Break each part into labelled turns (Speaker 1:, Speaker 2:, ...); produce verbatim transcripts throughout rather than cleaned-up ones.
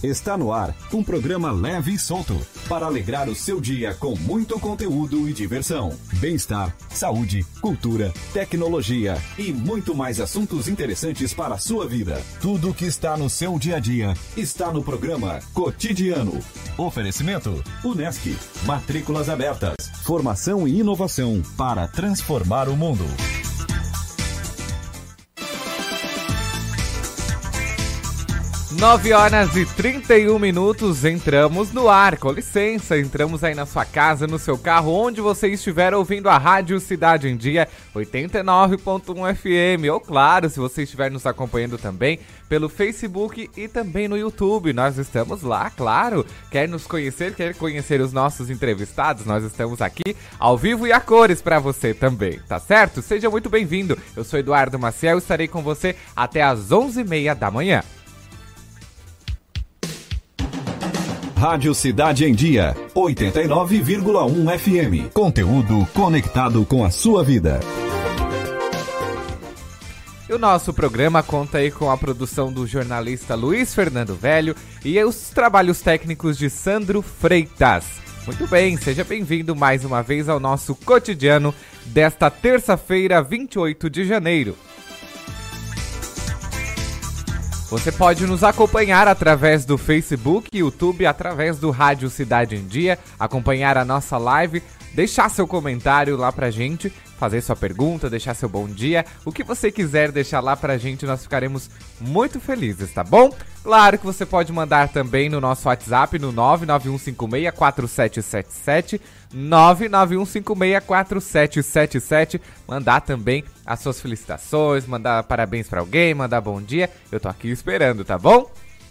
Speaker 1: Está no ar um programa leve e solto para alegrar o seu dia com muito conteúdo e diversão, bem-estar, saúde, cultura, tecnologia e muito mais assuntos interessantes para a sua vida. Tudo que está no seu dia a dia está no programa Cotidiano. Oferecimento Unesc, matrículas abertas, formação e inovação para transformar o mundo.
Speaker 2: nove horas e trinta e um minutos, entramos no ar, com licença, entramos aí na sua casa, no seu carro, onde você estiver ouvindo a Rádio Cidade em Dia, oitenta e nove ponto um F M, ou claro, se você estiver nos acompanhando também pelo Facebook e também no YouTube, nós estamos lá, claro, quer nos conhecer, quer conhecer os nossos entrevistados, nós estamos aqui ao vivo e a cores para você também, tá certo? Seja muito bem-vindo, eu sou Eduardo Maciel, estarei com você até às onze e meia da manhã.
Speaker 1: Rádio Cidade em Dia, oitenta e nove vírgula um F M. Conteúdo conectado com a sua vida.
Speaker 2: E o nosso programa conta aí com a produção do jornalista Luiz Fernando Velho e os trabalhos técnicos de Sandro Freitas. Muito bem, seja bem-vindo mais uma vez ao nosso cotidiano desta terça-feira, vinte e oito de janeiro. Você pode nos acompanhar através do Facebook, YouTube, através do Rádio Cidade em Dia, acompanhar a nossa live, deixar seu comentário lá pra gente, fazer sua pergunta, deixar seu bom dia, o que você quiser deixar lá pra gente, nós ficaremos muito felizes, tá bom? Claro que você pode mandar também no nosso WhatsApp no nove nove um cinco seis quatro sete sete sete, nove nove um cinco seis quatro sete sete sete, mandar também as suas felicitações, mandar parabéns pra alguém, mandar bom dia, eu tô aqui esperando, tá bom?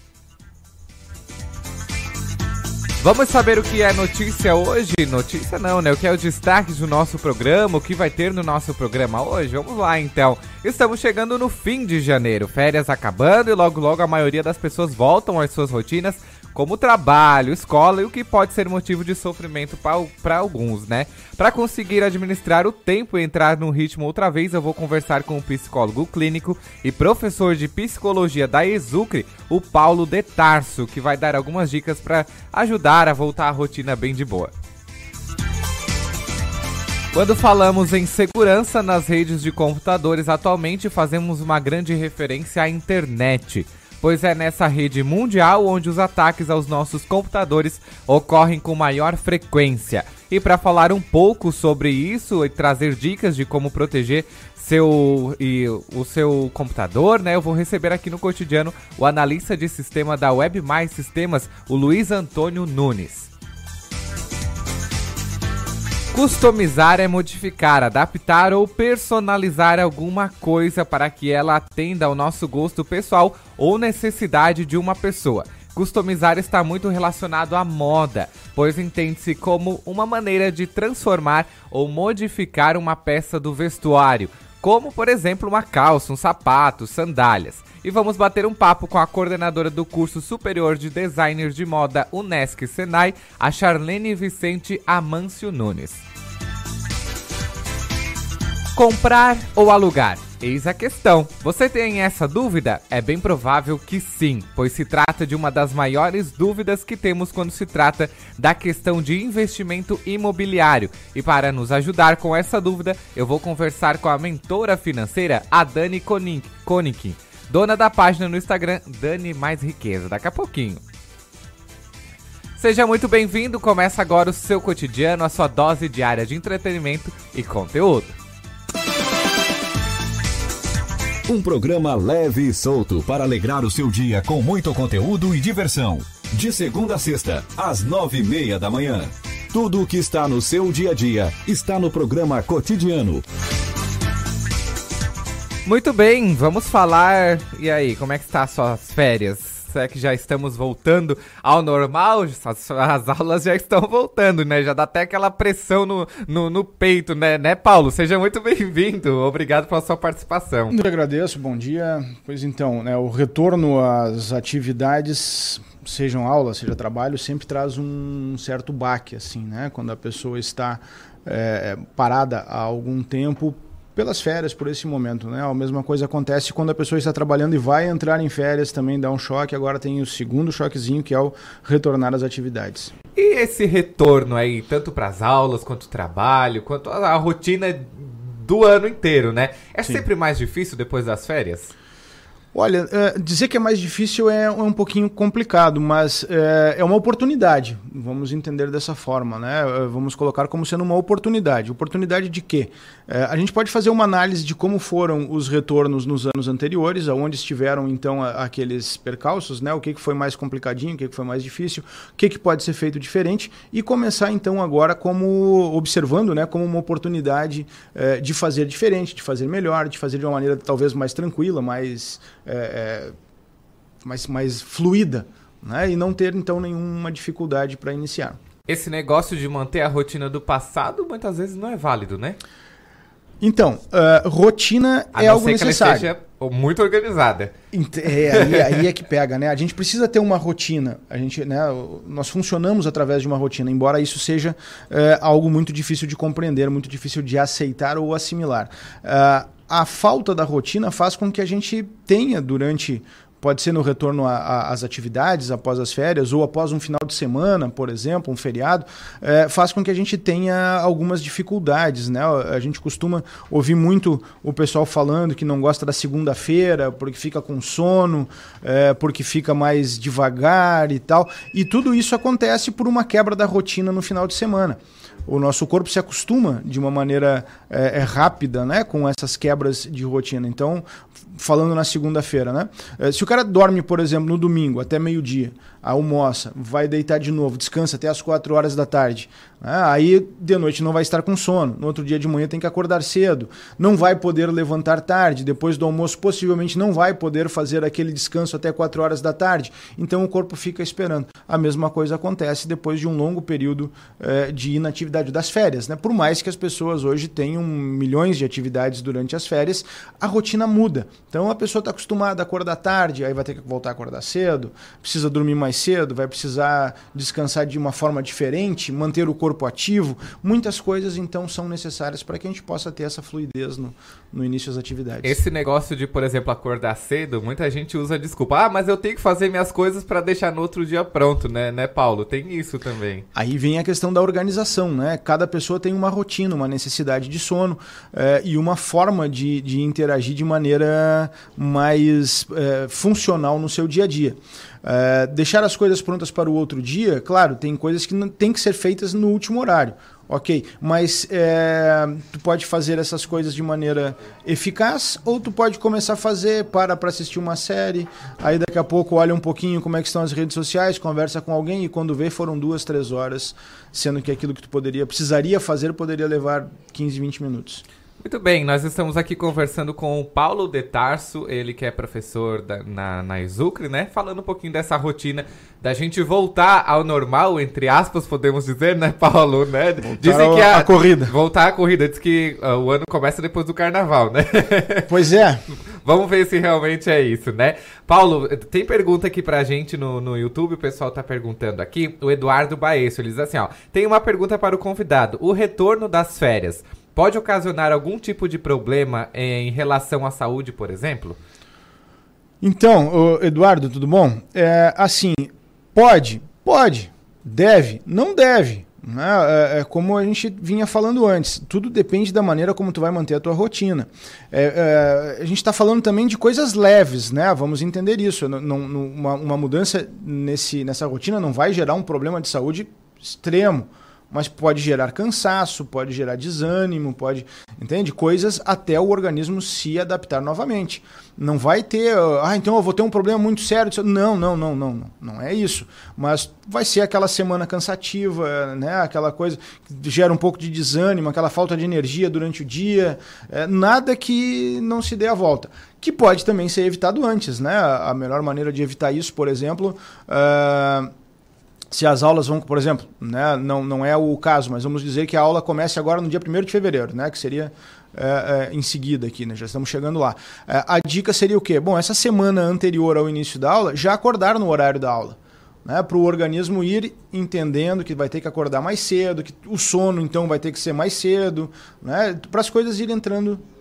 Speaker 2: Vamos saber o que é notícia hoje? Notícia não, né? O que é o destaque do nosso programa, o que vai ter no nosso programa hoje? Vamos lá, então. Estamos chegando no fim de janeiro, férias acabando e logo logo a maioria das pessoas voltam às suas rotinas, como trabalho, escola e o que pode ser motivo de sofrimento para alguns, né? Para conseguir administrar o tempo e entrar no ritmo outra vez, eu vou conversar com o psicólogo clínico e professor de psicologia da Exucre, o Paulo de Tarso, que vai dar algumas dicas para ajudar a voltar à rotina bem de boa. Quando falamos em segurança nas redes de computadores, atualmente fazemos uma grande referência à internet, pois é nessa rede mundial onde os ataques aos nossos computadores ocorrem com maior frequência. E para falar um pouco sobre isso e trazer dicas de como proteger seu, e, o seu computador, né, eu vou receber aqui no cotidiano o analista de sistema da Web Mais Sistemas, o Luiz Antônio Nunes. Customizar é modificar, adaptar ou personalizar alguma coisa para que ela atenda ao nosso gosto pessoal ou necessidade de uma pessoa. Customizar está muito relacionado à moda, pois entende-se como uma maneira de transformar ou modificar uma peça do vestuário, como por exemplo uma calça, um sapato, sandálias. E vamos bater um papo com a coordenadora do curso superior de designer de moda Unesc Senai, a Charlene Vicente Amâncio Nunes. Comprar ou alugar? Eis a questão. Você tem essa dúvida? É bem provável que sim, pois se trata de uma das maiores dúvidas que temos quando se trata da questão de investimento imobiliário. E para nos ajudar com essa dúvida, eu vou conversar com a mentora financeira, a Dani Koenig, dona da página no Instagram Dani Mais Riqueza, daqui a pouquinho. Seja muito bem-vindo, começa agora o seu cotidiano, a sua dose diária de entretenimento e conteúdo.
Speaker 1: Um programa leve e solto para alegrar o seu dia com muito conteúdo e diversão. De segunda a sexta, às nove e meia da manhã. Tudo o que está no seu dia a dia está no programa Cotidiano.
Speaker 2: Muito bem, vamos falar... E aí, como é que está as suas férias? É que já estamos voltando ao normal, as, as aulas já estão voltando, né? Já dá até aquela pressão no, no, no peito, né? né, Paulo? Seja muito bem-vindo, obrigado pela sua participação.
Speaker 3: Eu agradeço, bom dia. Pois então, né, o retorno às atividades, sejam aulas, seja trabalho, sempre traz um certo baque, assim, né? Quando a pessoa está é, parada há algum tempo pelas férias, por esse momento, né? A mesma coisa acontece quando a pessoa está trabalhando e vai entrar em férias, também dá um choque. Agora tem o segundo choquezinho, que é o retornar às atividades.
Speaker 2: E esse retorno aí, tanto para as aulas, quanto o trabalho, quanto a, a rotina do ano inteiro, né? É Sim. sempre mais difícil depois das férias?
Speaker 3: Olha, é, dizer que é mais difícil é, é um pouquinho complicado, mas é, é uma oportunidade, vamos entender dessa forma, né? Vamos colocar como sendo uma oportunidade. Oportunidade de quê? É, a gente pode fazer uma análise de como foram os retornos nos anos anteriores, aonde estiveram então a, aqueles percalços, né? O que, que foi mais complicadinho, o que, que foi mais difícil, o que, que pode ser feito diferente e começar então agora como observando, né? Como uma oportunidade é, de fazer diferente, de fazer melhor, de fazer de uma maneira talvez mais tranquila, mais... É, é, mais, mais fluida, né? E não ter então nenhuma dificuldade para iniciar.
Speaker 2: Esse negócio de manter a rotina do passado muitas vezes não é válido, né?
Speaker 3: Então, uh, rotina
Speaker 2: a
Speaker 3: é
Speaker 2: não
Speaker 3: algo
Speaker 2: ser
Speaker 3: necessário.
Speaker 2: Que ela esteja muito organizada.
Speaker 3: É, aí, aí é que pega, né? A gente precisa ter uma rotina. A gente, né, nós funcionamos através de uma rotina, embora isso seja uh, algo muito difícil de compreender, muito difícil de aceitar ou assimilar. Uh, A falta da rotina faz com que a gente tenha durante, pode ser no retorno às atividades, após as férias, ou após um final de semana, por exemplo, um feriado, é, faz com que a gente tenha algumas dificuldades, né? A gente costuma ouvir muito o pessoal falando que não gosta da segunda-feira, porque fica com sono, é, porque fica mais devagar e tal. E tudo isso acontece por uma quebra da rotina no final de semana. O nosso corpo se acostuma de uma maneira é, é, rápida, né, com essas quebras de rotina. Então, falando na segunda-feira, né? Se o cara dorme, por exemplo, no domingo até meio-dia, almoça, vai deitar de novo, descansa até as quatro horas da tarde, né? Aí de noite não vai estar com sono, no outro dia de manhã tem que acordar cedo, não vai poder levantar tarde, depois do almoço possivelmente não vai poder fazer aquele descanso até quatro horas da tarde, então o corpo fica esperando. A mesma coisa acontece depois de um longo período eh, de inatividade das férias, né? Por mais que as pessoas hoje tenham milhões de atividades durante as férias, a rotina muda. Então a pessoa está acostumada a acordar tarde, aí vai ter que voltar a acordar cedo, precisa dormir mais cedo, vai precisar descansar de uma forma diferente, manter o corpo ativo. Muitas coisas então são necessárias para que a gente possa ter essa fluidez no, no início das atividades.
Speaker 2: Esse negócio de, por exemplo, acordar cedo, muita gente usa a desculpa, ah, mas eu tenho que fazer minhas coisas para deixar no outro dia pronto, né, né, Paulo? Tem isso também.
Speaker 3: Aí vem a questão da organização, né? Cada pessoa tem uma rotina, uma necessidade de sono é, e uma forma de, de interagir de maneira mais é, funcional no seu dia a dia. É, deixar as coisas prontas para o outro dia, claro, tem coisas que não tem que ser feitas no último horário, ok, mas é, tu pode fazer essas coisas de maneira eficaz ou tu pode começar a fazer, para para assistir uma série, aí daqui a pouco olha um pouquinho como é que estão as redes sociais, conversa com alguém e quando vê foram duas, três horas, sendo que aquilo que tu poderia, precisaria fazer poderia levar quinze, vinte minutos.
Speaker 2: Muito bem, nós estamos aqui conversando com o Paulo de Tarso, ele que é professor da, na, na Exucre, né? Falando um pouquinho dessa rotina da gente voltar ao normal, entre aspas, podemos dizer, né, Paulo? Né?
Speaker 3: Dizem que a, a corrida.
Speaker 2: Voltar à corrida, diz que uh, o ano começa depois do carnaval, né?
Speaker 3: Pois é.
Speaker 2: Vamos ver se realmente é isso, né? Paulo, tem pergunta aqui pra gente no, no YouTube, o pessoal tá perguntando aqui, o Eduardo Baesso, ele diz assim, ó, tem uma pergunta para o convidado, o retorno das férias pode ocasionar algum tipo de problema em relação à saúde, por exemplo?
Speaker 3: Então, Eduardo, tudo bom? É, assim, pode, pode, deve, não deve. Né? É, é como a gente vinha falando antes, tudo depende da maneira como tu vai manter a tua rotina. É, é, a gente está falando também de coisas leves, né? Vamos entender isso. Não, não, uma, uma mudança nesse, nessa rotina não vai gerar um problema de saúde extremo. Mas pode gerar cansaço, pode gerar desânimo, pode, entende? Coisas até o organismo se adaptar novamente. Não vai ter, ah, então eu vou ter um problema muito sério. Não, não, não, não, não, não é isso. Mas vai ser aquela semana cansativa, né? Aquela coisa que gera um pouco de desânimo, aquela falta de energia durante o dia, é, nada que não se dê a volta. Que pode também ser evitado antes, né? A melhor maneira de evitar isso, por exemplo, uh, se as aulas vão, por exemplo, né, não, não é o caso, mas vamos dizer que a aula comece agora no dia primeiro de fevereiro, né, que seria é, é, em seguida aqui, né, já estamos chegando lá. É, a dica seria o quê? Bom, essa semana anterior ao início da aula, já acordar no horário da aula, né, para o organismo ir entendendo que vai ter que acordar mais cedo, que o sono então vai ter que ser mais cedo, né, para as coisas irem entrando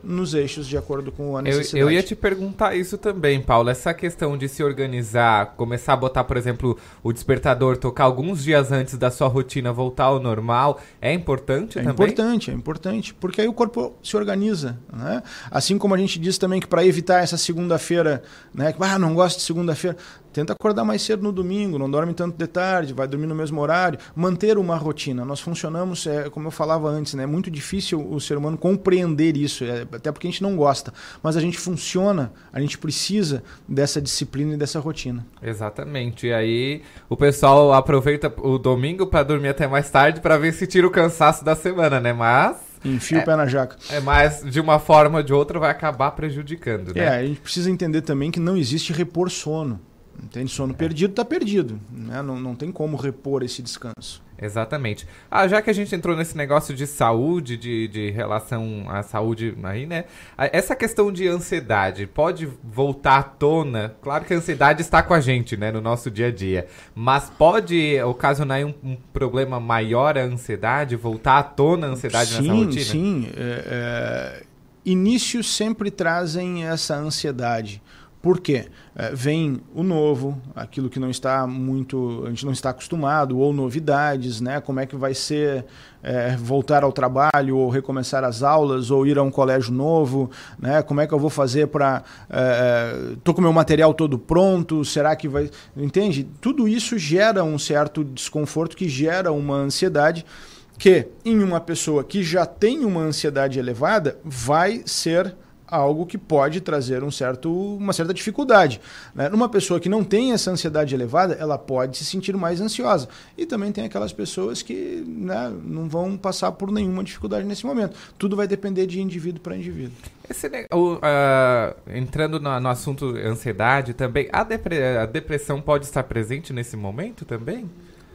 Speaker 3: nos eixos de acordo com a necessidade.
Speaker 2: Eu, eu ia te perguntar isso também, Paulo. Essa questão de se organizar, começar a botar, por exemplo, o despertador, tocar alguns dias antes da sua rotina voltar ao normal, é importante
Speaker 3: é
Speaker 2: também?
Speaker 3: É importante, é importante, porque aí o corpo se organiza, né? Assim como a gente diz também que para evitar essa segunda-feira, né, que ah, não gosto de segunda-feira, tenta acordar mais cedo no domingo, não dorme tanto de tarde, vai dormir no mesmo horário, manter uma rotina. Nós funcionamos, é, como eu falava antes, né, é muito difícil o ser humano compreender isso, é, até porque a gente não gosta, mas a gente funciona, a gente precisa dessa disciplina e dessa rotina.
Speaker 2: Exatamente, e aí o pessoal aproveita o domingo para dormir até mais tarde para ver se tira o cansaço da semana, né, mas...
Speaker 3: Enfia
Speaker 2: é,
Speaker 3: o pé na jaca.
Speaker 2: É, mas de uma forma ou de outra vai acabar prejudicando, né?
Speaker 3: É, a gente precisa entender também que não existe repor sono. Entende? Sono é. perdido está perdido, né? Não, não tem como repor esse descanso.
Speaker 2: Exatamente. Ah, já que a gente entrou nesse negócio de saúde, de, de relação à saúde aí, né? Essa questão de ansiedade pode voltar à tona? Claro que a ansiedade está com a gente, né? No nosso dia a dia. Mas pode ocasionar um, um problema maior a ansiedade? Voltar à tona a ansiedade
Speaker 3: sim,
Speaker 2: nessa rotina?
Speaker 3: Sim, é, é... Inícios sempre trazem essa ansiedade. Por quê? É, vem o novo, aquilo que não está muito, a gente não está acostumado, ou novidades, né? Como é que vai ser é, voltar ao trabalho, ou recomeçar as aulas, ou ir a um colégio novo, né? Como é que eu vou fazer para... Estou é, com o meu material todo pronto, será que vai... Entende? Tudo isso gera um certo desconforto, que gera uma ansiedade, que em uma pessoa que já tem uma ansiedade elevada, vai ser algo que pode trazer um certo, uma certa dificuldade, né? Numa pessoa que não tem essa ansiedade elevada, ela pode se sentir mais ansiosa. E também tem aquelas pessoas que, né, não vão passar por nenhuma dificuldade nesse momento. Tudo vai depender de indivíduo para indivíduo.
Speaker 2: Esse, uh, uh, entrando no, no assunto ansiedade também, a, depre a depressão pode estar presente nesse momento também?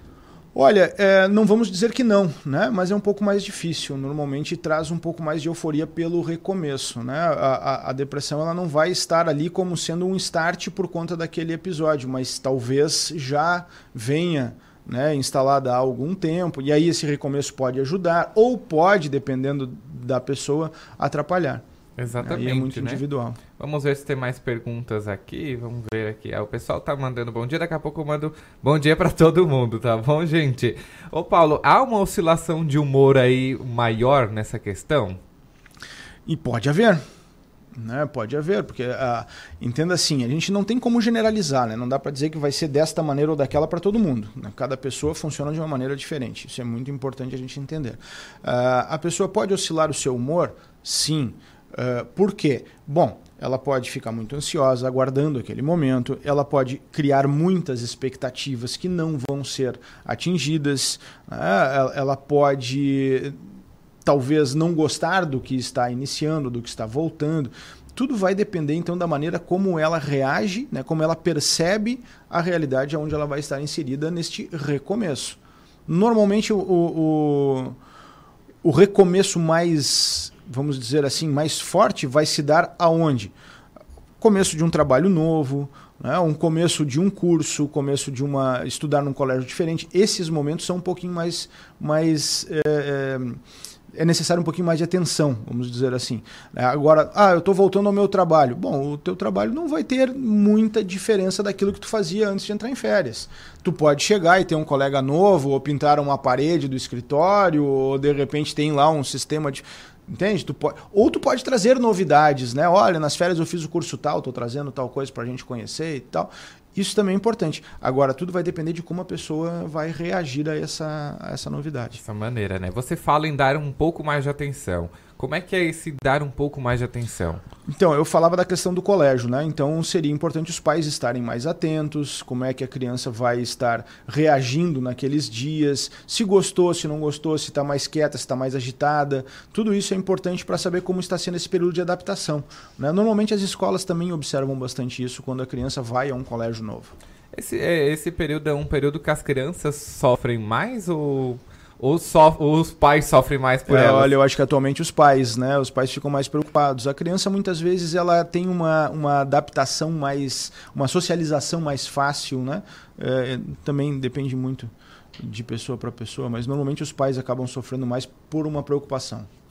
Speaker 3: Olha, é, não vamos dizer que não, né? Mas é um pouco mais difícil. Normalmente traz um pouco mais de euforia pelo recomeço, né? A, a, a depressão ela não vai estar ali como sendo um start por conta daquele episódio, mas talvez já venha, né, instalada há algum tempo, e aí esse recomeço pode ajudar ou pode, dependendo da pessoa, atrapalhar.
Speaker 2: Exatamente,
Speaker 3: aí é muito
Speaker 2: né?
Speaker 3: individual.
Speaker 2: Vamos ver se tem mais perguntas aqui. Vamos ver aqui. Ah, o pessoal tá mandando bom dia. Daqui a pouco eu mando bom dia para todo mundo, tá bom, gente? Ô, Paulo, há uma oscilação de humor aí maior nessa questão?
Speaker 3: E pode haver. Né? Pode haver, porque uh, entenda assim, a gente não tem como generalizar, né? Não dá para dizer que vai ser desta maneira ou daquela para todo mundo, né? Cada pessoa funciona de uma maneira diferente. Isso é muito importante a gente entender. Uh, a pessoa pode oscilar o seu humor? Sim. Uh, por quê? Bom, ela pode ficar muito ansiosa, aguardando aquele momento, ela pode criar muitas expectativas que não vão ser atingidas, né? ela, ela pode talvez não gostar do que está iniciando, do que está voltando. Tudo vai depender então da maneira como ela reage, né? Como ela percebe a realidade onde ela vai estar inserida neste recomeço. Normalmente o, o, o recomeço mais... vamos dizer assim, mais forte vai se dar aonde? Começo de um trabalho novo, né? Um começo de um curso, começo de uma estudar num colégio diferente. Esses momentos são um pouquinho mais... mais é, é, é necessário um pouquinho mais de atenção, vamos dizer assim. Agora, ah, eu estou voltando ao meu trabalho. Bom, o teu trabalho não vai ter muita diferença daquilo que tu fazia antes de entrar em férias. Tu pode chegar e ter um colega novo, ou pintar uma parede do escritório, ou de repente tem lá um sistema de... Entende? Tu pode... Ou tu pode trazer novidades, né? Olha, nas férias eu fiz o curso tal, estou trazendo tal coisa para a gente conhecer e tal. Isso também é importante. Agora, tudo vai depender de como a pessoa vai reagir a essa, a essa novidade.
Speaker 2: Dessa maneira, né? Você fala em dar um pouco mais de atenção. Como é que é esse dar um pouco mais de atenção?
Speaker 3: Então, eu falava da questão do colégio, né? Então, seria importante os pais estarem mais atentos, como é que a criança vai estar reagindo naqueles dias, se gostou, se não gostou, se está mais quieta, se está mais agitada. Tudo isso é importante para saber como está sendo esse período de adaptação, né? Normalmente as escolas também observam bastante isso quando a criança vai a um colégio novo.
Speaker 2: Esse, esse período é um período que as crianças sofrem mais ou... Ou, so, ou os pais sofrem mais por
Speaker 3: é,
Speaker 2: elas?
Speaker 3: Olha, eu acho que atualmente os pais, né? Os pais ficam mais preocupados. A criança, muitas vezes, ela tem uma, uma adaptação mais... uma socialização mais fácil, né? É, também depende muito de pessoa para pessoa, mas normalmente os pais acabam sofrendo mais por uma preocupação.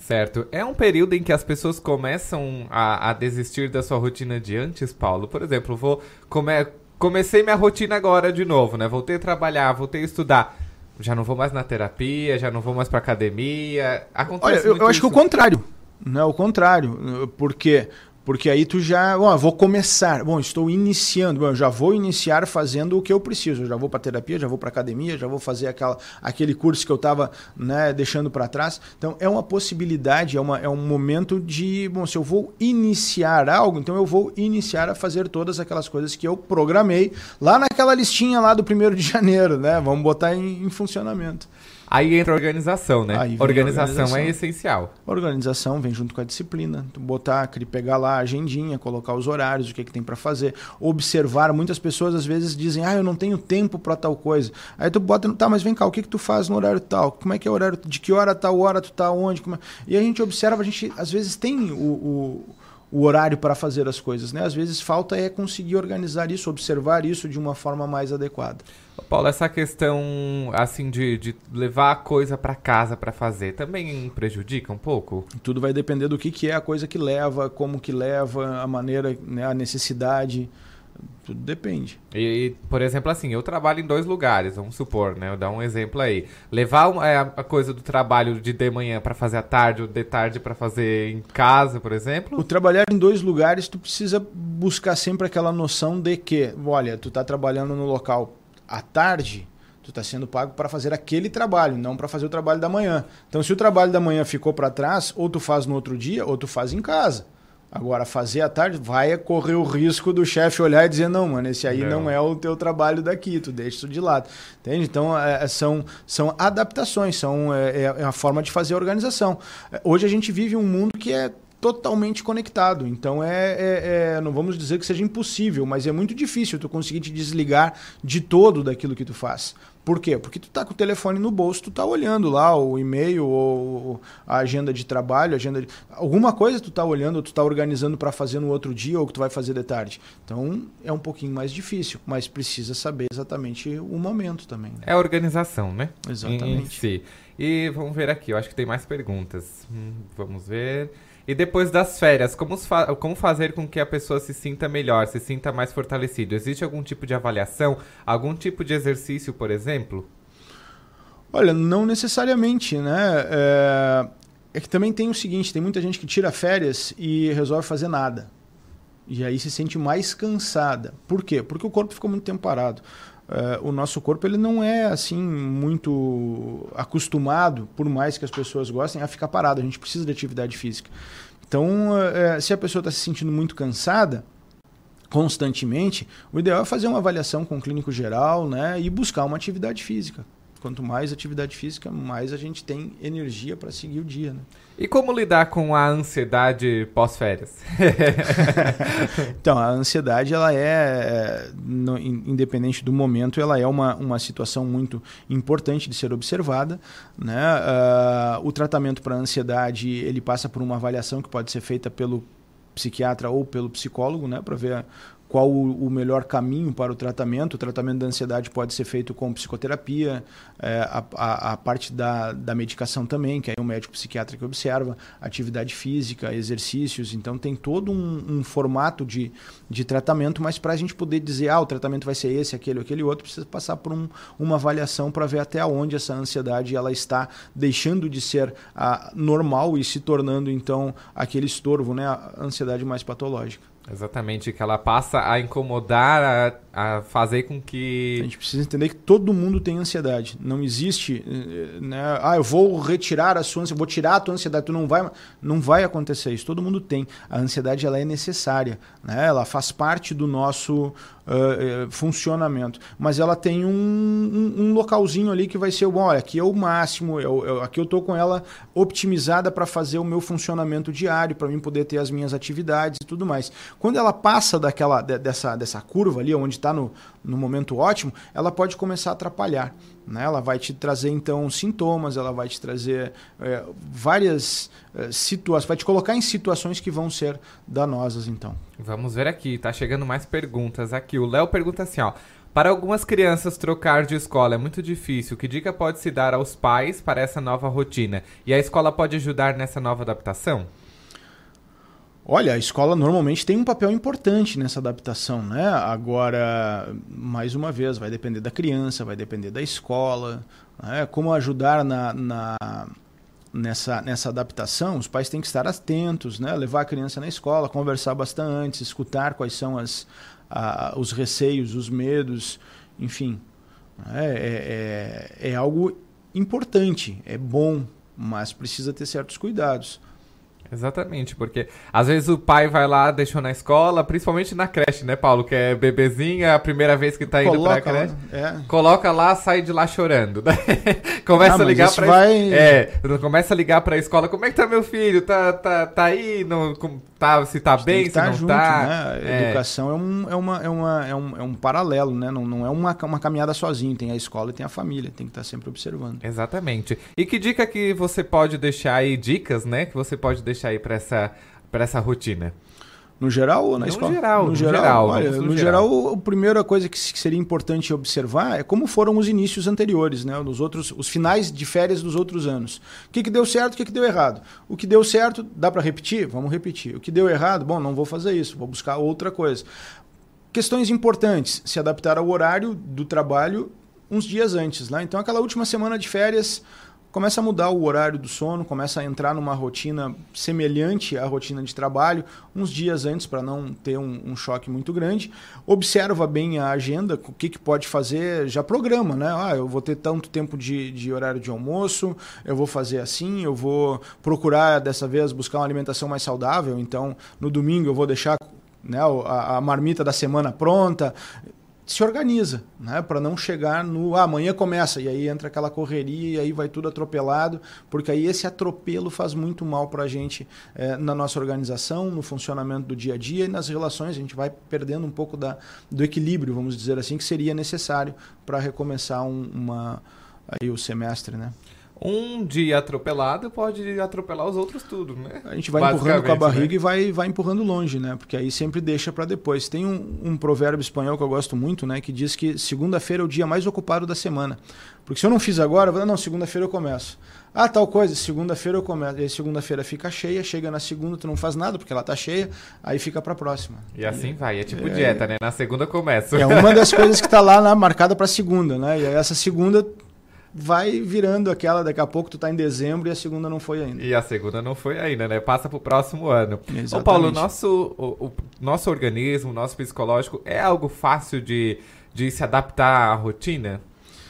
Speaker 2: Certo. É um período em que as pessoas começam a, a desistir da sua rotina de antes, Paulo? Por exemplo, vou come, comecei minha rotina agora de novo, né? Voltei a trabalhar, voltei a estudar. Já não vou mais na terapia, já não vou mais pra academia. Acontece
Speaker 3: Olha, eu,
Speaker 2: muito
Speaker 3: eu acho
Speaker 2: isso.
Speaker 3: que é o contrário. Não é o contrário. Por quê? Porque aí tu já, bom, vou começar, bom, estou iniciando, bom, eu já vou iniciar fazendo o que eu preciso, eu já vou para terapia, já vou para academia, já vou fazer aquela, aquele curso que eu estava, né, deixando para trás. Então é uma possibilidade, é, uma, é um momento de, bom, se eu vou iniciar algo, então eu vou iniciar a fazer todas aquelas coisas que eu programei lá naquela listinha lá do primeiro de janeiro, né? Vamos botar em, em funcionamento.
Speaker 2: Aí entra a organização, né?
Speaker 3: Aí vem
Speaker 2: organização,
Speaker 3: a organização
Speaker 2: é essencial.
Speaker 3: A organização vem junto com a disciplina. Tu botar, pegar lá a agendinha, colocar os horários, o que, é que tem para fazer. Observar. Muitas pessoas às vezes dizem, ah, eu não tenho tempo para tal coisa. Aí tu bota, tá, mas vem cá, o que, que tu faz no horário tal? Como é que é o horário? De que hora a tal hora tu tá onde? Como é? E a gente observa, a gente às vezes tem o... o o horário para fazer as coisas, né? Às vezes falta é conseguir organizar isso, observar isso de uma forma mais adequada.
Speaker 2: Paulo, essa questão assim de, de levar a coisa para casa para fazer também prejudica um pouco?
Speaker 3: Tudo vai depender do que, que é a coisa que leva, como que leva, a maneira, né, a necessidade. Tudo depende.
Speaker 2: E, por exemplo, assim, eu trabalho em dois lugares, vamos supor, né? Eu dar um exemplo aí. Levar a, a coisa do trabalho de de manhã para fazer à tarde ou de tarde para fazer em casa, por exemplo?
Speaker 3: O trabalhar em dois lugares, tu precisa buscar sempre aquela noção de que, olha, tu tá trabalhando no local à tarde, tu tá sendo pago para fazer aquele trabalho, não para fazer o trabalho da manhã. Então, se o trabalho da manhã ficou para trás, ou tu faz no outro dia, ou tu faz em casa. Agora, fazer à tarde vai correr o risco do chefe olhar e dizer, não, mano, esse aí não, não é o teu trabalho daqui, tu deixa isso de lado. Entende? Então, é, são, são adaptações, são, é, é a forma de fazer a organização. Hoje a gente vive um mundo que é totalmente conectado, então é, é, é, não vamos dizer que seja impossível, mas é muito difícil tu conseguir te desligar de todo daquilo que tu faz. Por quê? Porque tu tá com o telefone no bolso, tu tá olhando lá o e-mail ou a agenda de trabalho, agenda de... alguma coisa tu tá olhando ou tu tá organizando para fazer no outro dia ou que tu vai fazer de tarde. Então é um pouquinho mais difícil, mas precisa saber exatamente o momento também. Né?
Speaker 2: É a organização, né?
Speaker 3: Exatamente.
Speaker 2: Em, em si. E vamos ver aqui, eu acho que tem mais perguntas. Hum, vamos ver... E depois das férias, como, fa- como fazer com que a pessoa se sinta melhor, se sinta mais fortalecido? Existe algum tipo de avaliação, algum tipo de exercício, por exemplo?
Speaker 3: Olha, não necessariamente, né? É, é que também tem o seguinte, tem muita gente que tira férias e resolve fazer nada. E aí se sente mais cansada. Por quê? Porque o corpo ficou muito tempo parado. É, o nosso corpo ele não é assim muito acostumado, por mais que as pessoas gostem, a ficar parado. A gente precisa de atividade física. Então, é, se a pessoa está se sentindo muito cansada, constantemente, o ideal é fazer uma avaliação com o clínico geral, né, e buscar uma atividade física. Quanto mais atividade física, mais a gente tem energia para seguir o dia. Né?
Speaker 2: E como lidar com a ansiedade pós-férias?
Speaker 3: Então, a ansiedade, ela é, no, independente do momento, ela é uma, uma situação muito importante de ser observada. Né? Uh, o tratamento para a ansiedade, ele passa por uma avaliação que pode ser feita pelo psiquiatra ou pelo psicólogo, né, para ver qual o, o melhor caminho para o tratamento. O tratamento da ansiedade pode ser feito com psicoterapia, é, a, a, a parte da, da medicação também, que é o médico psiquiatra que observa, atividade física, exercícios. Então tem todo um, um formato de, de tratamento, mas para a gente poder dizer, ah, o tratamento vai ser esse, aquele, aquele outro, precisa passar por um, uma avaliação para ver até onde essa ansiedade ela está deixando de ser a, normal e se tornando então aquele estorvo, né, a ansiedade mais patológica.
Speaker 2: Exatamente, que ela passa a incomodar, a, a fazer com que...
Speaker 3: A gente precisa entender que todo mundo tem ansiedade. Não existe, né? Ah, eu vou retirar a sua ansiedade, vou tirar a tua ansiedade, tu não vai... Não vai acontecer isso, todo mundo tem. A ansiedade, ela é necessária, né? Ela faz parte do nosso uh, funcionamento. Mas ela tem um, um, um localzinho ali que vai ser, bom, olha, aqui é o máximo, eu, eu, aqui eu tô com ela optimizada para fazer o meu funcionamento diário, para mim poder ter as minhas atividades e tudo mais. Quando ela passa daquela, dessa, dessa curva ali, onde está no, no momento ótimo, ela pode começar a atrapalhar. Né? Ela vai te trazer, então, sintomas, ela vai te trazer é, várias é, situações, vai te colocar em situações que vão ser danosas, então.
Speaker 2: Vamos ver aqui, tá chegando mais perguntas aqui. O Léo pergunta assim, ó. Para algumas crianças, trocar de escola é muito difícil. Que dica pode se dar aos pais para essa nova rotina? E a escola pode ajudar nessa nova adaptação?
Speaker 3: Olha, a escola normalmente tem um papel importante nessa adaptação, né? Agora, mais uma vez, vai depender da criança, vai depender da escola, né? Como ajudar na, na, nessa, nessa adaptação, os pais têm que estar atentos, né? Levar a criança na escola, conversar bastante, escutar quais são as, a, os receios, os medos, enfim. É, é, é algo importante, é bom, mas precisa ter certos cuidados.
Speaker 2: Exatamente, porque às vezes o pai vai lá, deixou na escola, principalmente na creche, né, Paulo? Que é bebezinha, a primeira vez que tá indo
Speaker 3: Coloca
Speaker 2: pra creche.
Speaker 3: Lá, é.
Speaker 2: Coloca lá, sai de lá chorando. Começa
Speaker 3: ah,
Speaker 2: a ligar pra
Speaker 3: vai...
Speaker 2: É, começa a ligar pra escola. Como é que tá meu filho? Tá, tá, tá aí? No, tá, se tá bem, se
Speaker 3: tá
Speaker 2: não
Speaker 3: junto,
Speaker 2: tá?
Speaker 3: Né? A
Speaker 2: é.
Speaker 3: educação é um, é, uma, é, uma, é, um, é um paralelo, né? Não, não é uma, uma caminhada sozinho. Tem a escola e tem a família. Tem que estar sempre observando.
Speaker 2: Exatamente. E que dica que você pode deixar aí, dicas, né? Que você pode deixar aí pra essa, pra essa rotina?
Speaker 3: No geral ou na
Speaker 2: no
Speaker 3: escola?
Speaker 2: Geral,
Speaker 3: no,
Speaker 2: no
Speaker 3: geral.
Speaker 2: geral.
Speaker 3: Olha,
Speaker 2: no,
Speaker 3: no geral, geral, a primeira coisa que seria importante observar é como foram os inícios anteriores, né? Nos outros, os finais de férias dos outros anos. O que, que deu certo, o que, que deu errado? O que deu certo, dá para repetir? Vamos repetir. O que deu errado? Bom, não vou fazer isso, vou buscar outra coisa. Questões importantes, se adaptar ao horário do trabalho uns dias antes, né? Então, aquela última semana de férias, começa a mudar o horário do sono, começa a entrar numa rotina semelhante à rotina de trabalho, uns dias antes, para não ter um, um choque muito grande. Observa bem a agenda, o que, que pode fazer, já programa, né? Ah, eu vou ter tanto tempo de, de horário de almoço, eu vou fazer assim, eu vou procurar, dessa vez, buscar uma alimentação mais saudável, então, no domingo eu vou deixar, né, a, a marmita da semana pronta. Se organiza, né, para não chegar no ah, amanhã começa, e aí entra aquela correria e aí vai tudo atropelado, porque aí esse atropelo faz muito mal para a gente é, na nossa organização, no funcionamento do dia a dia e nas relações. A gente vai perdendo um pouco da, do equilíbrio, vamos dizer assim, que seria necessário para recomeçar um, uma, aí o semestre, né?
Speaker 2: Um dia atropelado pode atropelar os outros tudo, né?
Speaker 3: A gente vai empurrando com a barriga, né? E vai, vai empurrando longe, né? Porque aí sempre deixa para depois. Tem um, um provérbio espanhol que eu gosto muito, né? Que diz que segunda-feira é o dia mais ocupado da semana. Porque se eu não fiz agora, eu vou, não, segunda-feira eu começo. Ah, tal coisa, segunda-feira eu começo. E aí segunda-feira fica cheia, chega na segunda, tu não faz nada porque ela tá cheia, aí fica pra próxima.
Speaker 2: E assim vai, é tipo é, dieta, né? Na segunda começa.
Speaker 3: É uma das coisas que tá lá na, marcada pra segunda, né? E aí essa segunda vai virando aquela, daqui a pouco tu tá em dezembro e a segunda não foi ainda.
Speaker 2: E a segunda não foi ainda, né? Passa pro próximo ano.
Speaker 3: Exatamente.
Speaker 2: Ô Paulo, nosso, o, o nosso organismo, nosso psicológico, é algo fácil de, de se adaptar à rotina?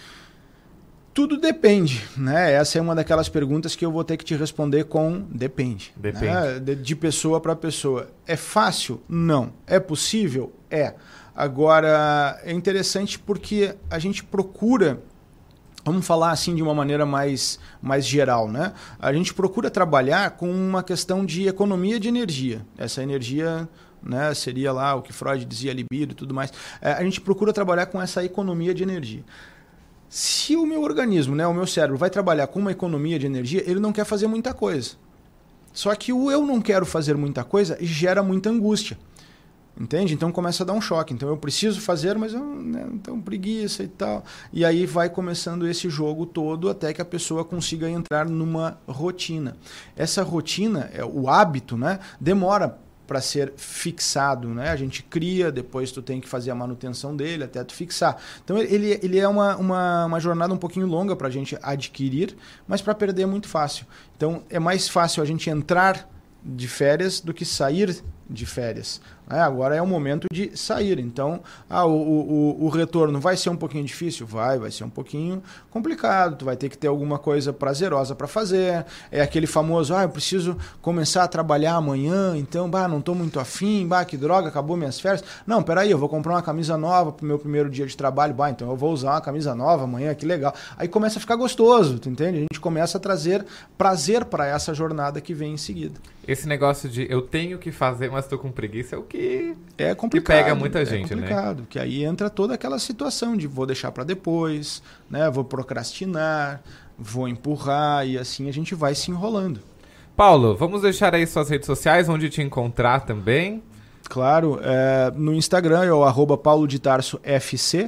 Speaker 3: Tudo depende, né? Essa é uma daquelas perguntas que eu vou ter que te responder com depende.
Speaker 2: Depende.
Speaker 3: Né? De, de pessoa para pessoa. É fácil? Não. É possível? É. Agora, é interessante porque a gente procura... Vamos falar assim de uma maneira mais, mais geral, né? A gente procura trabalhar com uma questão de economia de energia. Essa energia, né, seria lá o que Freud dizia, libido e tudo mais. É, a gente procura trabalhar com essa economia de energia. Se o meu organismo, né, o meu cérebro, vai trabalhar com uma economia de energia, ele não quer fazer muita coisa. Só que o eu não quero fazer muita coisa gera muita angústia. Entende? Então começa a dar um choque. Então eu preciso fazer, mas eu né, tenho preguiça e tal. E aí vai começando esse jogo todo até que a pessoa consiga entrar numa rotina. Essa rotina, o hábito, né, demora para ser fixado, né? A gente cria, depois tu tem que fazer a manutenção dele até tu fixar. Então ele, ele é uma, uma, uma jornada um pouquinho longa para a gente adquirir, mas para perder é muito fácil. Então é mais fácil a gente entrar de férias do que sair de férias. É, agora é o momento de sair. Então, ah, o, o, o retorno vai ser um pouquinho difícil? Vai, vai ser um pouquinho complicado. Tu vai ter que ter alguma coisa prazerosa para fazer. É aquele famoso, ah, eu preciso começar a trabalhar amanhã, então, bah, não estou muito afim, bah, que droga, acabou minhas férias. Não, peraí, eu vou comprar uma camisa nova pro meu primeiro dia de trabalho, bah, então eu vou usar uma camisa nova amanhã, que legal. Aí começa a ficar gostoso, tu entende? A gente começa a trazer prazer para essa jornada que vem em seguida.
Speaker 2: Esse negócio de eu tenho que fazer, mas estou com preguiça é o que,
Speaker 3: é complicado,
Speaker 2: que pega muita gente,
Speaker 3: é complicado,
Speaker 2: né?
Speaker 3: Que aí entra toda aquela situação de vou deixar para depois, né? Vou procrastinar, vou empurrar e assim a gente vai se enrolando.
Speaker 2: Paulo, vamos deixar aí suas redes sociais, onde te encontrar também.
Speaker 3: Claro, é, no Instagram é o arroba Paulo de Tarso F C,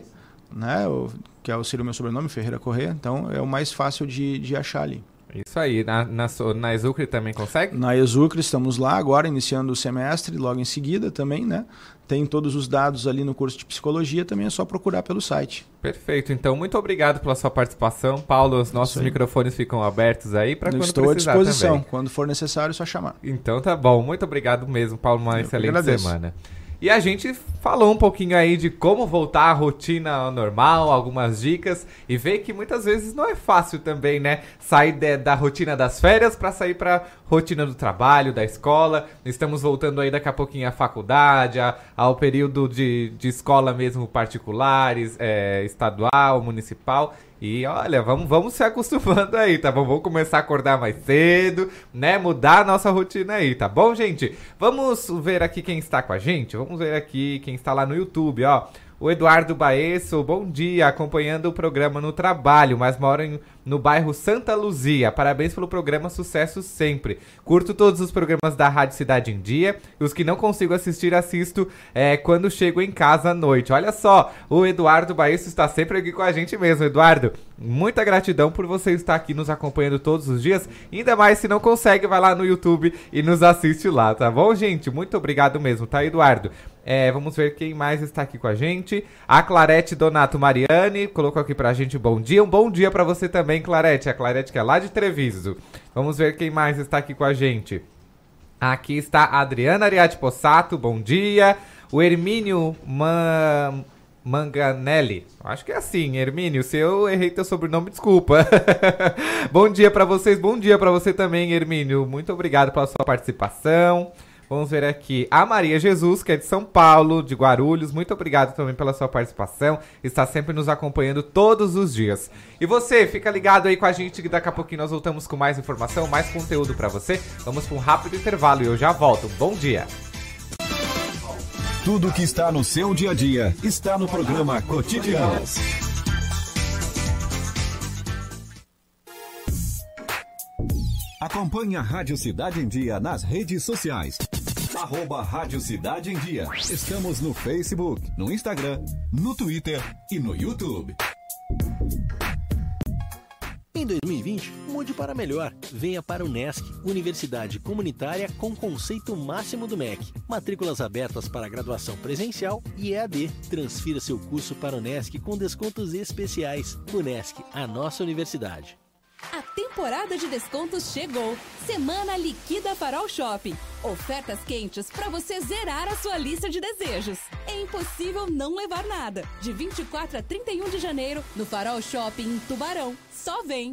Speaker 3: né? O, que é o, seria o meu sobrenome, Ferreira Corrêa. Então é o mais fácil de, de achar ali.
Speaker 2: Isso aí. Na, na, na Exucre também consegue?
Speaker 3: Na Exucre estamos lá agora, iniciando o semestre, logo em seguida também, né? Tem todos os dados ali no curso de psicologia, também é só procurar pelo site.
Speaker 2: Perfeito. Então, muito obrigado pela sua participação. Paulo, os nossos microfones ficam abertos aí para quando
Speaker 3: precisar. Estou à disposição.
Speaker 2: Também.
Speaker 3: Quando for necessário, é só chamar.
Speaker 2: Então tá bom. Muito obrigado mesmo, Paulo. Uma
Speaker 3: Eu
Speaker 2: excelente semana. E a gente falou um pouquinho aí de como voltar à rotina normal, algumas dicas, e ver que muitas vezes não é fácil também, né? Sair de, da rotina das férias para sair para rotina do trabalho, da escola. Estamos voltando aí daqui a pouquinho à faculdade, a, ao período de, de escola mesmo particulares, é, estadual, municipal. E olha, vamos, vamos se acostumando aí, tá bom? Vamos começar a acordar mais cedo, né? Mudar a nossa rotina aí, tá bom, gente? Vamos ver aqui quem está com a gente. Vamos ver aqui quem está lá no YouTube, ó. O Eduardo Baesso, bom dia, acompanhando o programa no trabalho, mas mora em, no bairro Santa Luzia. Parabéns pelo programa, sucesso sempre. Curto todos os programas da Rádio Cidade em Dia. Os que não consigo assistir, assisto é, quando chego em casa à noite. Olha só, o Eduardo Baesso está sempre aqui com a gente mesmo. Eduardo, muita gratidão por você estar aqui nos acompanhando todos os dias. Ainda mais se não consegue, vai lá no YouTube e nos assiste lá, tá bom, gente? Muito obrigado mesmo, tá, Eduardo? É, vamos ver quem mais está aqui com a gente. A Clarete Donato Mariani colocou aqui pra gente bom dia. Um bom dia pra você também, Clarete. A Clarete que é lá de Treviso. Vamos ver quem mais está aqui com a gente. Aqui está a Adriana Ariati Possato, bom dia. O Hermínio Man... Manganelli. Acho que é assim, Hermínio. Se eu errei teu sobrenome, desculpa. Bom dia pra vocês. Bom dia pra você também, Hermínio. Muito obrigado pela sua participação. Vamos ver aqui a Maria Jesus, que é de São Paulo, de Guarulhos. Muito obrigado também pela sua participação. Está sempre nos acompanhando todos os dias. E você, fica ligado aí com a gente que daqui a pouquinho nós voltamos com mais informação, mais conteúdo para você. Vamos para um rápido intervalo e eu já volto. Bom dia.
Speaker 1: Tudo que está no seu dia a dia está no programa Cotidianos. Acompanhe a Rádio Cidade em Dia nas redes sociais. Arroba Rádio Cidade em Dia. Estamos no Facebook, no Instagram, no Twitter e no YouTube.
Speaker 4: Em dois mil e vinte, mude para melhor. Venha para o Unesc, Universidade Comunitária com conceito máximo do M E C. Matrículas abertas para graduação presencial e E A D. Transfira seu curso para o Unesc com descontos especiais. Unesc, a nossa universidade.
Speaker 5: A temporada de descontos chegou. Semana Liquida Farol Shopping. Ofertas quentes para você zerar a sua lista de desejos. É impossível não levar nada. De vinte e quatro a trinta e um de janeiro, no Farol Shopping em Tubarão. Só vem!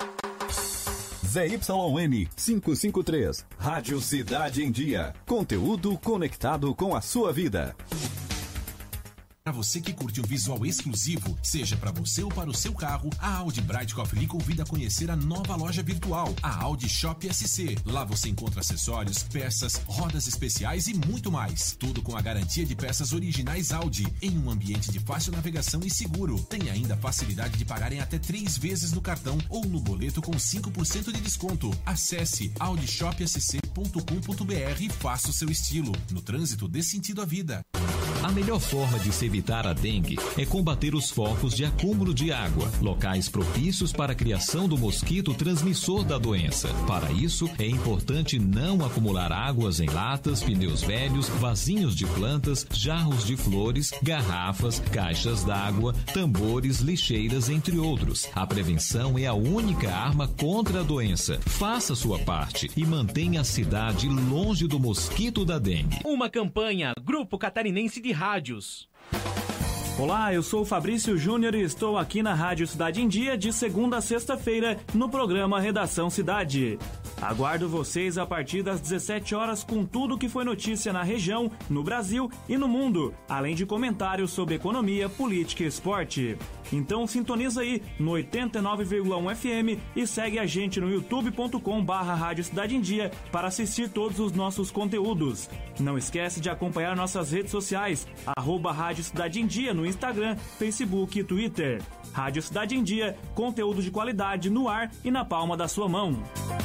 Speaker 1: Z Y N quinhentos e cinquenta e três. Rádio Cidade em Dia. Conteúdo conectado com a sua vida.
Speaker 6: Para você que curte um visual exclusivo, seja para você ou para o seu carro, a Audi Bright Coffee lhe convida a conhecer a nova loja virtual, a Audi Shop S C. Lá você encontra acessórios, peças, rodas especiais e muito mais. Tudo com a garantia de peças originais Audi, em um ambiente de fácil navegação e seguro. Tem ainda a facilidade de pagar em até três vezes no cartão ou no boleto com cinco por cento de desconto. Acesse audi shop s c ponto com ponto b r e faça o seu estilo. No trânsito, dê sentido à vida.
Speaker 7: A melhor forma de se evitar a dengue é combater os focos de acúmulo de água, locais propícios para a criação do mosquito transmissor da doença. Para isso, é importante não acumular águas em latas, pneus velhos, vasinhos de plantas, jarros de flores, garrafas, caixas d'água, tambores, lixeiras, entre outros. A prevenção é a única arma contra a doença. Faça sua parte e mantenha a cidade longe do mosquito da dengue.
Speaker 8: Uma campanha Grupo Catarinense de Rádios. Olá, eu sou o Fabrício Júnior e estou aqui na Rádio Cidade em Dia de segunda a sexta-feira no programa Redação Cidade. Aguardo vocês a partir das dezessete horas com tudo que foi notícia na região, no Brasil e no mundo, além de comentários sobre economia, política e esporte. Então sintoniza aí no oitenta e nove vírgula um F M e segue a gente no youtube ponto com barra Rádio Cidade em Dia para assistir todos os nossos conteúdos. Não esquece de acompanhar nossas redes sociais, arroba Rádio Cidade em Dia no Instagram, Facebook e Twitter. Rádio Cidade em Dia, conteúdo de qualidade no ar e na palma da sua mão.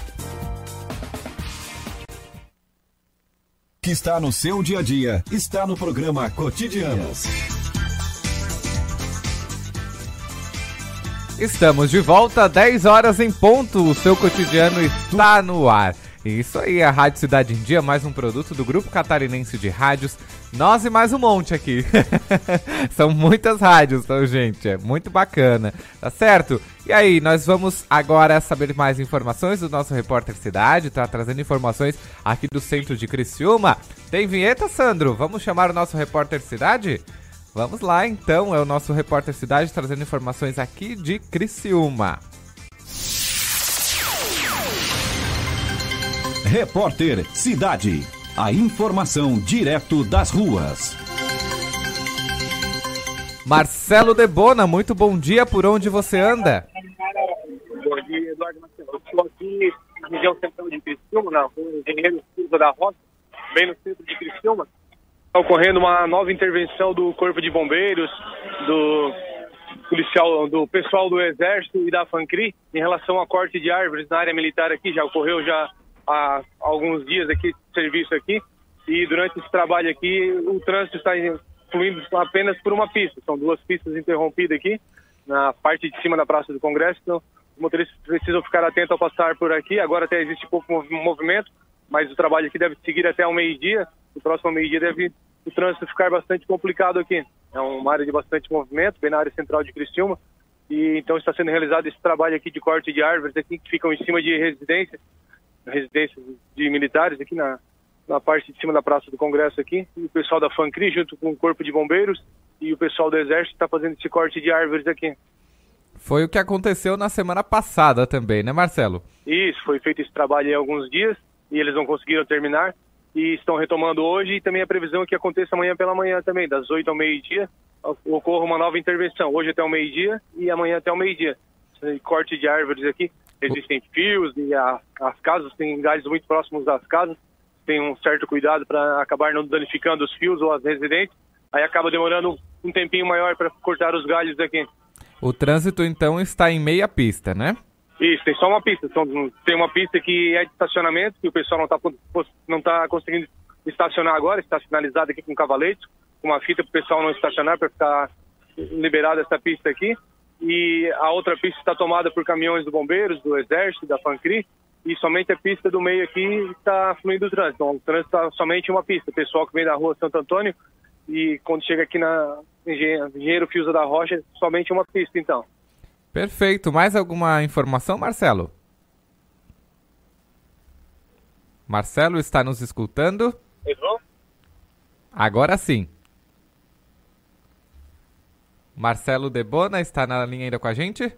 Speaker 1: Que está no seu dia a dia, está no programa Cotidianos.
Speaker 2: Estamos de volta, dez horas em ponto, o seu cotidiano está no ar. Isso aí, a Rádio Cidade em Dia, mais um produto do Grupo Catarinense de Rádios. Nós e mais um monte aqui. São muitas rádios, então, gente, é muito bacana, tá certo? E aí, nós vamos agora saber mais informações do nosso repórter Cidade, tá trazendo informações aqui do centro de Criciúma. Tem vinheta, Sandro? Vamos chamar o nosso repórter Cidade? Vamos lá, então, é o nosso repórter Cidade trazendo informações aqui de Criciúma.
Speaker 1: Repórter Cidade. A informação direto das ruas.
Speaker 2: Marcelo Debona, muito bom dia, por onde você anda?
Speaker 9: Bom dia, Eduardo Marcelo. Eu estou aqui na região central de Criciúma, na rua Engenheiro Silva da Roça, bem no centro de Criciúma. Está ocorrendo uma nova intervenção do Corpo de Bombeiros, do policial, do pessoal do Exército e da FANCRI em relação a corte de árvores na área militar aqui. Já ocorreu já há alguns dias aqui, serviço aqui, e durante esse trabalho aqui o trânsito está fluindo apenas por uma pista. São duas pistas interrompidas aqui, na parte de cima da Praça do Congresso, então os motoristas precisam ficar atentos ao passar por aqui. Agora até existe pouco movimento, mas o trabalho aqui deve seguir até o meio-dia. No próximo meio-dia deve o trânsito ficar bastante complicado aqui. É uma área de bastante movimento, bem na área central de Criciúma, e então está sendo realizado esse trabalho aqui de corte de árvores aqui, que ficam em cima de residências, residências de militares aqui na, na parte de cima da Praça do Congresso aqui, e o pessoal da FANCRI junto com o Corpo de Bombeiros e o pessoal do Exército está fazendo esse corte de árvores aqui.
Speaker 2: Foi o que aconteceu na semana passada também, né, Marcelo? Isso,
Speaker 9: foi feito esse trabalho em alguns dias e eles não conseguiram terminar e estão retomando hoje, e também a previsão é que aconteça amanhã pela manhã também, das oito ao meio-dia, ocorra uma nova intervenção, hoje até o meio-dia e amanhã até o meio-dia. Corte de árvores aqui. Existem fios e a, as casas têm galhos muito próximos das casas. Tem um certo cuidado para acabar não danificando os fios ou as residências. Aí acaba demorando um tempinho maior para cortar os galhos aqui.
Speaker 2: O trânsito, então, está em meia pista, né?
Speaker 9: Isso, tem só uma pista. Tem uma pista que é de estacionamento, que o pessoal não está não tá conseguindo estacionar agora. Está sinalizado aqui com cavalete, com uma fita para o pessoal não estacionar, para ficar liberada essa pista aqui. E a outra pista está tomada por caminhões do Bombeiros, do Exército, da FANCRI, e somente a pista do meio aqui está fluindo o trânsito. Então, o trânsito está somente uma pista. O pessoal que vem da rua Santo Antônio, e quando chega aqui na Engenheiro Fiuza da Rocha, somente uma pista, então.
Speaker 2: Perfeito. Mais alguma informação, Marcelo? Marcelo, está nos escutando?
Speaker 9: Pedro?
Speaker 2: Agora sim. Marcelo Debona está na linha ainda com a gente?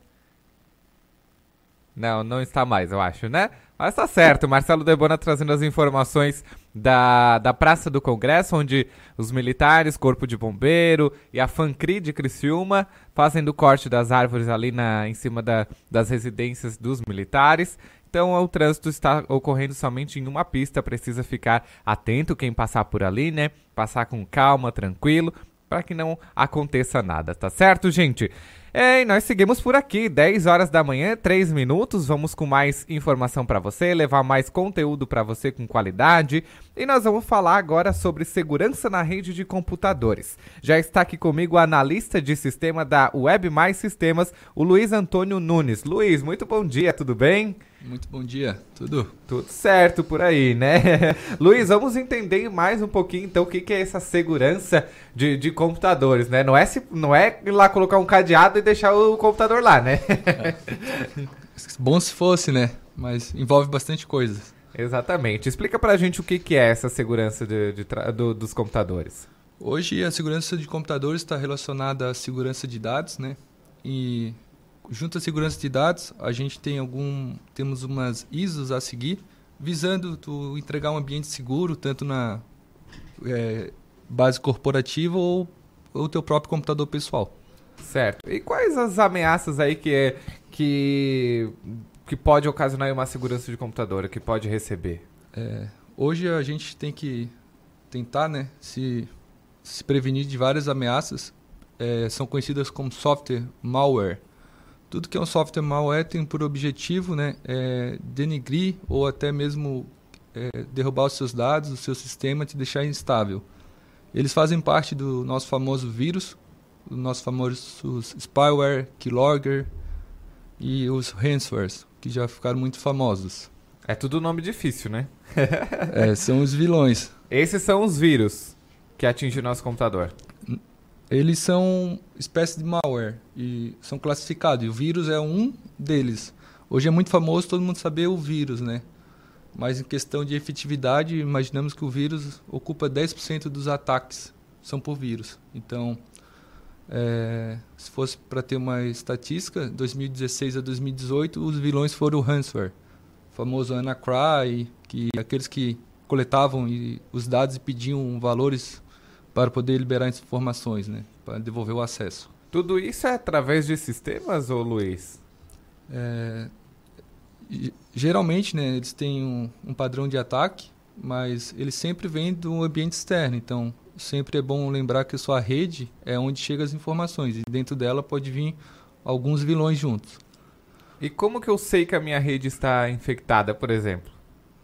Speaker 2: Não, não está mais, eu acho, né? Mas tá certo, Marcelo Debona trazendo as informações da, da Praça do Congresso, onde os militares, Corpo de Bombeiro e a FANCRI de Criciúma fazem o corte das árvores ali na, em cima da, das residências dos militares. Então o trânsito está ocorrendo somente em uma pista, precisa ficar atento quem passar por ali, né? Passar com calma, tranquilo, para que não aconteça nada, tá certo, gente? É, e nós seguimos por aqui, dez horas da manhã, três minutos, vamos com mais informação para você, levar mais conteúdo para você com qualidade, e nós vamos falar agora sobre segurança na rede de computadores. Já está aqui comigo o analista de sistema da Web Mais Sistemas, o Luiz Antônio Nunes. Luiz, muito bom dia, tudo bem?
Speaker 10: Muito bom dia, tudo?
Speaker 2: Tudo certo por aí, né? Luiz, vamos entender mais um pouquinho, então, o que, que é essa segurança de, de computadores, né? Não é, se, não é ir lá colocar um cadeado e deixar o computador lá, né?
Speaker 10: É. Bom se fosse, né? Mas envolve bastante coisa.
Speaker 2: Exatamente. Explica pra gente o que, que é essa segurança de, de tra- do, dos computadores.
Speaker 10: Hoje, a segurança de computadores está relacionada à segurança de dados, né? E junto à segurança de dados, a gente tem algum, temos umas I S Os a seguir, visando tu entregar um ambiente seguro, tanto na é, base corporativa ou o teu próprio computador pessoal.
Speaker 2: Certo. E quais as ameaças aí que, é, que, que pode ocasionar uma segurança de computador, que pode receber?
Speaker 10: É, hoje a gente tem que tentar, né, se, se prevenir de várias ameaças, é, são conhecidas como software malware. Tudo que é um software malware tem por objetivo, né, é, denigrir ou até mesmo é, derrubar os seus dados, o seu sistema, te deixar instável. Eles fazem parte do nosso famoso vírus, do nosso famoso spyware, keylogger, e os ransomwares, que já ficaram muito famosos.
Speaker 2: É tudo nome difícil, né?
Speaker 10: É, são os vilões.
Speaker 2: Esses são os vírus que atingem o nosso computador.
Speaker 10: Eles são espécie de malware e são classificados. E o vírus é um deles. Hoje é muito famoso todo mundo saber o vírus, né? Mas em questão de efetividade, imaginamos que o vírus ocupa dez por cento dos ataques são por vírus. Então, é, se fosse para ter uma estatística, dois mil e dezesseis a dois mil e dezoito, os vilões foram o ransomware, o famoso WannaCry, que aqueles que coletavam e, os dados e pediam valores para poder liberar informações, né, para devolver o acesso.
Speaker 2: Tudo isso é através de sistemas, ô Luiz?
Speaker 10: É, geralmente, né, eles têm um, um padrão de ataque, mas ele sempre vem do ambiente externo. Então, sempre é bom lembrar que a sua rede é onde chegam as informações e dentro dela pode vir alguns vilões juntos.
Speaker 2: E como que eu sei que a minha rede está infectada, por exemplo?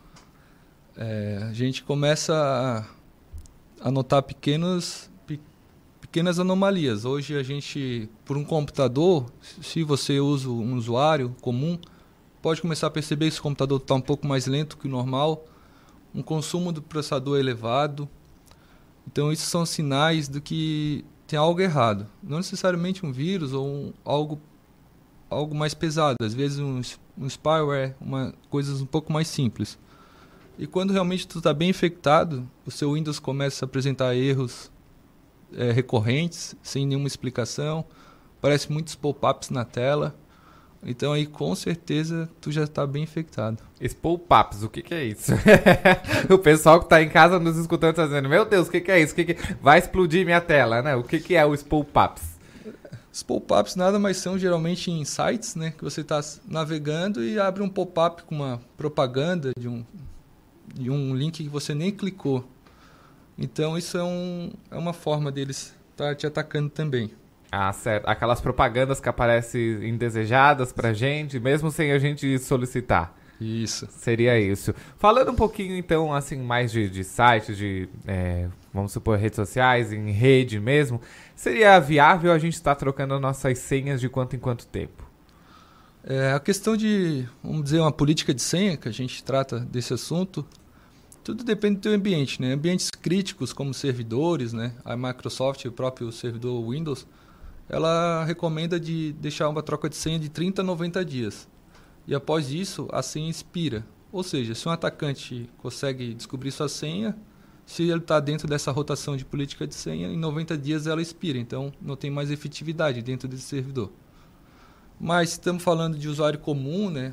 Speaker 10: É, a gente começa a, a notar pequenos, pe, pequenas anomalias. Hoje a gente, por um computador, se você usa um usuário comum, pode começar a perceber que esse computador está um pouco mais lento que o normal, um consumo do processador elevado. Então, isso são sinais de que tem algo errado. Não necessariamente um vírus ou um, algo, algo mais pesado. Às vezes, um, um spyware, uma, coisas um pouco mais simples. E quando realmente tu está bem infectado, o seu Windows começa a apresentar erros é, recorrentes, sem nenhuma explicação. Aparecem muitos pop-ups na tela. Então aí com certeza tu já está bem infectado.
Speaker 2: Pop-ups, o que, que é isso? O pessoal que está em casa nos escutando está dizendo, meu Deus, o que, que é isso? O que que... Vai explodir minha tela, né? O que, que é os pop-ups?
Speaker 10: Os pop-ups nada mais são geralmente em sites, né? Que você está navegando e abre um pop-up com uma propaganda de um, de um link que você nem clicou. Então isso é, um, é uma forma deles estar tá te atacando também.
Speaker 2: Ah, certo. Aquelas propagandas que aparecem indesejadas pra gente, mesmo sem a gente solicitar.
Speaker 10: Isso.
Speaker 2: Seria isso. Falando um pouquinho, então, assim, mais de, de sites, de, é, vamos supor, redes sociais, em rede mesmo, seria viável a gente estar tá trocando nossas senhas de quanto em quanto tempo?
Speaker 10: É, a questão de, vamos dizer, uma política de senha, que a gente trata desse assunto, tudo depende do teu ambiente, né? Ambientes críticos, como servidores, né? A Microsoft, o próprio servidor Windows, ela recomenda de deixar uma troca de senha de trinta a noventa dias. E após isso, a senha expira. Ou seja, se um atacante consegue descobrir sua senha, se ele está dentro dessa rotação de política de senha, em noventa dias ela expira. Então, não tem mais efetividade dentro desse servidor. Mas, se estamos falando de usuário comum, né,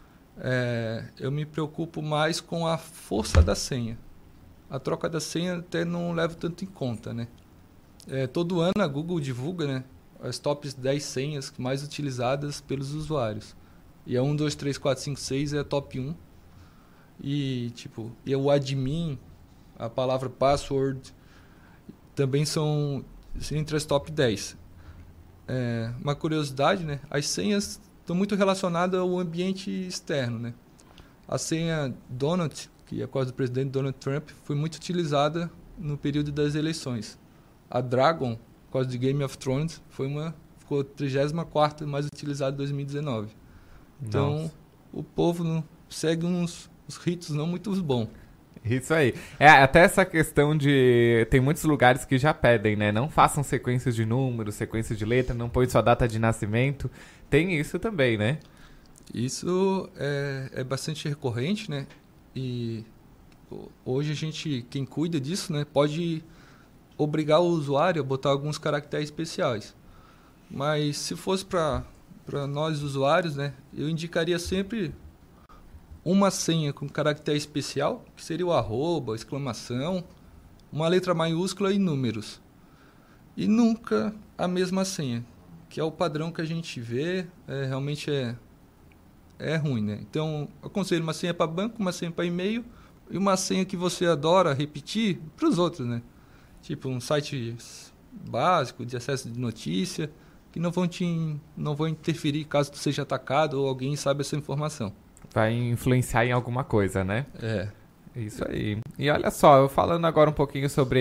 Speaker 10: é, eu me preocupo mais com a força da senha. A troca da senha até não levo tanto em conta, né? É, todo ano a Google divulga, né, as tops dez senhas mais utilizadas pelos usuários. E a um, dois, três, quatro, cinco, seis é a top um. E, tipo, e o admin, a palavra password, também são entre as top dez. É, uma curiosidade, né? As senhas estão muito relacionadas ao ambiente externo, né? A senha Donut, que é a quase do presidente Donald Trump, foi muito utilizada no período das eleições. A Dragon, por causa de Game of Thrones, foi uma, ficou a trigésima quarta mais utilizada em dois mil e dezenove. Então, nossa, o povo não, segue uns, uns ritos não muito bons.
Speaker 2: Isso aí. É, até essa questão de... Tem muitos lugares que já pedem, né? Não façam sequências de números, sequências de letra, não põe sua data de nascimento. Tem isso também, né?
Speaker 10: Isso é, é bastante recorrente, né? E hoje a gente, quem cuida disso, né, pode obrigar o usuário a botar alguns caracteres especiais. Mas se fosse para para nós usuários, né, eu indicaria sempre uma senha com caractere especial, que seria o arroba, exclamação, uma letra maiúscula e números. E nunca a mesma senha, que é o padrão que a gente vê, é, realmente é, é ruim, né? Então, eu aconselho uma senha para banco, uma senha para e-mail e uma senha que você adora repetir para os outros, né? Tipo um site básico de acesso de notícia, que não vão te não vão interferir caso tu seja atacado ou alguém saiba essa informação.
Speaker 2: Vai influenciar em alguma coisa, né?
Speaker 10: É.
Speaker 2: Isso aí. E olha só, eu falando agora um pouquinho sobre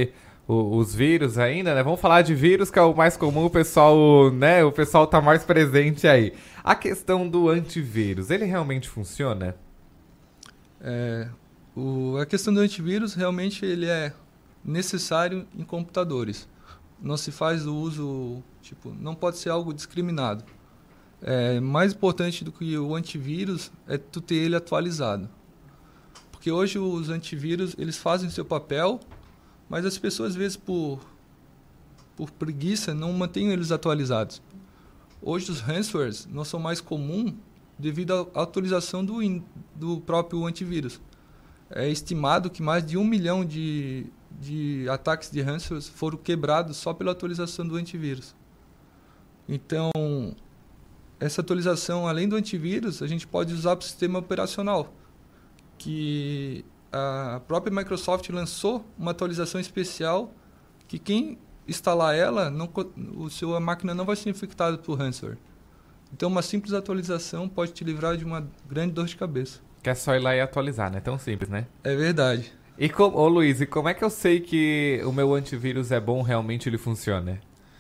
Speaker 2: o, os vírus ainda, né? Vamos falar de vírus, que é o mais comum, o pessoal, né? O pessoal tá mais presente aí. A questão do antivírus, ele realmente funciona?
Speaker 10: É, o, a questão do antivírus, realmente, ele é necessário em computadores. Não se faz o uso, tipo, não pode ser algo discriminado. É, mais importante do que o antivírus é tu ter ele atualizado. Porque hoje os antivírus, eles fazem seu papel, mas as pessoas, às vezes, por, por preguiça, não mantêm eles atualizados. Hoje os ransomwares não são mais comuns devido à atualização do, do próprio antivírus. É estimado que mais de um milhão de, de ataques de ransomware foram quebrados só pela atualização do antivírus. Então, essa atualização, além do antivírus, a gente pode usar para o sistema operacional, que a própria Microsoft lançou uma atualização especial que quem instalar ela, não, o seu, a máquina não vai ser infectada por ransomware. Então, uma simples atualização pode te livrar de uma grande dor de cabeça.
Speaker 2: Que é só ir lá e atualizar, né? Tão simples, né?
Speaker 10: É verdade.
Speaker 2: E com, ô Luiz, e como é que eu sei que o meu antivírus é bom, realmente ele funciona?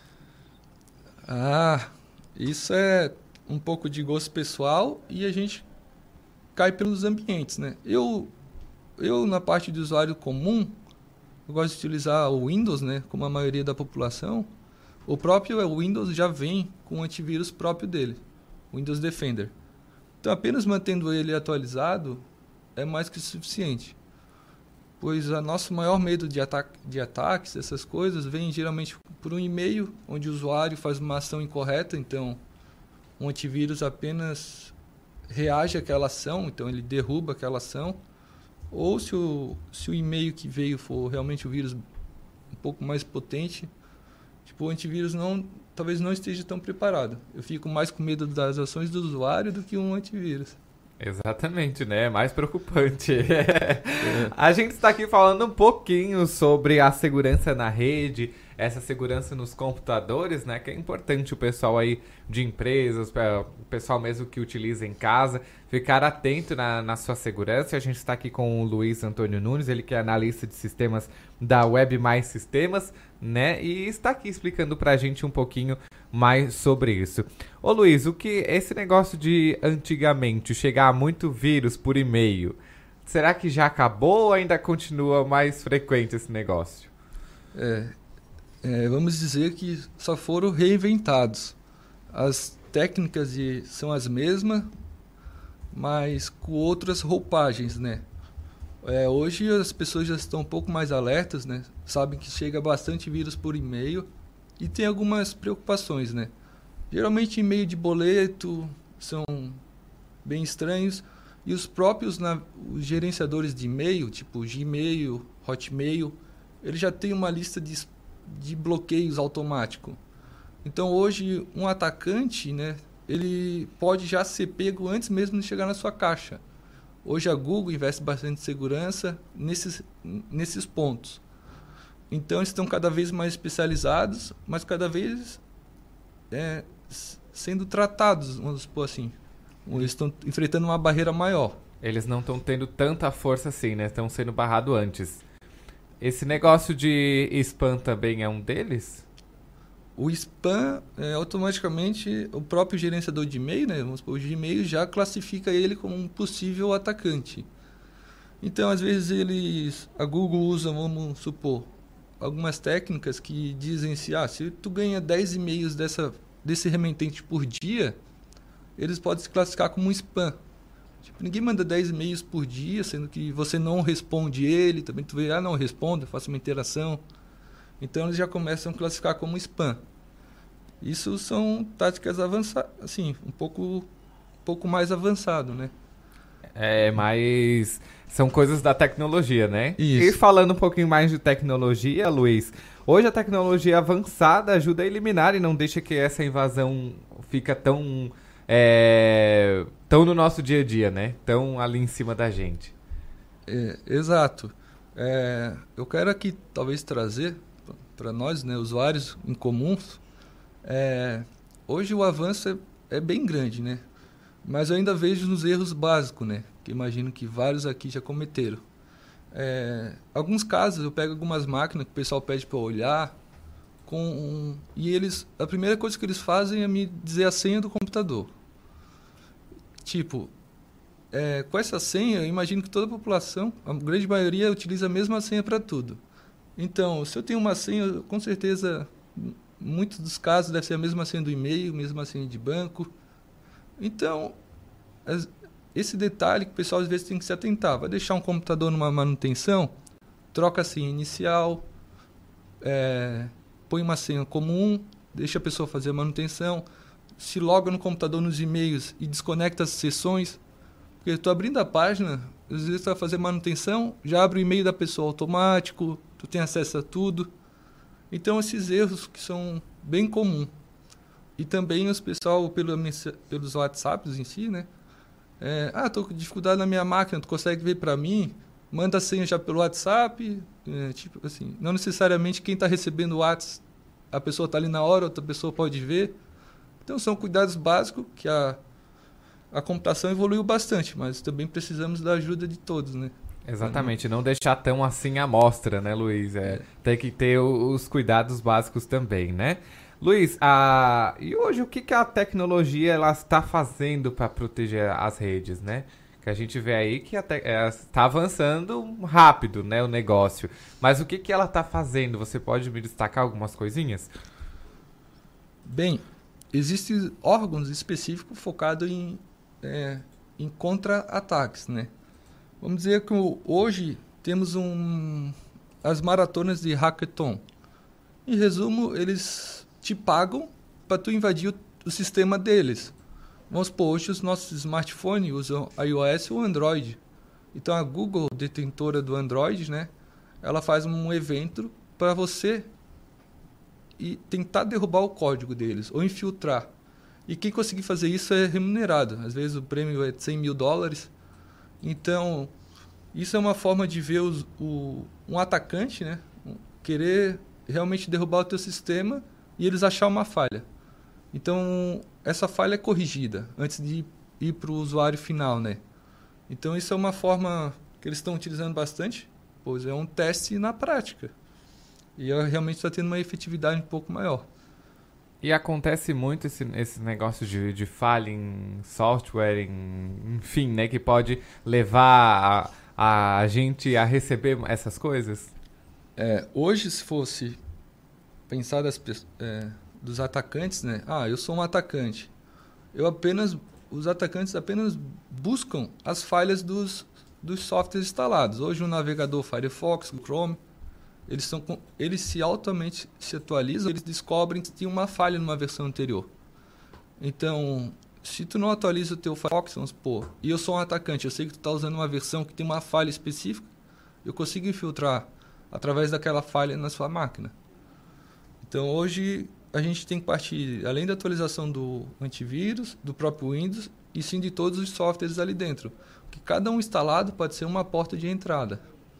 Speaker 10: Ah, isso é um pouco de gosto pessoal e a gente cai pelos ambientes, né? Eu, eu na parte de usuário comum, eu gosto de utilizar o Windows, né? Como a maioria da população. O próprio Windows já vem com o antivírus próprio dele, o Windows Defender. Então, apenas mantendo ele atualizado é mais que suficiente. Pois o nosso maior medo de, ata- de ataques, essas coisas, vem geralmente por um e-mail, onde o usuário faz uma ação incorreta, então o antivírus apenas reage àquela ação, então ele derruba aquela ação. Ou se o, se o e-mail que veio for realmente o vírus um pouco mais potente, tipo, o antivírus não, talvez não esteja tão preparado. Eu fico mais com medo das ações do usuário do que um antivírus.
Speaker 2: Exatamente, né? É mais preocupante. É. A gente está aqui falando um pouquinho sobre a segurança na rede, essa segurança nos computadores, né? Que é importante o pessoal aí de empresas, o pessoal mesmo que utiliza em casa, ficar atento na, na sua segurança. A gente está aqui com o Luiz Antônio Nunes, ele que é analista de sistemas da Web Mais Sistemas, né? E está aqui explicando pra gente um pouquinho mais sobre isso. Ô Luiz, o que esse negócio de antigamente chegar muito vírus por e-mail, será que já acabou ou ainda continua mais frequente esse negócio?
Speaker 10: É, é, vamos dizer que só foram reinventados. As técnicas de, são as mesmas, mas com outras roupagens, né? É, hoje as pessoas já estão um pouco mais alertas, né? Sabem que chega bastante vírus por e-mail e tem algumas preocupações, né? Geralmente e-mail de boleto são bem estranhos e os próprios na, os gerenciadores de e-mail, tipo Gmail, Hotmail, eles já têm uma lista de, de bloqueios automático. Então hoje um atacante, né, ele pode já ser pego antes mesmo de chegar na sua caixa. Hoje a Google investe bastante segurança nesses, nesses pontos. Então eles estão cada vez mais especializados, mas cada vez é, sendo tratados, vamos supor assim. Eles estão enfrentando uma barreira maior.
Speaker 2: Eles não estão tendo tanta força assim, né? Estão sendo barrados antes. Esse negócio de spam também é um deles?
Speaker 10: O spam, é, automaticamente, o próprio gerenciador de e-mail, né, vamos supor, o Gmail já classifica ele como um possível atacante. Então, às vezes, eles, a Google usa, vamos supor, algumas técnicas que dizem assim, ah, se tu ganha dez e-mails dessa, desse remetente por dia, eles podem se classificar como um spam. Tipo, ninguém manda dez e-mails por dia, sendo que você não responde ele, também tu vê, ah, não responde, faço uma interação. Então eles já começam a classificar como spam. Isso são táticas avançadas, assim, um pouco, um pouco mais avançado, né?
Speaker 2: É, mas são coisas da tecnologia, né?
Speaker 10: Isso.
Speaker 2: E falando um pouquinho mais de tecnologia, Luiz, hoje a tecnologia avançada ajuda a eliminar e não deixa que essa invasão fica tão, é, tão no nosso dia a dia, né? Tão ali em cima da gente.
Speaker 10: É, exato. É, eu quero aqui talvez trazer para nós, né, usuários em comuns, é, hoje o avanço é, é bem grande, né? Mas eu ainda vejo nos erros básicos, né? Que imagino que vários aqui já cometeram. É, alguns casos eu pego algumas máquinas que o pessoal pede para olhar com um, e eles, a primeira coisa que eles fazem é me dizer a senha do computador. Tipo, é, com essa senha eu imagino que toda a população, a grande maioria, utiliza a mesma senha para tudo. Então, se eu tenho uma senha, com certeza, muitos dos casos deve ser a mesma senha do e-mail, a mesma senha de banco. Então, as, esse detalhe que o pessoal às vezes tem que se atentar. Vai deixar um computador numa manutenção, troca a senha inicial, é, põe uma senha comum, deixa a pessoa fazer a manutenção, se loga no computador nos e-mails e desconecta as sessões. Porque eu estou abrindo a página, às vezes tu vai fazer manutenção, já abre o e-mail da pessoa automático, tu tem acesso a tudo. Então, esses erros que são bem comuns. E também os pessoal, pelo, pelos WhatsApps em si, né? É, ah, estou com dificuldade na minha máquina, tu consegue ver para mim? Manda a senha já pelo WhatsApp. É, tipo assim, não necessariamente quem está recebendo o WhatsApp, a pessoa está ali na hora, outra pessoa pode ver. Então, são cuidados básicos que a, a computação evoluiu bastante, mas também precisamos da ajuda de todos, né?
Speaker 2: Exatamente, não deixar tão assim à mostra, né, Luiz? É, é. Tem que ter os cuidados básicos também, né? Luiz, a... e hoje o que, que a tecnologia ela está fazendo para proteger as redes, né? Que a gente vê aí que está avançando rápido, né, o negócio. Mas o que, que ela está fazendo? Você pode me destacar algumas coisinhas?
Speaker 10: Bem, existem órgãos específicos focados em, é, em contra-ataques, né? Vamos dizer que hoje temos um, as maratonas de hackathon. Em resumo, eles te pagam para tu invadir o, o sistema deles. Vamos supor, hoje os nossos smartphones usam iOS ou Android. Então a Google, detentora do Android, né, ela faz um evento para você e tentar derrubar o código deles ou infiltrar. E quem conseguir fazer isso é remunerado. Às vezes o prêmio é de cem mil dólares. Então, isso é uma forma de ver os, o, um atacante, né, querer realmente derrubar o teu sistema e eles achar uma falha. Então, essa falha é corrigida antes de ir para o usuário final, né? Então, isso é uma forma que eles estão utilizando bastante, pois é um teste na prática. E realmente está tendo uma efetividade um pouco maior.
Speaker 2: E acontece muito esse, esse negócio de, de falha em software, em, enfim, né? Que pode levar a, a gente a receber essas coisas?
Speaker 10: É, hoje, se fosse pensar das, é, dos atacantes, né? Ah, eu sou um atacante. Eu apenas, os atacantes apenas buscam as falhas dos, dos softwares instalados. Hoje o navegador Firefox, o Chrome, eles, são, eles se altamente se atualizam, eles descobrem que tem uma falha numa versão anterior. Então, se tu não atualiza o teu Firefox, vamos supor, e eu sou um atacante, eu sei que tu está usando uma versão que tem uma falha específica, eu consigo infiltrar através daquela falha na sua máquina. Então, hoje, a gente tem que partir, além da atualização do antivírus, do próprio Windows, e sim de todos os softwares ali dentro. Porque cada um instalado pode ser uma porta de entrada.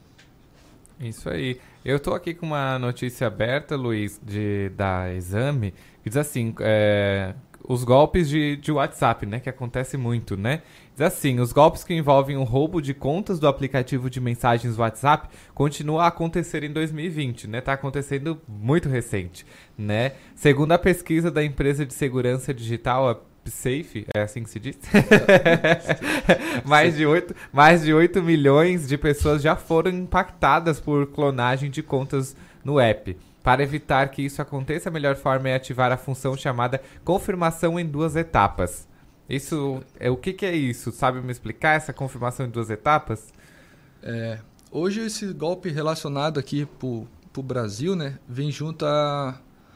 Speaker 2: Isso aí. Eu estou aqui com uma notícia aberta, Luiz, de, da Exame, que diz assim, é, os golpes de, de WhatsApp, né, que acontece muito, né? Diz assim, os golpes que envolvem o roubo de contas do aplicativo de mensagens WhatsApp continuam a acontecer em dois mil e vinte, né? Tá acontecendo muito recente, né? Segundo a pesquisa da empresa de segurança digital, a Safe, é assim que se diz? mais, de oito, mais de oito milhões de pessoas já foram impactadas por clonagem de contas no app. Para evitar que isso aconteça, a melhor forma é ativar a função chamada confirmação em duas etapas. Isso, é, o que, que é isso? Sabe me explicar essa confirmação em duas etapas?
Speaker 10: É, hoje esse golpe relacionado aqui para o Brasil, né, vem junto a...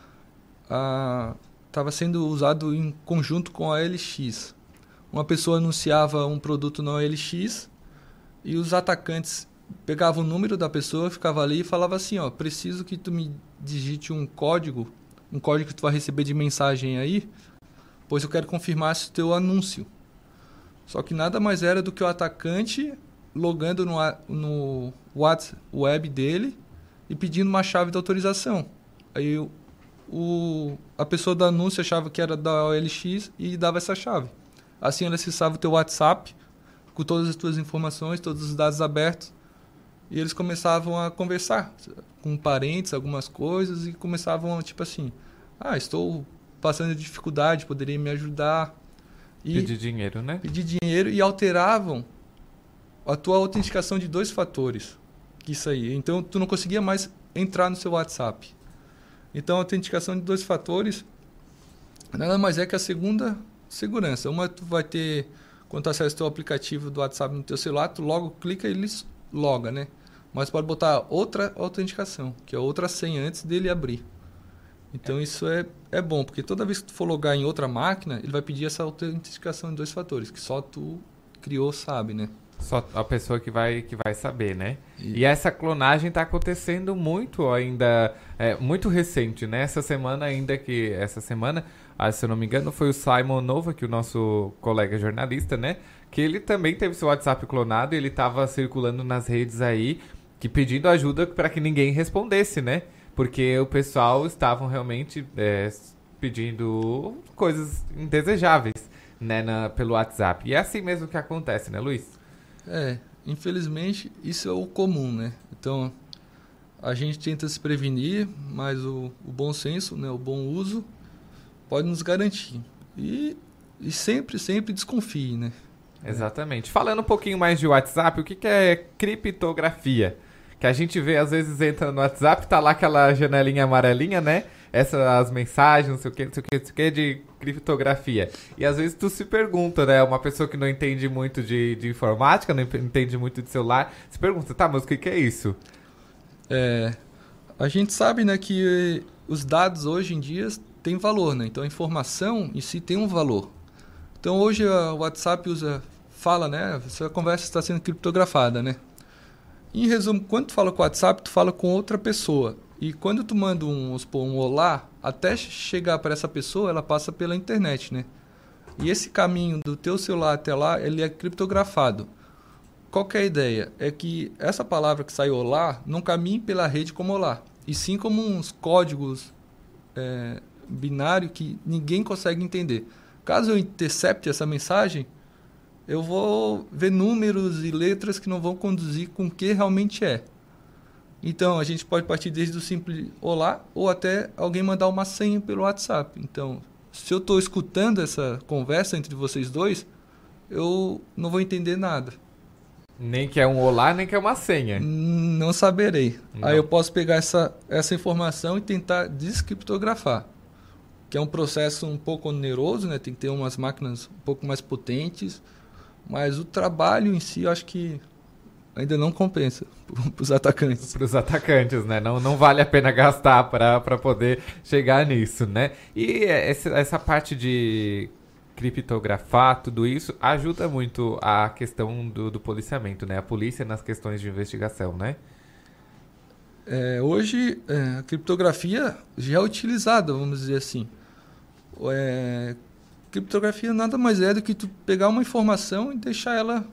Speaker 10: a estava sendo usado em conjunto com a O L X. Uma pessoa anunciava um produto na O L X e os atacantes pegavam o número da pessoa, ficava ali e falava assim, ó, preciso que tu me digite um código, um código que tu vai receber de mensagem aí, pois eu quero confirmar se o teu anúncio. Só que nada mais era do que o atacante logando no, no WhatsApp web dele e pedindo uma chave de autorização. Aí o O, a pessoa do anúncio achava que era da O L X e dava essa chave. Assim ela acessava o teu WhatsApp com todas as tuas informações, todos os dados abertos e eles começavam a conversar com parentes, algumas coisas, e começavam, tipo assim, ah, estou passando dificuldade, poderia me ajudar. E
Speaker 2: pedir dinheiro, né?
Speaker 10: Pedir dinheiro e alteravam a tua autenticação de dois fatores. Isso aí. Então, tu não conseguia mais entrar no seu WhatsApp. Então, a autenticação de dois fatores nada mais é que a segunda segurança. Uma, tu vai ter, quando tu acessa o teu aplicativo do WhatsApp no teu celular, tu logo clica e ele loga, né? Mas pode botar outra autenticação, que é outra senha antes dele abrir. Então, é. isso é, é bom, porque toda vez que tu for logar em outra máquina, ele vai pedir essa autenticação de dois fatores, que só tu criou sabe, né?
Speaker 2: Só a pessoa que vai, que vai saber, né? E, e essa clonagem está acontecendo muito ainda, é, muito recente, né? Essa semana ainda que... Essa semana, ah, se eu não me engano, foi o Simon Nova, que o nosso colega jornalista, né? Que ele também teve seu WhatsApp clonado e ele estava circulando nas redes aí, que pedindo ajuda para que ninguém respondesse, né? Porque o pessoal estavam realmente é, pedindo coisas indesejáveis, né? Na, pelo WhatsApp. E é assim mesmo que acontece, né, Luiz?
Speaker 10: É, infelizmente isso é o comum, né? Então, a gente tenta se prevenir, mas o, o bom senso, né, o bom uso, pode nos garantir. E, e sempre, sempre desconfie, né?
Speaker 2: Exatamente. É. Falando um pouquinho mais de WhatsApp, o que, que é criptografia? Que a gente vê, às vezes, entra no WhatsApp, tá lá aquela janelinha amarelinha, né? Essas as mensagens, não sei o que, não sei o que, não sei o que, de criptografia. E às vezes tu se pergunta, né? Uma pessoa que não entende muito de, de informática, não entende muito de celular, se pergunta, tá, mas o que, que é isso?
Speaker 10: É, a gente sabe, né, que os dados hoje em dia têm valor, né? Então a informação em si tem um valor. Então hoje o WhatsApp usa, fala, né? Essa conversa está sendo criptografada, né? Em resumo, quando tu fala com o WhatsApp, tu fala com outra pessoa. E quando tu manda um, um olá, até chegar para essa pessoa, ela passa pela internet, né? E esse caminho do teu celular até lá, ele é criptografado. Qual que é a ideia? É que essa palavra que sai olá não caminhe pela rede como olá, e sim como uns códigos é, binários que ninguém consegue entender. Caso eu intercepte essa mensagem, eu vou ver números e letras que não vão conduzir com o que realmente é. Então, a gente pode partir desde o simples olá ou até alguém mandar uma senha pelo WhatsApp. Então, se eu estou escutando essa conversa entre vocês dois, eu não vou entender nada.
Speaker 2: Nem que é um olá, nem que é uma senha.
Speaker 10: Não saberei.
Speaker 2: Não.
Speaker 10: Aí eu posso pegar essa, essa informação e tentar descriptografar, que é um processo um pouco oneroso, né? Tem que ter umas máquinas um pouco mais potentes, mas o trabalho em si, eu acho que ainda não compensa para os atacantes.
Speaker 2: Para os atacantes, né? Não, não vale a pena gastar para poder chegar nisso, né? E essa, essa parte de criptografar, tudo isso, ajuda muito a questão do, do policiamento, né? A polícia nas questões de investigação, né?
Speaker 10: É, hoje, é, a criptografia já é utilizada, vamos dizer assim. É, criptografia nada mais é do que tu pegar uma informação e deixar ela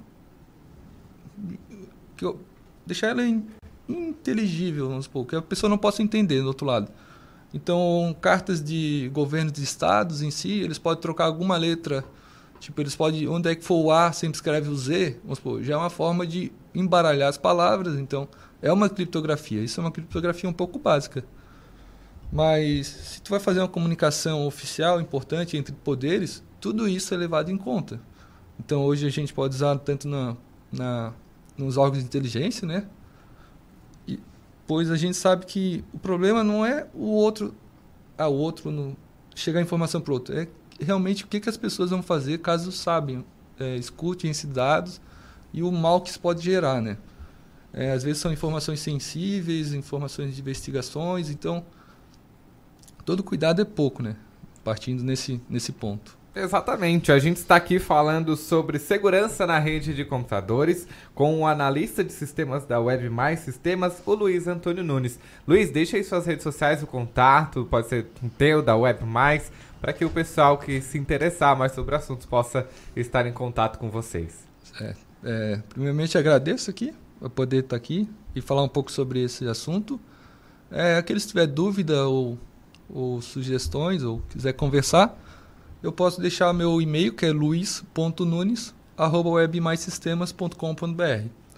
Speaker 10: que eu, deixar ela in, inteligível, vamos supor, que a pessoa não possa entender do outro lado. Então, cartas de governos de estados em si, eles podem trocar alguma letra, tipo, eles podem, onde é que for o A, sempre escreve o Z, vamos supor, já é uma forma de embaralhar as palavras, então é uma criptografia. Isso é uma criptografia um pouco básica. Mas se tu vai fazer uma comunicação oficial importante entre poderes, tudo isso é levado em conta. Então hoje a gente pode usar tanto na, na, nos órgãos de inteligência, né? E, pois a gente sabe que o problema não é o outro, a outro no, chegar a informação para o outro. É realmente o que, que as pessoas vão fazer caso sabem, é, escutem esses dados e o mal que isso pode gerar, né? É, às vezes são informações sensíveis, informações de investigações, então todo cuidado é pouco, né? Partindo nesse, nesse ponto.
Speaker 2: Exatamente. A gente está aqui falando sobre segurança na rede de computadores com o analista de sistemas da Web Mais Sistemas, o Luiz Antônio Nunes. Luiz, deixa aí suas redes sociais, o contato, pode ser um teu, da Web Mais, para que o pessoal que se interessar mais sobre assuntos possa estar em contato com vocês.
Speaker 10: É, é, primeiramente agradeço aqui, por poder estar aqui e falar um pouco sobre esse assunto. É, aqueles que tiver dúvida ou ou sugestões, ou quiser conversar, eu posso deixar meu e-mail, que é luiz ponto nunes arroba web mais sistemas ponto com ponto b r.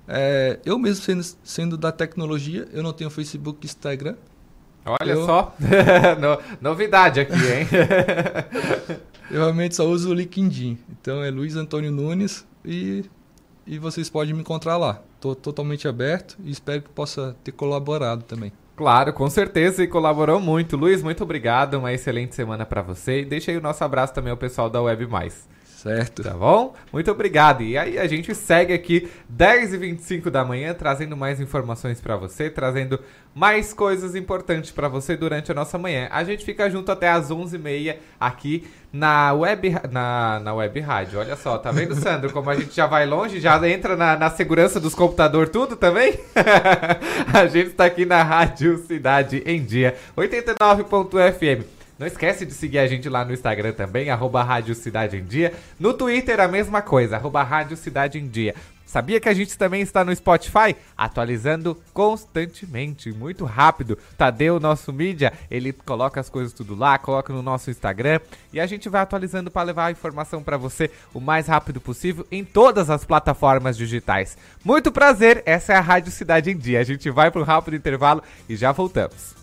Speaker 10: É, eu mesmo sendo, sendo da tecnologia, eu não tenho Facebook e Instagram.
Speaker 2: Olha
Speaker 10: eu...
Speaker 2: só, no, novidade aqui, hein?
Speaker 10: Eu realmente só uso o LinkedIn. Então é Luiz Antônio Nunes e, e vocês podem me encontrar lá. Estou totalmente aberto e espero que possa ter colaborado também.
Speaker 2: Claro, com certeza, e colaborou muito. Luiz, muito obrigado, uma excelente semana para você. E deixa aí o nosso abraço também ao pessoal da Web Mais.
Speaker 10: Certo.
Speaker 2: Tá bom? Muito obrigado. E aí a gente segue aqui dez e vinte e cinco da manhã, trazendo mais informações para você, trazendo mais coisas importantes para você durante a nossa manhã. A gente fica junto até às onze e meia aqui na web, na, na web rádio. Olha só, tá vendo, Sandro, como a gente já vai longe, já entra na, na segurança dos computadores tudo também? A gente tá aqui na Rádio Cidade em Dia, oitenta e nove ponto F M. Não esquece de seguir a gente lá no Instagram também, arroba Rádio Cidade em Dia. No Twitter a mesma coisa, arroba Rádio Cidade em Dia. Sabia que a gente também está no Spotify? Atualizando constantemente, muito rápido. Tadeu, nosso mídia, ele coloca as coisas tudo lá, coloca no nosso Instagram. E a gente vai atualizando para levar a informação para você o mais rápido possível em todas as plataformas digitais. Muito prazer, essa é a Rádio Cidade em Dia. A gente vai para um rápido intervalo e já voltamos.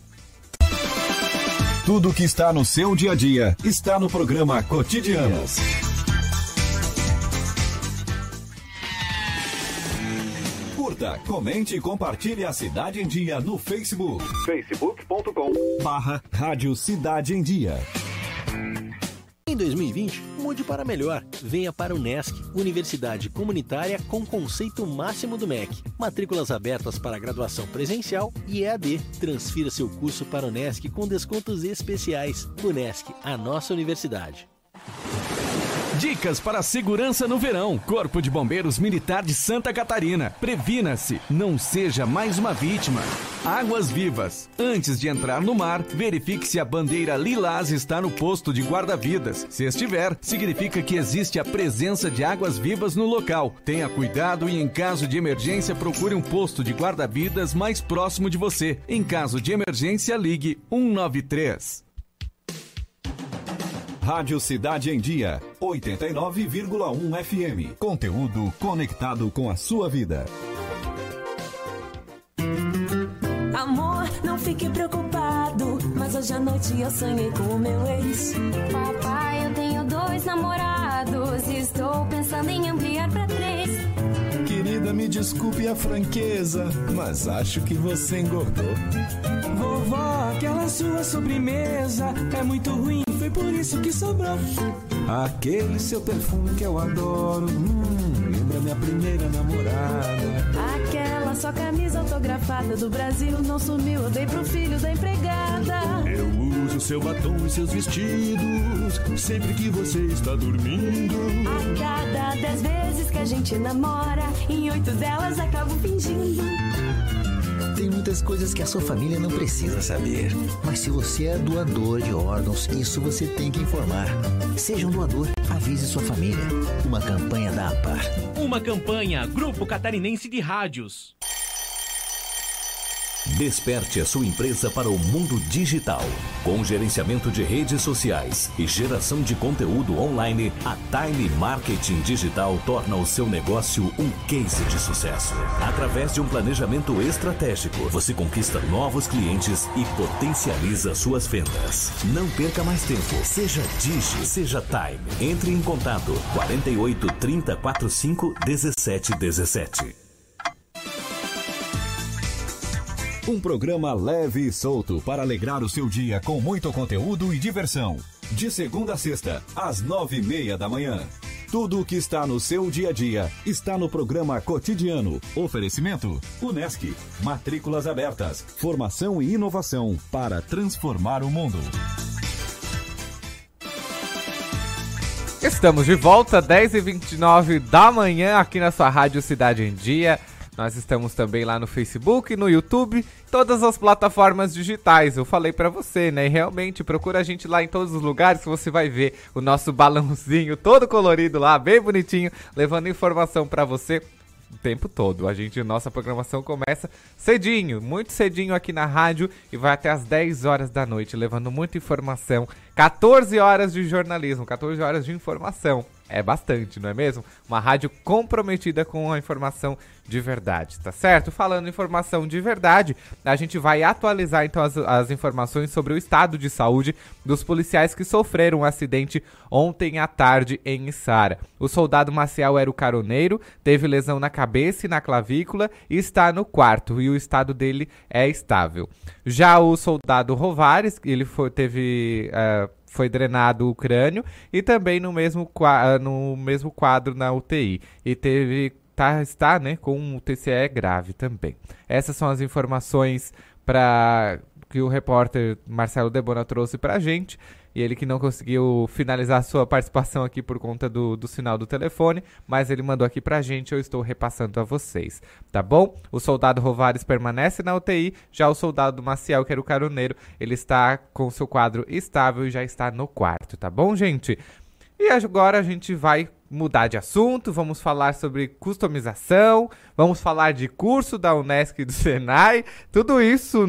Speaker 1: Tudo que está no seu dia a dia está no programa Cotidianos. Curta, comente e compartilhe a Cidade em Dia no Facebook. facebook ponto com barra Rádio Cidade em Dia.
Speaker 4: Em dois mil e vinte, mude para melhor. Venha para o Nesc, Universidade Comunitária com conceito máximo do M E C. Matrículas abertas para graduação presencial e E A D. Transfira seu curso para o Nesc com descontos especiais. O Nesc, a nossa universidade.
Speaker 11: Dicas para a segurança no verão. Corpo de Bombeiros Militar de Santa Catarina. Previna-se, não seja mais uma vítima. Águas Vivas. Antes de entrar no mar, verifique se a bandeira lilás está no posto de guarda-vidas. Se estiver, significa que existe a presença de águas vivas no local. Tenha cuidado e, em caso de emergência, procure um posto de guarda-vidas mais próximo de você. Em caso de emergência, ligue um nove três.
Speaker 1: Rádio Cidade em Dia, oitenta e nove vírgula um F M. Conteúdo conectado com a sua vida.
Speaker 12: Amor, não fique preocupado, mas hoje à noite eu sonhei com o meu ex. Papai, eu tenho dois namorados e estou pensando em ampliar pra três.
Speaker 13: Querida, me desculpe a franqueza, mas acho que você engordou.
Speaker 14: Vovó, aquela sua sobremesa é muito ruim, foi por isso que sobrou.
Speaker 13: Aquele seu perfume que eu adoro, hum, lembra minha primeira namorada.
Speaker 12: Aquela sua camisa autografada do Brasil não sumiu, eu dei pro filho da empregada.
Speaker 13: Eu uso seu batom e seus vestidos sempre que você está dormindo.
Speaker 12: A cada dez vezes que a gente namora, em oito delas acabo fingindo.
Speaker 15: Tem muitas coisas que a sua família não precisa saber. Mas se você é doador de órgãos, isso você tem que informar. Seja um doador, avise sua família. Uma campanha da APAR.
Speaker 8: Uma campanha, Grupo Catarinense de Rádios.
Speaker 16: Desperte a sua empresa para o mundo digital. Com gerenciamento de redes sociais e geração de conteúdo online, a Time Marketing Digital torna o seu negócio um case de sucesso. Através de um planejamento estratégico, você conquista novos clientes e potencializa suas vendas. Não perca mais tempo. Seja Digi, seja Time. Entre em contato quarenta e oito, trinta, quarenta e cinco, dezessete dezessete.
Speaker 1: Um programa leve e solto para alegrar o seu dia com muito conteúdo e diversão. De segunda a sexta, às nove e meia da manhã. Tudo o que está no seu dia a dia está no programa Cotidiano. Oferecimento Unesc. Matrículas abertas. Formação e inovação para transformar o mundo.
Speaker 2: Estamos de volta, dez e vinte e nove da manhã, aqui na sua Rádio Cidade em Dia. Nós estamos também lá no Facebook, no YouTube, todas as plataformas digitais. Eu falei pra você, né? E realmente, procura a gente lá em todos os lugares que você vai ver o nosso balãozinho todo colorido lá, bem bonitinho, levando informação pra você o tempo todo. A gente, nossa programação começa cedinho, muito cedinho aqui na rádio e vai até as dez horas da noite, levando muita informação. quatorze horas de jornalismo, quatorze horas de informação. É bastante, não é mesmo? Uma rádio comprometida com a informação de verdade, tá certo? Falando em informação de verdade, a gente vai atualizar então as, as informações sobre o estado de saúde dos policiais que sofreram um acidente ontem à tarde em Içara. O soldado Maciel era o caroneiro, teve lesão na cabeça e na clavícula e está no quarto, e o estado dele é estável. Já o soldado Rovares, ele foi, teve... Uh, foi drenado o crânio e também no mesmo, no mesmo quadro na U T I. E teve, tá, está né, com um T C E grave também. Essas são as informações pra, que o repórter Marcelo Debona trouxe pra gente. E ele que não conseguiu finalizar sua participação aqui por conta do, do sinal do telefone, mas ele mandou aqui pra gente, eu estou repassando a vocês, tá bom? O soldado Rovares permanece na U T I, já o soldado Maciel, que era o caroneiro, ele está com seu quadro estável e já está no quarto, tá bom, gente? E agora a gente vai mudar de assunto, vamos falar sobre customização, vamos falar de curso da Unesc e do Senai, tudo isso,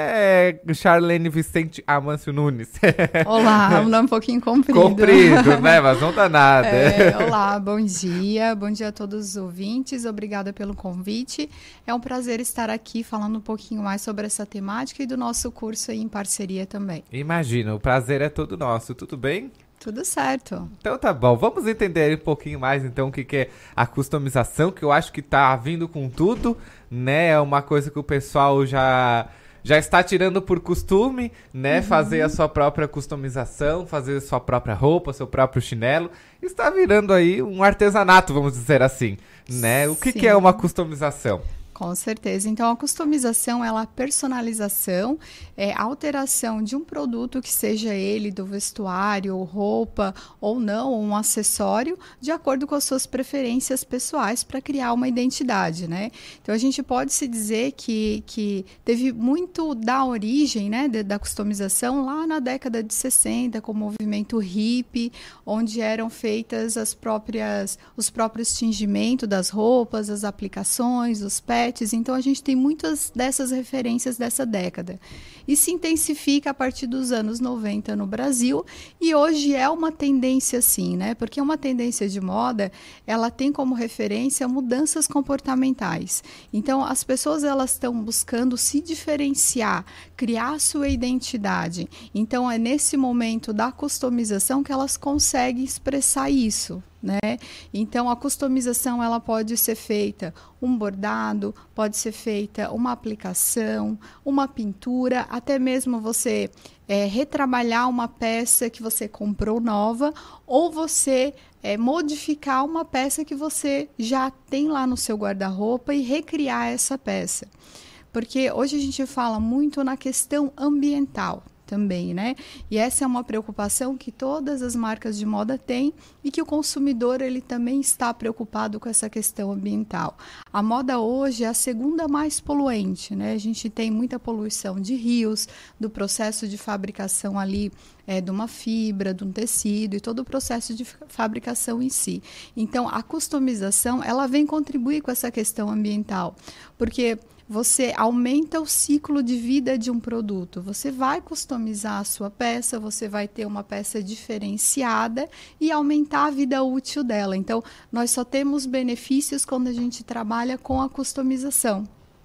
Speaker 2: né, Charlene Vicente Amâncio Nunes?
Speaker 17: Olá, um nome um pouquinho comprido.
Speaker 2: Comprido, né, mas não dá nada.
Speaker 17: É, olá, bom dia, bom dia a todos os ouvintes, obrigada pelo convite. É um prazer estar aqui falando um pouquinho mais sobre essa temática e do nosso curso aí em parceria também.
Speaker 2: Imagina, o prazer é todo nosso, tudo bem?
Speaker 17: Tudo certo.
Speaker 2: Então tá bom, vamos entender um pouquinho mais então o que, que é a customização, que eu acho que tá vindo com tudo, né? É uma coisa que o pessoal já, já está tirando por costume, né? Uhum. Fazer a sua própria customização, fazer a sua própria roupa, seu próprio chinelo. Está virando aí um artesanato, vamos dizer assim, né? O que, que é uma customização?
Speaker 17: Com certeza. Então, a customização, ela é a personalização, é a alteração de um produto, que seja ele do vestuário, roupa ou não, ou um acessório, de acordo com as suas preferências pessoais para criar uma identidade, né? Então, a gente pode se dizer que, que teve muito da origem, né, de, da customização lá na década de sessenta, com o movimento hippie, onde eram feitas as próprias, os próprios tingimentos das roupas, as aplicações, os pés. Então, a gente tem muitas dessas referências dessa década. E se intensifica a partir dos anos noventa no Brasil, e hoje é uma tendência sim, né? Porque uma tendência de moda, ela tem como referência mudanças comportamentais. Então, as pessoas elas estão buscando se diferenciar, criar sua identidade. Então, é nesse momento da customização que elas conseguem expressar isso. Né? Então, a customização ela pode ser feita um bordado, pode ser feita uma aplicação, uma pintura, até mesmo você é, retrabalhar uma peça que você comprou nova, ou você é, modificar uma peça que você já tem lá no seu guarda-roupa e recriar essa peça. Porque hoje a gente fala muito na questão ambiental também, né? E essa é uma preocupação que todas as marcas de moda têm e que o consumidor ele também está preocupado com essa questão ambiental. A moda hoje é a segunda mais poluente, né? A gente tem muita poluição de rios, do processo de fabricação ali é, de uma fibra, de um tecido e todo o processo de fabricação em si. Então, a customização, ela vem contribuir com essa questão ambiental, porque você aumenta o ciclo de vida de um produto. Você vai customizar a sua peça, você vai ter uma peça diferenciada e aumentar a vida útil dela. Então, nós só temos benefícios quando a gente trabalha com a customização.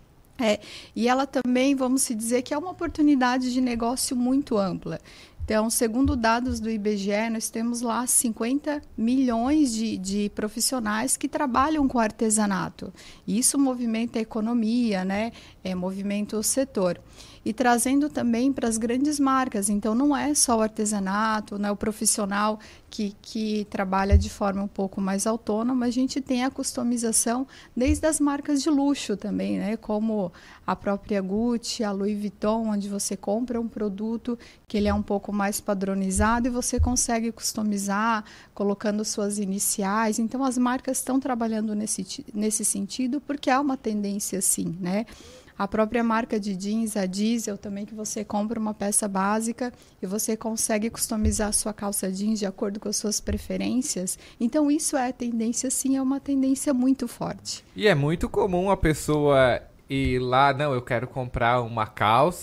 Speaker 17: É, e ela também, vamos se dizer, que é uma oportunidade de negócio muito ampla. Então, segundo dados do I B G E, nós temos lá cinquenta milhões de, de profissionais que trabalham com artesanato. Isso movimenta a economia, né? É, movimenta o setor. E trazendo também para as grandes marcas. Então, não é só o artesanato, né? O profissional que, que trabalha de forma um pouco mais autônoma. A gente tem a customização desde as marcas de luxo também, né? Como a própria Gucci, a Louis Vuitton, onde você compra um produto que ele é um pouco mais padronizado e você consegue customizar, colocando suas iniciais. Então, as marcas estão trabalhando nesse, nesse sentido, porque há uma tendência assim, né? A própria marca de jeans, a Diesel, também, que você compra uma peça básica e você consegue customizar a sua calça jeans de acordo com as suas preferências. Então, isso é tendência, sim, é uma tendência muito forte.
Speaker 2: E é muito comum a pessoa ir lá, não, eu quero comprar uma calça,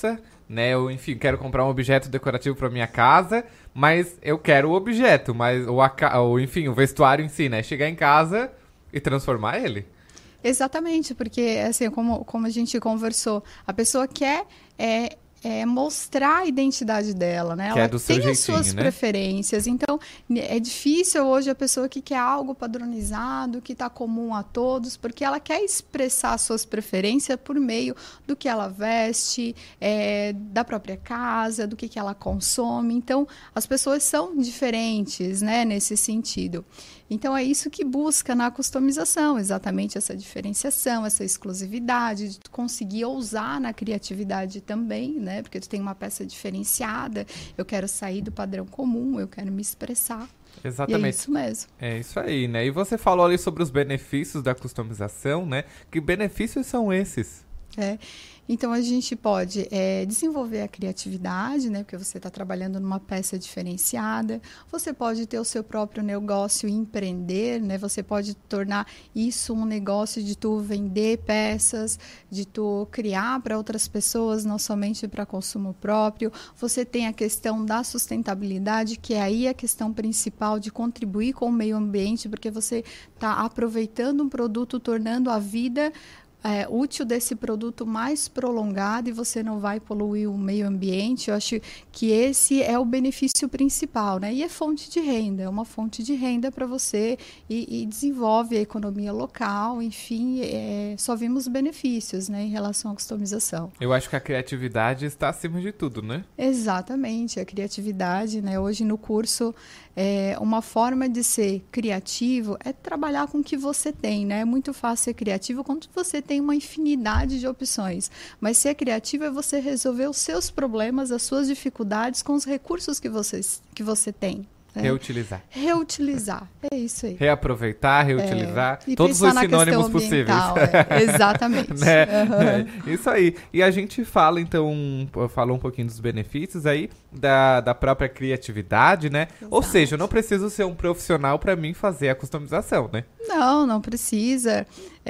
Speaker 2: né? Eu, enfim, quero comprar um objeto decorativo para minha casa, mas eu quero o objeto, mas ou, a, ou enfim, o vestuário em si, né? Chegar em casa e transformar ele.
Speaker 17: Exatamente, porque assim, como, como a gente conversou, a pessoa quer é, é, mostrar a identidade dela, né?
Speaker 2: Que
Speaker 17: Ela
Speaker 2: é do seu
Speaker 17: tem as
Speaker 2: jeitinho,
Speaker 17: suas
Speaker 2: né?
Speaker 17: preferências, então é difícil hoje a pessoa que quer algo padronizado, que está comum a todos, porque ela quer expressar suas preferências por meio do que ela veste, é, da própria casa, do que, que ela consome. Então, as pessoas são diferentes, né, nesse sentido. Então, é isso que busca na customização, exatamente essa diferenciação, essa exclusividade, de conseguir ousar na criatividade também, né? Porque tu tem uma peça diferenciada, eu quero sair do padrão comum, eu quero me expressar.
Speaker 2: Exatamente.
Speaker 17: E é isso mesmo.
Speaker 2: É isso aí, né? E você falou ali sobre os benefícios da customização, né? Que benefícios são esses?
Speaker 17: É. Então, a gente pode é, desenvolver a criatividade, né? Porque você está trabalhando numa peça diferenciada. Você pode ter o seu próprio negócio e empreender, né? Você pode tornar isso um negócio de tu vender peças, de tu criar para outras pessoas, não somente para consumo próprio. Você tem a questão da sustentabilidade, que é aí a questão principal de contribuir com o meio ambiente, porque você está aproveitando um produto, tornando a vida É, útil desse produto mais prolongado e você não vai poluir o meio ambiente. Eu acho que esse é o benefício principal, né? E é fonte de renda, é uma fonte de renda para você e, e desenvolve a economia local, enfim, é, só vimos benefícios, né, em relação à customização.
Speaker 2: Eu acho que a criatividade está acima de tudo, né?
Speaker 17: Exatamente, a criatividade, né? Hoje no curso, é, uma forma de ser criativo é trabalhar com o que você tem, né? É muito fácil ser criativo quando você tem uma infinidade de opções, mas ser criativo é você resolver os seus problemas, as suas dificuldades com os recursos que você, que você tem. É.
Speaker 2: Reutilizar.
Speaker 17: Reutilizar, é isso aí.
Speaker 2: Reaproveitar, reutilizar,
Speaker 17: é.
Speaker 2: todos os sinônimos possíveis.
Speaker 17: É. Exatamente.
Speaker 2: Né?
Speaker 17: Uhum.
Speaker 2: É. Isso aí. E a gente fala, então, falou um pouquinho dos benefícios aí, da, da própria criatividade, né? Exato. Ou seja, eu não preciso ser um profissional para mim fazer a customização, né?
Speaker 17: Não, não precisa.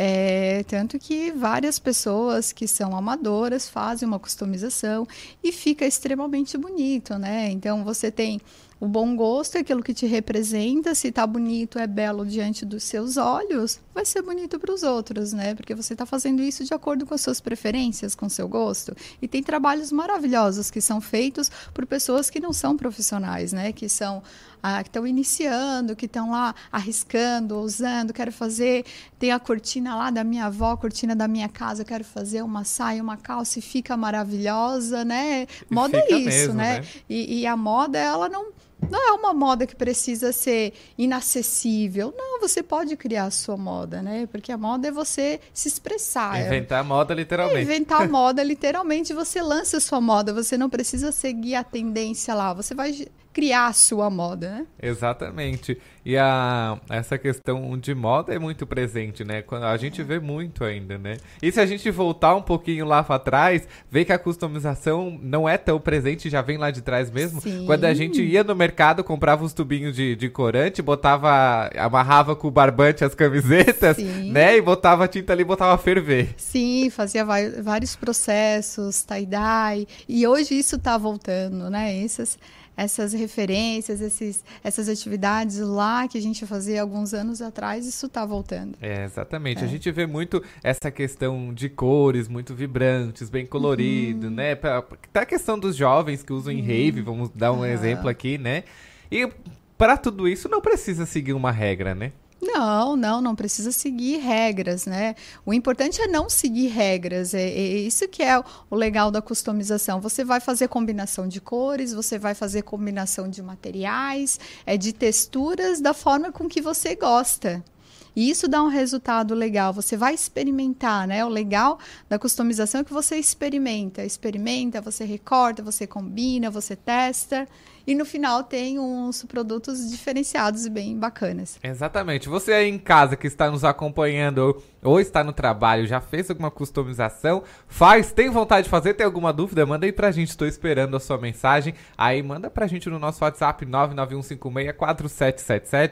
Speaker 17: É, tanto que várias pessoas que são amadoras fazem uma customização e fica extremamente bonito, né? Então, você tem o bom gosto, é aquilo que te representa. Se tá bonito, é belo diante dos seus olhos, vai ser bonito para os outros, né? Porque você está fazendo isso de acordo com as suas preferências, com o seu gosto. E tem trabalhos maravilhosos que são feitos por pessoas que não são profissionais, né? Que são ah, que estão iniciando, que estão lá arriscando, ousando. Quero fazer, tem a cortina lá da minha avó, a cortina da minha casa, eu quero fazer uma saia, uma calça e fica maravilhosa, né? Moda é isso,
Speaker 2: mesmo,
Speaker 17: né?
Speaker 2: né?
Speaker 17: E, e a moda, ela não... Não é uma moda que precisa ser inacessível. Não, você pode criar a sua moda, né? Porque a moda é você se expressar.
Speaker 2: Inventar a moda, literalmente.
Speaker 17: É inventar a moda, literalmente. Você lança a sua moda. Você não precisa seguir a tendência lá. Você vai criar a sua moda, né?
Speaker 2: Exatamente. E a, essa questão de moda é muito presente, né? Quando a gente vê muito ainda, né? E se a gente voltar um pouquinho lá para trás, ver que a customização não é tão presente, já vem lá de trás mesmo.
Speaker 17: Sim.
Speaker 2: Quando a gente ia no mercado, comprava uns tubinhos de, de corante, botava, amarrava com o barbante as camisetas,
Speaker 17: Sim.
Speaker 2: né? E botava a tinta ali e botava a ferver.
Speaker 17: Sim, fazia vários processos, tie-dye. E hoje isso está voltando, né? Essas... essas referências, esses, essas atividades lá que a gente fazia alguns anos atrás, isso está voltando.
Speaker 2: É, exatamente.
Speaker 17: É.
Speaker 2: A gente vê muito essa questão de cores muito vibrantes, bem colorido,
Speaker 17: uhum.
Speaker 2: né? Pra, tá a questão dos jovens que usam em
Speaker 17: uhum.
Speaker 2: rave, vamos dar um uhum. exemplo aqui, né? E para tudo isso não precisa seguir uma regra, né?
Speaker 17: Não, não, não precisa seguir regras, né? O importante é não seguir regras, é, é isso que é o legal da customização. Você vai fazer combinação de cores, você vai fazer combinação de materiais, é, de texturas, da forma com que você gosta. E isso dá um resultado legal, você vai experimentar, né? O legal da customização é que você experimenta, experimenta, você recorta, você combina, você testa e no final tem uns produtos diferenciados e bem bacanas.
Speaker 2: Exatamente. Você aí em casa que está nos acompanhando ou, ou está no trabalho, já fez alguma customização? Faz, tem vontade de fazer? Tem alguma dúvida? Manda aí pra gente, estou esperando a sua mensagem. Aí manda pra gente no nosso WhatsApp nove nove um cinco seis quatro sete sete sete.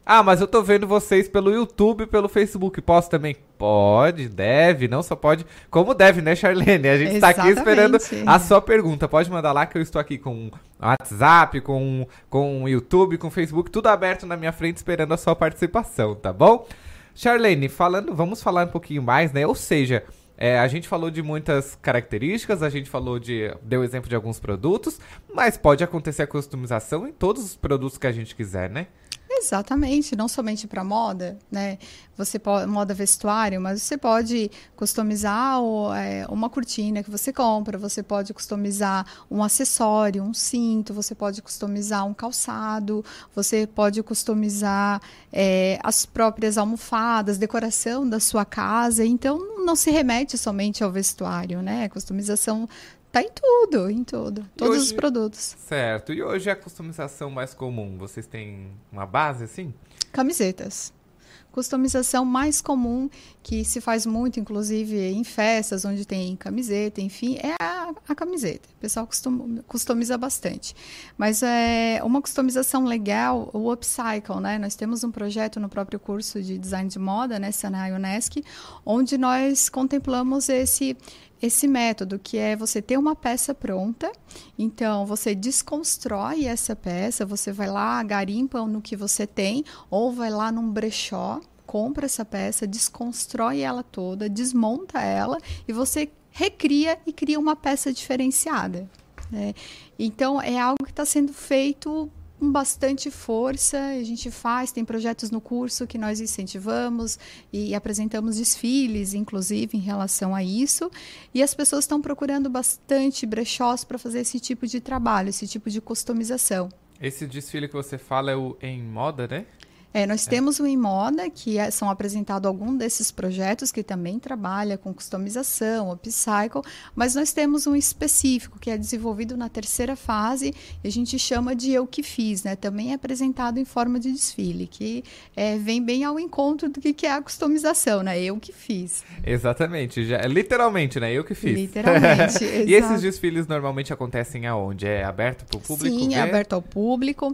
Speaker 2: Ah, mas eu tô vendo vocês pelo YouTube e pelo Facebook. Posso também? Pode, deve, não só pode, como deve, né, Charlene? A gente
Speaker 17: Exatamente.
Speaker 2: Tá aqui esperando a sua pergunta. Pode mandar lá que eu estou aqui com WhatsApp, com, com YouTube, com Facebook, tudo aberto na minha frente esperando a sua participação, tá bom? Charlene, falando, vamos falar um pouquinho mais, né? Ou seja, é, a gente falou de muitas características, a gente falou de, deu exemplo de alguns produtos, mas pode acontecer a customização em todos os produtos que a gente quiser, né?
Speaker 17: Exatamente, não somente para moda, né? Você pode, moda vestuário, mas você pode customizar o, é, uma cortina que você compra, você pode customizar um acessório, um cinto, você pode customizar um calçado, você pode customizar é, as próprias almofadas, decoração da sua casa. Então, não se remete somente ao vestuário, né? A customização tá em tudo, em tudo. Todos
Speaker 2: hoje,
Speaker 17: os produtos.
Speaker 2: Certo. E hoje a customização mais comum, vocês têm uma base assim?
Speaker 17: Camisetas. Customização mais comum, que se faz muito, inclusive, em festas, onde tem camiseta, enfim, é a, a camiseta. O pessoal custom, customiza bastante. Mas é uma customização legal, o upcycle, né? Nós temos um projeto no próprio curso de design de moda, né, Senai Unesc, onde nós contemplamos esse... esse método, que é você ter uma peça pronta, então você desconstrói essa peça, você vai lá, garimpa no que você tem, ou vai lá num brechó, compra essa peça, desconstrói ela toda, desmonta ela, e você recria e cria uma peça diferenciada, né? Então, é algo que está sendo feito com bastante força, a gente faz, tem projetos no curso que nós incentivamos e apresentamos desfiles, inclusive, em relação a isso, e as pessoas estão procurando bastante brechós para fazer esse tipo de trabalho, esse tipo de customização.
Speaker 2: Esse desfile que você fala é o Em Moda, né?
Speaker 17: É, nós é. temos o Em Moda, que é, são apresentados alguns desses projetos que também trabalha com customização, upcycle, mas nós temos um específico que é desenvolvido na terceira fase e a gente chama de Eu Que Fiz, né? Também é apresentado em forma de desfile, que é, vem bem ao encontro do que é a customização, né? Eu Que Fiz.
Speaker 2: Exatamente, já, literalmente, né? Eu Que Fiz.
Speaker 17: Literalmente, exato.
Speaker 2: E esses desfiles normalmente acontecem aonde? É aberto para o público?
Speaker 17: Sim,
Speaker 2: ver?
Speaker 17: É aberto ao público.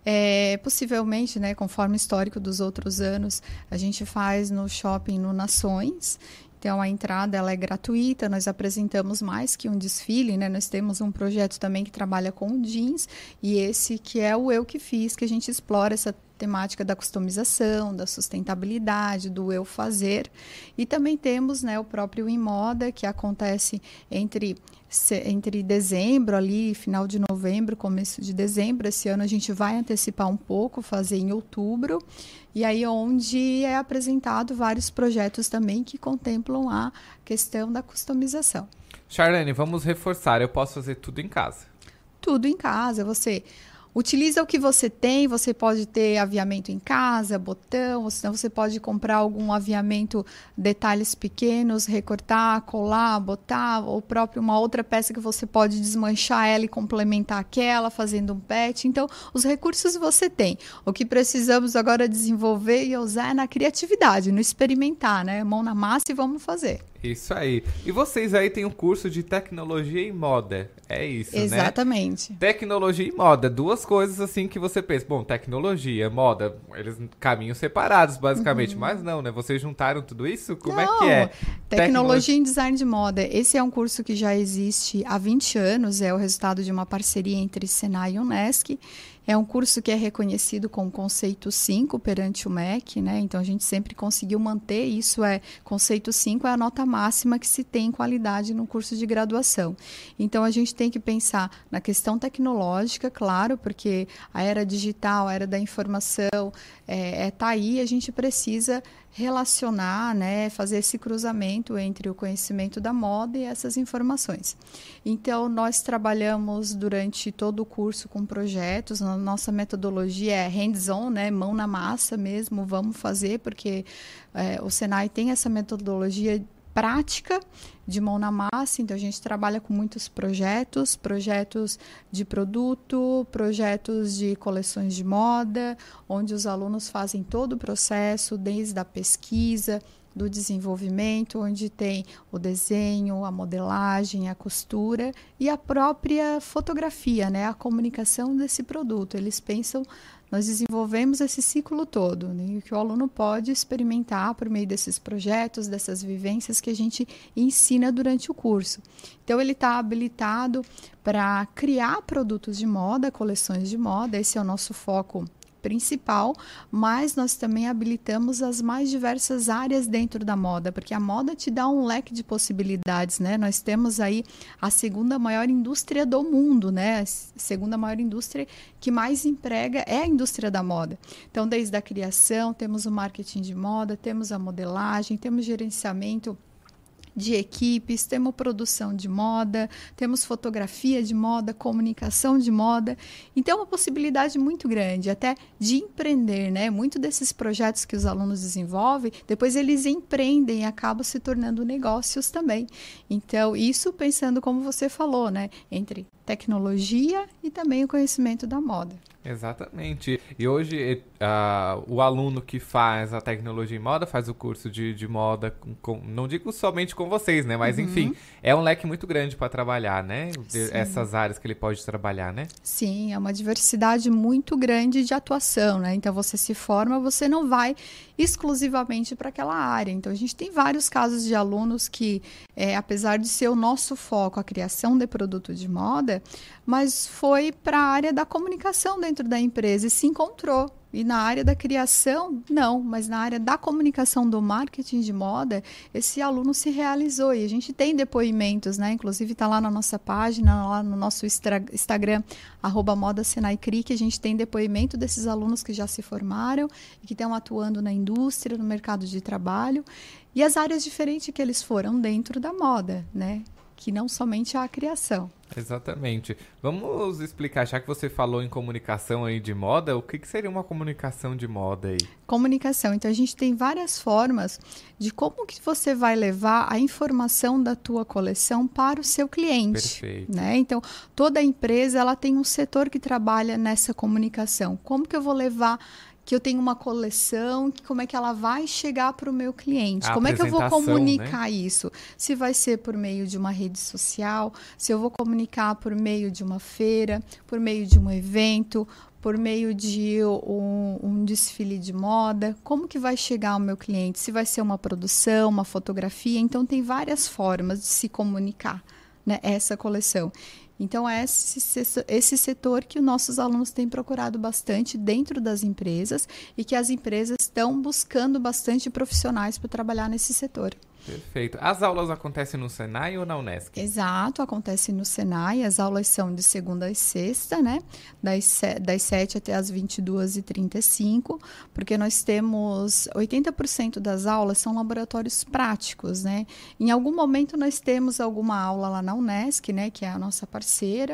Speaker 17: É, possivelmente, né, conforme o histórico dos outros anos, a gente faz no shopping no Nações. Então, a entrada ela é gratuita, nós apresentamos mais que um desfile, né? Nós temos um projeto também que trabalha com jeans, e esse que é o Eu Que Fiz, que a gente explora essa temática da customização, da sustentabilidade, do eu fazer. E também temos, né, o próprio Em Moda, que acontece entre, entre dezembro, ali, final de novembro, começo de dezembro. Esse ano a gente vai antecipar um pouco, fazer em outubro. E aí onde é apresentado vários projetos também que contemplam a questão da customização.
Speaker 2: Charlene, vamos reforçar, eu posso fazer tudo em casa?
Speaker 17: Tudo em casa, você... Utiliza o que você tem, você pode ter aviamento em casa, botão, ou senão você pode comprar algum aviamento, detalhes pequenos, recortar, colar, botar, ou próprio uma outra peça que você pode desmanchar ela e complementar aquela, fazendo um patch. Então, os recursos você tem. O que precisamos agora desenvolver e usar é na criatividade, no experimentar, né? Mão na massa e vamos fazer.
Speaker 2: Isso aí. E vocês aí têm um curso de tecnologia e moda. É isso,
Speaker 17: Exatamente.
Speaker 2: né?
Speaker 17: Exatamente.
Speaker 2: Tecnologia e moda. Duas coisas assim que você pensa. Bom, tecnologia, moda, eles caminhos separados, basicamente. Uhum. Mas não, né? Vocês juntaram tudo isso? Como
Speaker 17: não,
Speaker 2: é que é?
Speaker 17: Tecnologia em design de moda. Esse é um curso que já existe há vinte anos. É o resultado de uma parceria entre Senai e Unesc. É um curso que é reconhecido com o conceito cinco perante o M E C, né? Então, a gente sempre conseguiu manter isso. É, conceito cinco é a nota máxima que se tem em qualidade no curso de graduação. Então, a gente tem que pensar na questão tecnológica, claro, porque a era digital, a era da informação é, é, tá aí, a gente precisa relacionar, né, fazer esse cruzamento entre o conhecimento da moda e essas informações. Então, nós trabalhamos durante todo o curso com projetos, a nossa metodologia é hands-on, né, mão na massa mesmo, vamos fazer, porque é, o Senai tem essa metodologia prática de mão na massa, então a gente trabalha com muitos projetos, projetos de produto, projetos de coleções de moda, onde os alunos fazem todo o processo, desde a pesquisa, do desenvolvimento, onde tem o desenho, a modelagem, a costura e a própria fotografia, né? A comunicação desse produto. Eles pensam, nós desenvolvemos esse ciclo todo, né? Que o aluno pode experimentar por meio desses projetos, dessas vivências que a gente ensina durante o curso. Então, ele está habilitado para criar produtos de moda, coleções de moda, esse é o nosso foco principal, mas nós também habilitamos as mais diversas áreas dentro da moda, porque a moda te dá um leque de possibilidades, né? Nós temos aí a segunda maior indústria do mundo, né? A segunda maior indústria que mais emprega é a indústria da moda. Então, desde a criação, temos o marketing de moda, temos a modelagem, temos gerenciamento de equipes, temos produção de moda, temos fotografia de moda, comunicação de moda. Então, é uma possibilidade muito grande, até de empreender, né? Muito desses projetos que os alunos desenvolvem, depois eles empreendem e acabam se tornando negócios também. Então, isso pensando, como você falou, né? Entre tecnologia e também o conhecimento da moda.
Speaker 2: Exatamente. E hoje uh, o aluno que faz a tecnologia em moda, faz o curso de, de moda, com, com, não digo somente com vocês, né? Mas uhum. enfim, é um leque muito grande para trabalhar, né? Sim. Essas áreas que ele pode trabalhar, né?
Speaker 17: Sim, é uma diversidade muito grande de atuação, né? Então você se forma, você não vai exclusivamente para aquela área. Então a gente tem vários casos de alunos que, é, apesar de ser o nosso foco a criação de produto de moda, mas foi para a área da comunicação dentro da empresa e se encontrou. E na área da criação, não, mas na área da comunicação do marketing de moda, esse aluno se realizou. E a gente tem depoimentos, né? Inclusive está lá na nossa página, lá no nosso Instagram, arroba Moda Senai Cri, que a gente tem depoimento desses alunos que já se formaram e que estão atuando na indústria, no mercado de trabalho. E as áreas diferentes que eles foram dentro da moda, né? Que não somente a criação.
Speaker 2: Exatamente. Vamos explicar, já que você falou em comunicação aí de moda, o que, que seria uma comunicação de moda aí?
Speaker 17: Comunicação. Então, a gente tem várias formas de como que você vai levar a informação da tua coleção para o seu cliente.
Speaker 2: Perfeito.
Speaker 17: Né? Então, toda empresa ela tem um setor que trabalha nessa comunicação. Como que eu vou levar... que eu tenho uma coleção, que como é que ela vai chegar para o meu cliente?
Speaker 2: A
Speaker 17: como é que eu vou comunicar, né? Isso? Se vai ser por meio de uma rede social, se eu vou comunicar por meio de uma feira, por meio de um evento, por meio de um, um desfile de moda, como que vai chegar ao meu cliente? Se vai ser uma produção, uma fotografia, então tem várias formas de se comunicar, né, essa coleção. Então, é esse, esse setor que os nossos alunos têm procurado bastante dentro das empresas e que as empresas estão buscando bastante profissionais para trabalhar nesse setor.
Speaker 2: Perfeito. As aulas acontecem no Senai ou na Unesc?
Speaker 17: Exato, acontece no Senai. As aulas são de segunda a sexta, né? Das, das sete até as vinte e duas e trinta e cinco, porque nós temos oitenta por cento das aulas são laboratórios práticos, né? Em algum momento nós temos alguma aula lá na Unesc, né? Que é a nossa parceira,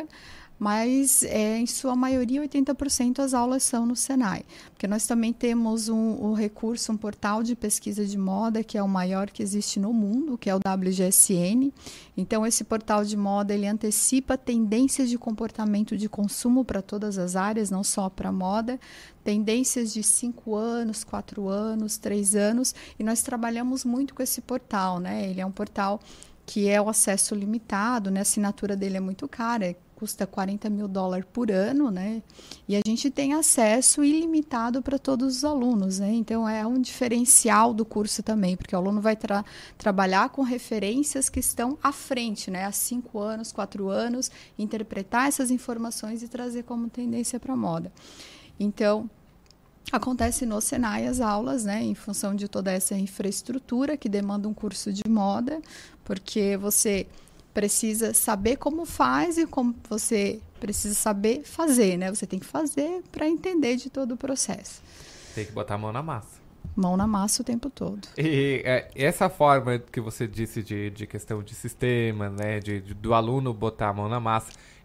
Speaker 17: mas é, em sua maioria, oitenta por cento as aulas são no Senai. Porque nós também temos um, um recurso, um portal de pesquisa de moda, que é o maior que existe no mundo, que é o W G S N. Então, esse portal de moda, ele antecipa tendências de comportamento de consumo para todas as áreas, não só para moda, tendências de cinco anos, quatro anos, três anos, e nós trabalhamos muito com esse portal, né? Ele é um portal que é o acesso limitado, né? A assinatura dele é muito cara, custa quarenta mil dólares por ano, né? E a gente tem acesso ilimitado para todos os alunos, né? Então, é um diferencial do curso também, porque o aluno vai tra- trabalhar com referências que estão à frente, né? Há cinco anos, quatro anos, interpretar essas informações e trazer como tendência para a moda. Então, acontece no Senai as aulas, né? Em função de toda essa infraestrutura que demanda um curso de moda, porque você precisa saber como faz e como você precisa saber fazer, né? Você tem que fazer para entender de todo o processo.
Speaker 2: Tem que botar a mão na massa.
Speaker 17: Mão na massa o tempo todo.
Speaker 2: E é, essa forma que você disse de, de questão de sistema, né? De, de, do aluno botar a mão na massa,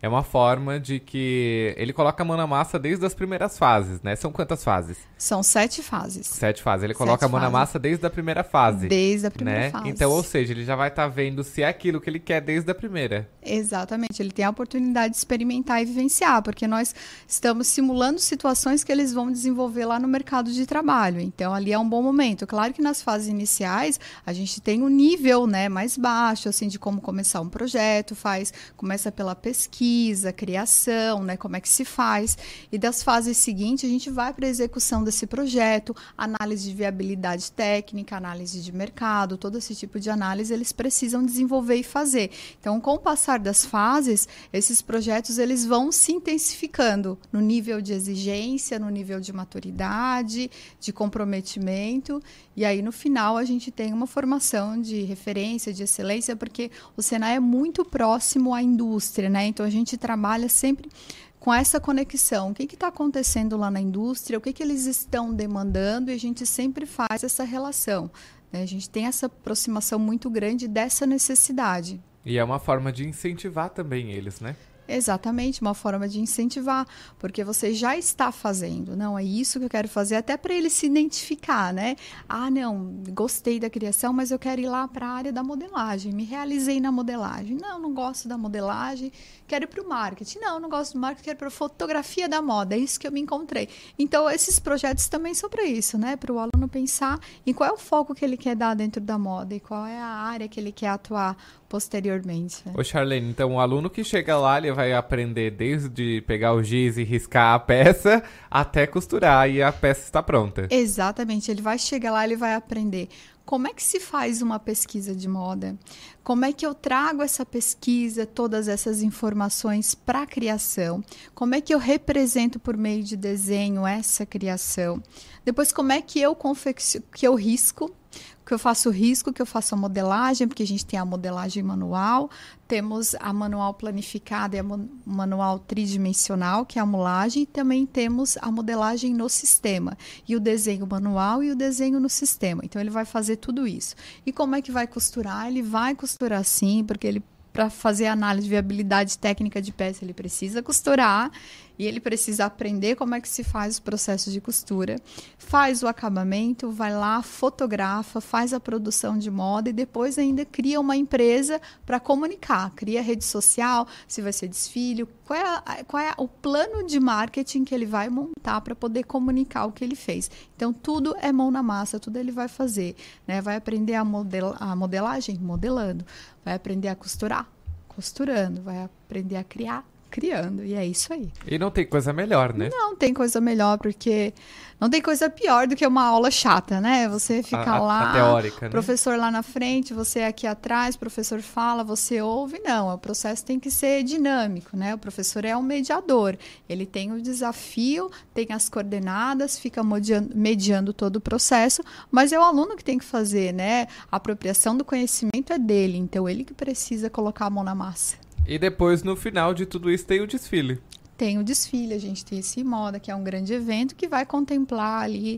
Speaker 2: É uma forma de que ele coloca a mão na massa desde as primeiras fases, né? São quantas fases?
Speaker 17: São sete fases.
Speaker 2: Sete fases. Ele coloca sete a mão fases. na massa desde a primeira fase.
Speaker 17: Desde a primeira
Speaker 2: né?
Speaker 17: fase.
Speaker 2: Então, ou seja, ele já vai estar tá vendo se é aquilo que ele quer desde a primeira.
Speaker 17: Exatamente. Ele tem a oportunidade de experimentar e vivenciar, porque nós estamos simulando situações que eles vão desenvolver lá no mercado de trabalho. Então, ali é um bom momento. Claro que nas fases iniciais, a gente tem um nível, né, mais baixo, assim, de como começar um projeto, faz, começa pela pesquisa, criação, né, como é que se faz. E das fases seguintes, a gente vai para a execução desse projeto, análise de viabilidade técnica, análise de mercado, todo esse tipo de análise eles precisam desenvolver e fazer. Então, com o passar das fases, esses projetos eles vão se intensificando no nível de exigência, no nível de maturidade, de comprometimento, e aí no final a gente tem uma formação de referência, de excelência, porque o Senai é muito próximo à indústria, né? Então a gente A gente trabalha sempre com essa conexão. O que está acontecendo lá na indústria, o que, que eles estão demandando, e a gente sempre faz essa relação. Né? A gente tem essa aproximação muito grande dessa necessidade.
Speaker 2: E é uma forma de incentivar também eles, né?
Speaker 17: Exatamente, uma forma de incentivar, porque você já está fazendo, não, é isso que eu quero fazer, até para ele se identificar, né? Ah, não, gostei da criação, mas eu quero ir lá para a área da modelagem, me realizei na modelagem. Não, não gosto da modelagem, quero ir para o marketing. Não, não gosto do marketing, quero ir para a fotografia da moda, é isso que eu me encontrei. Então, esses projetos também são para isso, né? Para o aluno pensar em qual é o foco que ele quer dar dentro da moda e qual é a área que ele quer atuar posteriormente. Né?
Speaker 2: Ô, Charlene, então o aluno que chega lá, ele vai aprender desde pegar o giz e riscar a peça até costurar e a peça está pronta.
Speaker 17: Exatamente, ele vai chegar lá, ele vai aprender como é que se faz uma pesquisa de moda, como é que eu trago essa pesquisa, todas essas informações para a criação, como é que eu represento por meio de desenho essa criação, depois como é que eu confecciono, que eu risco, que eu faço o risco, que eu faço a modelagem, porque a gente tem a modelagem manual, temos a manual planificada e a manual tridimensional, que é a mulagem, e também temos a modelagem no sistema, e o desenho manual e o desenho no sistema. Então, ele vai fazer tudo isso. E como é que vai costurar? Ele vai costurar sim, porque ele para fazer a análise de viabilidade técnica de peça, ele precisa costurar e ele precisa aprender como é que se faz os processos de costura, faz o acabamento, vai lá, fotografa, faz a produção de moda e depois ainda cria uma empresa para comunicar, cria rede social, se vai ser desfile, qual é, a, qual é o plano de marketing que ele vai montar para poder comunicar o que ele fez. Então, tudo é mão na massa, tudo ele vai fazer, né? Vai aprender a, model, a modelagem? Modelando. Vai aprender a costurar? Costurando. Vai aprender a criar? Criando. E é isso aí.
Speaker 2: E não tem coisa melhor, né?
Speaker 17: Não tem coisa melhor, porque não tem coisa pior do que uma aula chata, né? Você fica
Speaker 2: a,
Speaker 17: lá,
Speaker 2: a teórica,
Speaker 17: professor né? lá na frente, você aqui atrás, professor fala, você ouve. Não, o processo tem que ser dinâmico, né? O professor é um mediador. Ele tem o desafio, tem as coordenadas, fica mediando, mediando todo o processo, mas é o aluno que tem que fazer, né? A apropriação do conhecimento é dele, então ele que precisa colocar a mão na massa.
Speaker 2: E depois, no final de tudo isso, tem o desfile.
Speaker 17: Tem o desfile, a gente tem esse Moda, que é um grande evento que vai contemplar ali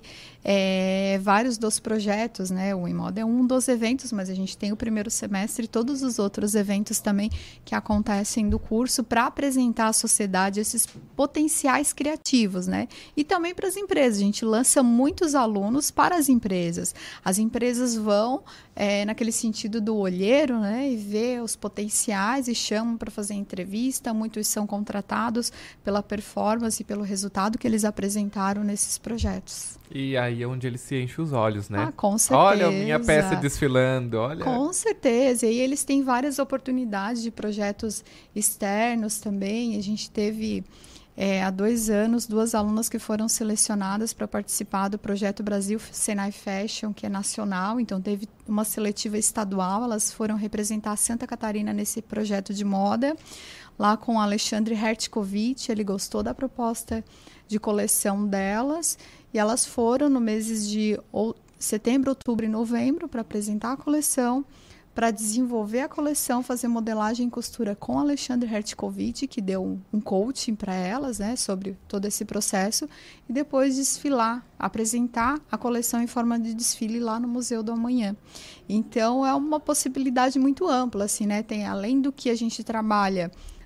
Speaker 17: é, vários dos projetos, né? O Moda é um dos eventos, mas a gente tem o primeiro semestre e todos os outros eventos também que acontecem do curso para apresentar à sociedade esses potenciais criativos, né? E também para as empresas. A gente lança muitos alunos para as empresas. As empresas vão é, naquele sentido do olheiro, né? E ver os potenciais e chamam para fazer entrevista. Muitos são contratados pela performance e pelo resultado que eles apresentaram nesses projetos.
Speaker 2: E aí é onde ele se enche os olhos, né?
Speaker 17: Ah, com certeza.
Speaker 2: Olha a minha peça desfilando, olha.
Speaker 17: Com certeza. E aí eles têm várias oportunidades de projetos externos também. A gente teve... É, há dois anos, duas alunas que foram selecionadas para participar do projeto Brasil Senai Fashion, que é nacional, então teve uma seletiva estadual, elas foram representar Santa Catarina nesse projeto de moda, lá com o Alexandre Hertkovich, ele gostou da proposta de coleção delas, e elas foram no meses de ou, setembro, outubro e novembro para apresentar a coleção, para desenvolver a coleção, fazer modelagem e costura com Alexandre Hertkovich, que deu um, um coaching para elas, né, sobre todo esse processo, e depois desfilar, apresentar a coleção em forma de desfile lá no Museu do Amanhã. Então, é uma possibilidade muito ampla, assim, né? Tem, além do que a gente trabalha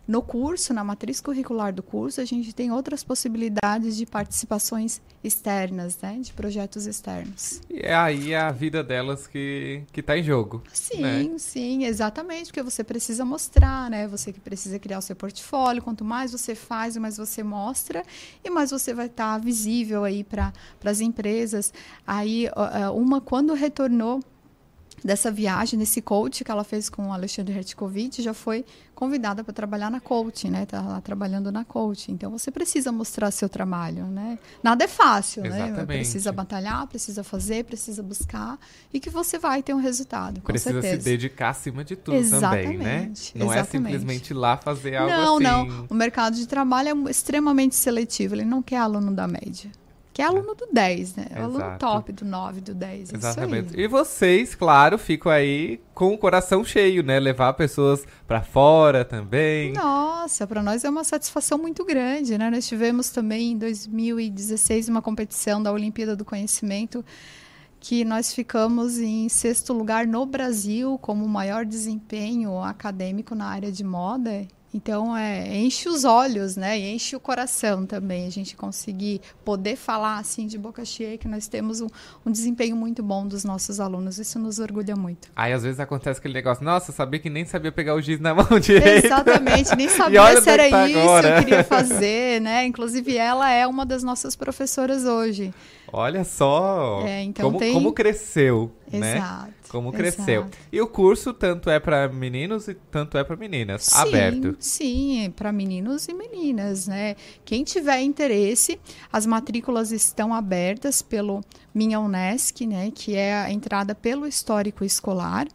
Speaker 17: no curso, na matriz curricular do curso, a gente tem outras possibilidades de participações externas, né? De projetos externos.
Speaker 2: E é aí a vida delas que que está em jogo.
Speaker 17: Sim,
Speaker 2: né?
Speaker 17: sim, exatamente, porque você precisa mostrar, né? Você que precisa criar o seu portfólio, quanto mais você faz, mais você mostra e mais você vai estar tá visível aí para as empresas. Aí, uma, quando retornou dessa viagem, desse coach que ela fez com o Alexandre Hertkovich, já foi convidada para trabalhar na coaching, né? Tá lá trabalhando na coaching. Então, você precisa mostrar seu trabalho, né? Nada é fácil,
Speaker 2: Exatamente.
Speaker 17: né? Precisa batalhar, precisa fazer, precisa buscar e que você vai ter um resultado, com
Speaker 2: precisa
Speaker 17: certeza.
Speaker 2: se dedicar acima de tudo
Speaker 17: Exatamente,
Speaker 2: também, né? Não
Speaker 17: exatamente.
Speaker 2: é simplesmente ir lá fazer algo
Speaker 17: não,
Speaker 2: assim.
Speaker 17: Não, não. O mercado de trabalho é extremamente seletivo. Ele não quer aluno da média. Que é aluno do dez, né? É aluno top, do nove, do dez.
Speaker 2: Exatamente.
Speaker 17: Isso aí.
Speaker 2: E vocês, claro, ficam aí com o coração cheio, né? Levar pessoas para fora também.
Speaker 17: Nossa, para nós é uma satisfação muito grande, né? Nós tivemos também em dois mil e dezesseis uma competição da Olimpíada do Conhecimento que nós ficamos em sexto lugar no Brasil como o maior desempenho acadêmico na área de moda. Então, é, enche os olhos, né? E enche o coração também. A gente conseguir poder falar assim de boca cheia que nós temos um, um desempenho muito bom dos nossos alunos. Isso nos orgulha muito.
Speaker 2: Aí, às vezes, acontece aquele negócio. Nossa, sabia que nem sabia pegar o giz na mão direita.
Speaker 17: Exatamente. Nem sabia se era
Speaker 2: tá
Speaker 17: isso
Speaker 2: agora.
Speaker 17: que eu queria fazer, né? Inclusive, ela é uma das nossas professoras hoje.
Speaker 2: Olha só
Speaker 17: é, então
Speaker 2: como,
Speaker 17: tem...
Speaker 2: como cresceu,
Speaker 17: Exato,
Speaker 2: né? Como cresceu.
Speaker 17: Exato.
Speaker 2: E o curso tanto é para meninos e tanto é para meninas,
Speaker 17: sim,
Speaker 2: aberto.
Speaker 17: Sim, para meninos e meninas, né? Quem tiver interesse, as matrículas estão abertas pelo Minha Unesc, né? Que é a entrada pelo histórico escolar.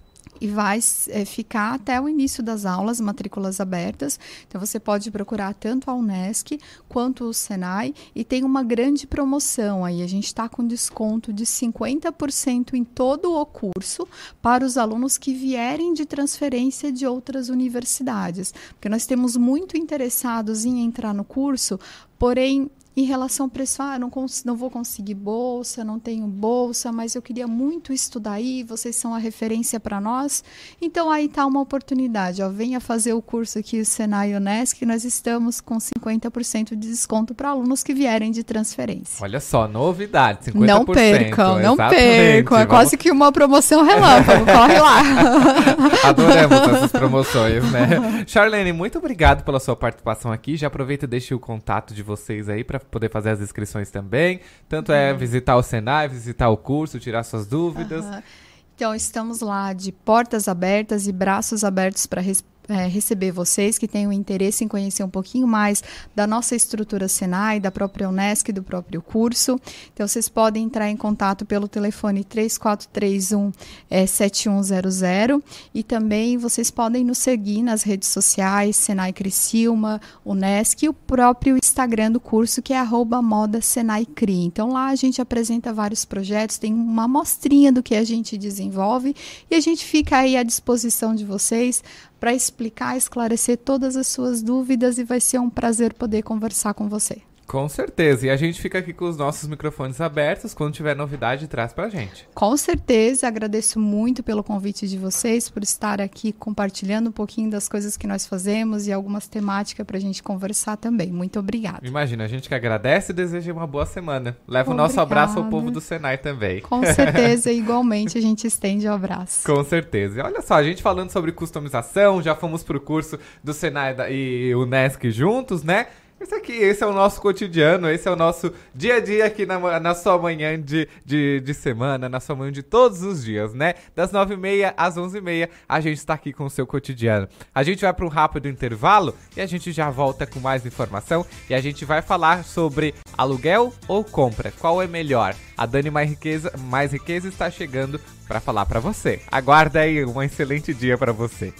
Speaker 17: E vai é, ficar até o início das aulas, matrículas abertas. Então, você pode procurar tanto a Unesc quanto o Senai. E tem uma grande promoção aí. A gente está com desconto de cinquenta por cento em todo o curso para os alunos que vierem de transferência de outras universidades. Porque nós temos muito interessados em entrar no curso, porém... Em relação ao preço, ah, não, cons- não vou conseguir bolsa, não tenho bolsa, mas eu queria muito estudar aí, vocês são a referência para nós. Então, aí está uma oportunidade. Ó, venha fazer o curso aqui, o Senai e Unesc, que nós estamos com cinquenta por cento de desconto para alunos que vierem de transferência.
Speaker 2: Olha só, novidade, cinquenta por cento.
Speaker 17: Não percam, não
Speaker 2: exatamente.
Speaker 17: percam. É
Speaker 2: Vamos...
Speaker 17: quase que uma promoção relâmpago, corre lá.
Speaker 2: Adoramos essas promoções, né? Charlene, muito obrigado pela sua participação aqui. Já aproveita e deixa o contato de vocês aí para poder fazer as inscrições também. Tanto é visitar o Senai, visitar o curso, tirar suas dúvidas.
Speaker 17: Uhum. Então, estamos lá de portas abertas e braços abertos para responder. É, receber vocês que tenham interesse em conhecer um pouquinho mais da nossa estrutura Senai, da própria Unesc, do próprio curso. Então, vocês podem entrar em contato pelo telefone três quatro três um, sete um zero zero e também vocês podem nos seguir nas redes sociais, Senai Criciúma, Unesc e o próprio Instagram do curso, que é arroba moda Senai Cri. Então, lá a gente apresenta vários projetos, tem uma amostrinha do que a gente desenvolve e a gente fica aí à disposição de vocês para explicar, esclarecer todas as suas dúvidas e vai ser um prazer poder conversar com você.
Speaker 2: Com certeza. E a gente fica aqui com os nossos microfones abertos. Quando tiver novidade, traz pra gente.
Speaker 17: Com certeza. Agradeço muito pelo convite de vocês, por estar aqui compartilhando um pouquinho das coisas que nós fazemos e algumas temáticas pra gente conversar também. Muito obrigada.
Speaker 2: Imagina, a gente que agradece e deseja uma boa semana. Leva
Speaker 17: Obrigada.
Speaker 2: O nosso abraço ao povo do Senai também.
Speaker 17: Com certeza. Igualmente, a gente estende o abraço.
Speaker 2: Com certeza. E olha só, a gente falando sobre customização, já fomos pro curso do Senai e Unesc juntos, né? Esse aqui, esse é o nosso cotidiano, esse é o nosso dia a dia aqui na, na sua manhã de, de, de semana, na sua manhã de todos os dias, né? Das nove e meia às onze e meia, a gente está aqui com o seu cotidiano. A gente vai para um rápido intervalo e a gente já volta com mais informação e a gente vai falar sobre aluguel ou compra, qual é melhor? A Dani Mais Riqueza, Mais Riqueza está chegando para falar para você. Aguarda aí, um excelente dia para você.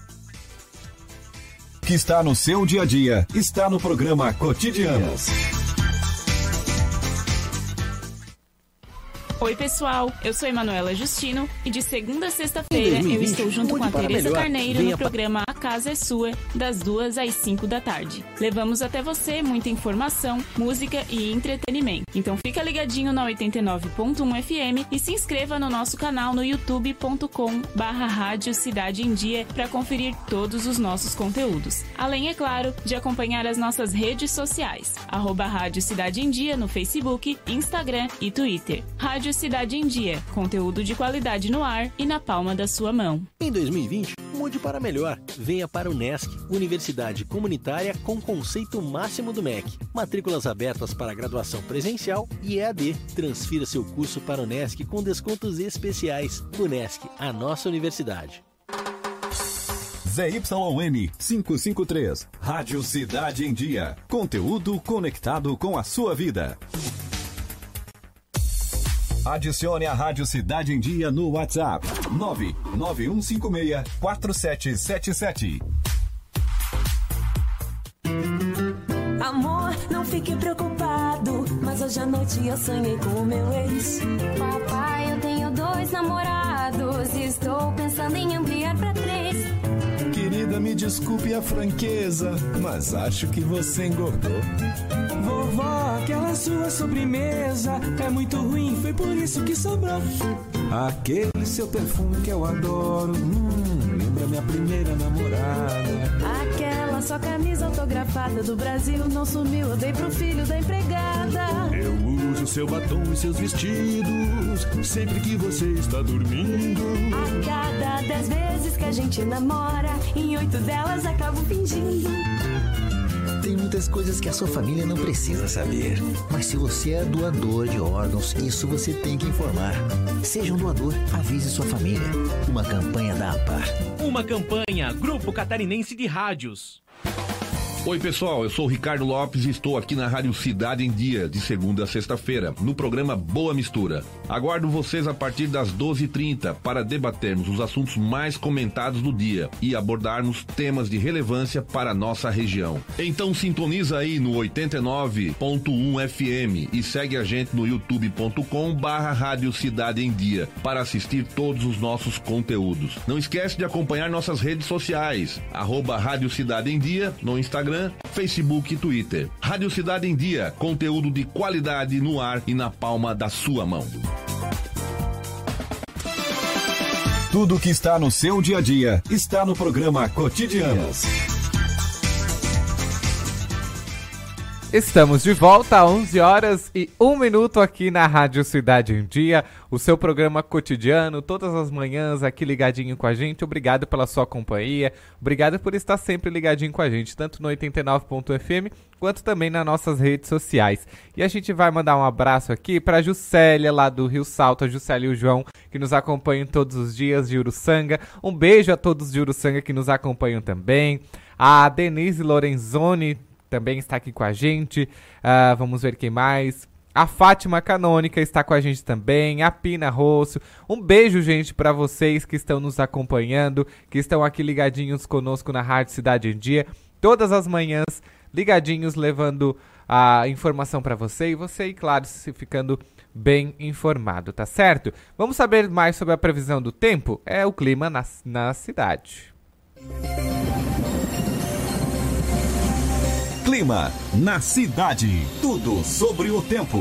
Speaker 1: Que está no seu dia a dia, está no programa Cotidianos.
Speaker 18: Oi, pessoal, eu sou Emanuela Justino e de segunda a sexta-feira eu estou junto com a Tereza Carneiro no programa A Casa é Sua, das duas às cinco da tarde. Levamos até você muita informação, música e entretenimento. Então fica ligadinho na oitenta e nove ponto um F M e se inscreva no nosso canal no youtube ponto com barra Rádio Cidade em Dia para conferir todos os nossos conteúdos. Além, é claro, de acompanhar as nossas redes sociais, arroba Rádio Cidade em Dia no Facebook, Instagram e Twitter. Rádio Cidade em Dia, conteúdo de qualidade no ar e na palma da sua mão.
Speaker 4: Em dois mil e vinte, mude para melhor. Venha para o Nesc, Universidade Comunitária com conceito máximo do M E C. Matrículas abertas para graduação presencial e E A D. Transfira seu curso para o Nesc com descontos especiais. O Nesc, a nossa universidade.
Speaker 1: Z Y N quinhentos e cinquenta e três, Rádio Cidade em Dia. Conteúdo conectado com a sua vida. Adicione a Rádio Cidade em Dia no WhatsApp nove nove um cinco seis quatro sete sete sete.
Speaker 12: Amor, não fique preocupado, mas hoje à noite eu sonhei com o meu ex. Papai, eu tenho dois namorados e estou pensando em ampliar pra três.
Speaker 13: Querida, me desculpe a franqueza, mas acho que você engordou.
Speaker 14: Vovó, aquela sua sobremesa é muito ruim, foi por isso que sobrou.
Speaker 13: Aquele seu perfume que eu adoro, hum, lembra minha primeira namorada.
Speaker 12: Aquela sua camisa autografada do Brasil não sumiu, eu dei pro filho da empregada.
Speaker 19: Eu uso seu batom e seus vestidos sempre que você está dormindo.
Speaker 12: A cada dez vezes que a gente namora, em oito delas acabo fingindo.
Speaker 15: Tem muitas coisas que a sua família não precisa saber. Mas se você é doador de órgãos, isso você tem que informar. Seja um doador, avise sua família. Uma campanha da APAR.
Speaker 8: Uma campanha, Grupo Catarinense de Rádios.
Speaker 20: Oi, pessoal, eu sou o Ricardo Lopes e estou aqui na Rádio Cidade em Dia, de segunda a sexta-feira, no programa Boa Mistura. Aguardo vocês a partir das doze e trinta para debatermos os assuntos mais comentados do dia e abordarmos temas de relevância para a nossa região. Então sintoniza aí no oitenta e nove ponto um F M e segue a gente no youtube ponto com barra Rádio Cidade em Dia para assistir todos os nossos conteúdos. Não esquece de acompanhar nossas redes sociais, arroba Rádio Cidade em Dia no Instagram, Facebook e Twitter. Rádio Cidade em Dia, conteúdo de qualidade no ar e na palma da sua mão.
Speaker 1: Tudo que está no seu dia a dia está no programa Cotidianos.
Speaker 2: Estamos de volta às onze horas e um minuto aqui na Rádio Cidade em Dia, o seu programa cotidiano, todas as manhãs aqui ligadinho com a gente. Obrigado pela sua companhia, obrigado por estar sempre ligadinho com a gente, tanto no oitenta e nove ponto F M, quanto também nas nossas redes sociais. E a gente vai mandar um abraço aqui para a Juscelia, lá do Rio Salto, a Juscelia e o João, que nos acompanham todos os dias de Uruçanga. Um beijo a todos de Uruçanga que nos acompanham também. A Denise Lorenzoni também está aqui com a gente. Uh, vamos ver quem mais. A Fátima Canônica está com a gente também. A Pina Rosso. Um beijo, gente, para vocês que estão nos acompanhando, que estão aqui ligadinhos conosco na Rádio Cidade em Dia. Todas as manhãs, ligadinhos, levando a informação para você. E você, e claro, se ficando bem informado, tá certo? Vamos saber mais sobre a previsão do tempo? É o clima na, na cidade.
Speaker 1: Clima na cidade. Tudo sobre o tempo.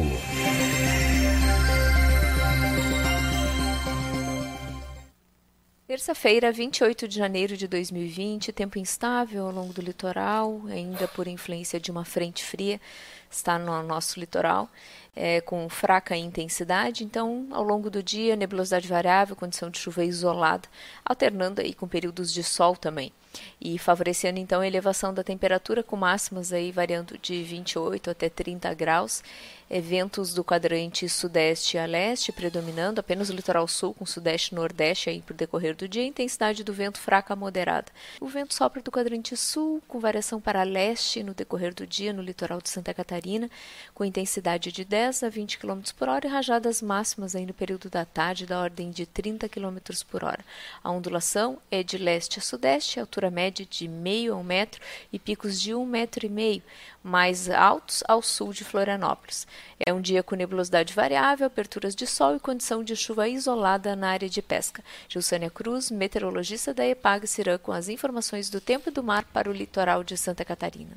Speaker 21: Terça-feira, vinte e oito de janeiro de dois mil e vinte, tempo instável ao longo do litoral, ainda por influência de uma frente fria, está no nosso litoral, é, com fraca intensidade. Então, ao longo do dia, nebulosidade variável, condição de chuva isolada, alternando aí com períodos de sol também. E favorecendo então a elevação da temperatura, com máximas aí variando de vinte e oito até trinta graus, é, ventos do quadrante sudeste a leste predominando, apenas o litoral sul com sudeste e nordeste aí por decorrer do dia, intensidade do vento fraca a moderada. O vento sopra do quadrante sul com variação para leste no decorrer do dia no litoral de Santa Catarina, com intensidade de dez a vinte quilômetros por hora e rajadas máximas aí no período da tarde da ordem de trinta quilômetros por hora. A ondulação é de leste a sudeste, altura média de meio a um metro e picos de um metro e meio, mais altos ao sul de Florianópolis. É um dia com nebulosidade variável, aberturas de sol e condição de chuva isolada na área de pesca. Gilsânia Cruz, meteorologista da EPAG Ciran, com as informações do tempo e do mar para o litoral de Santa Catarina.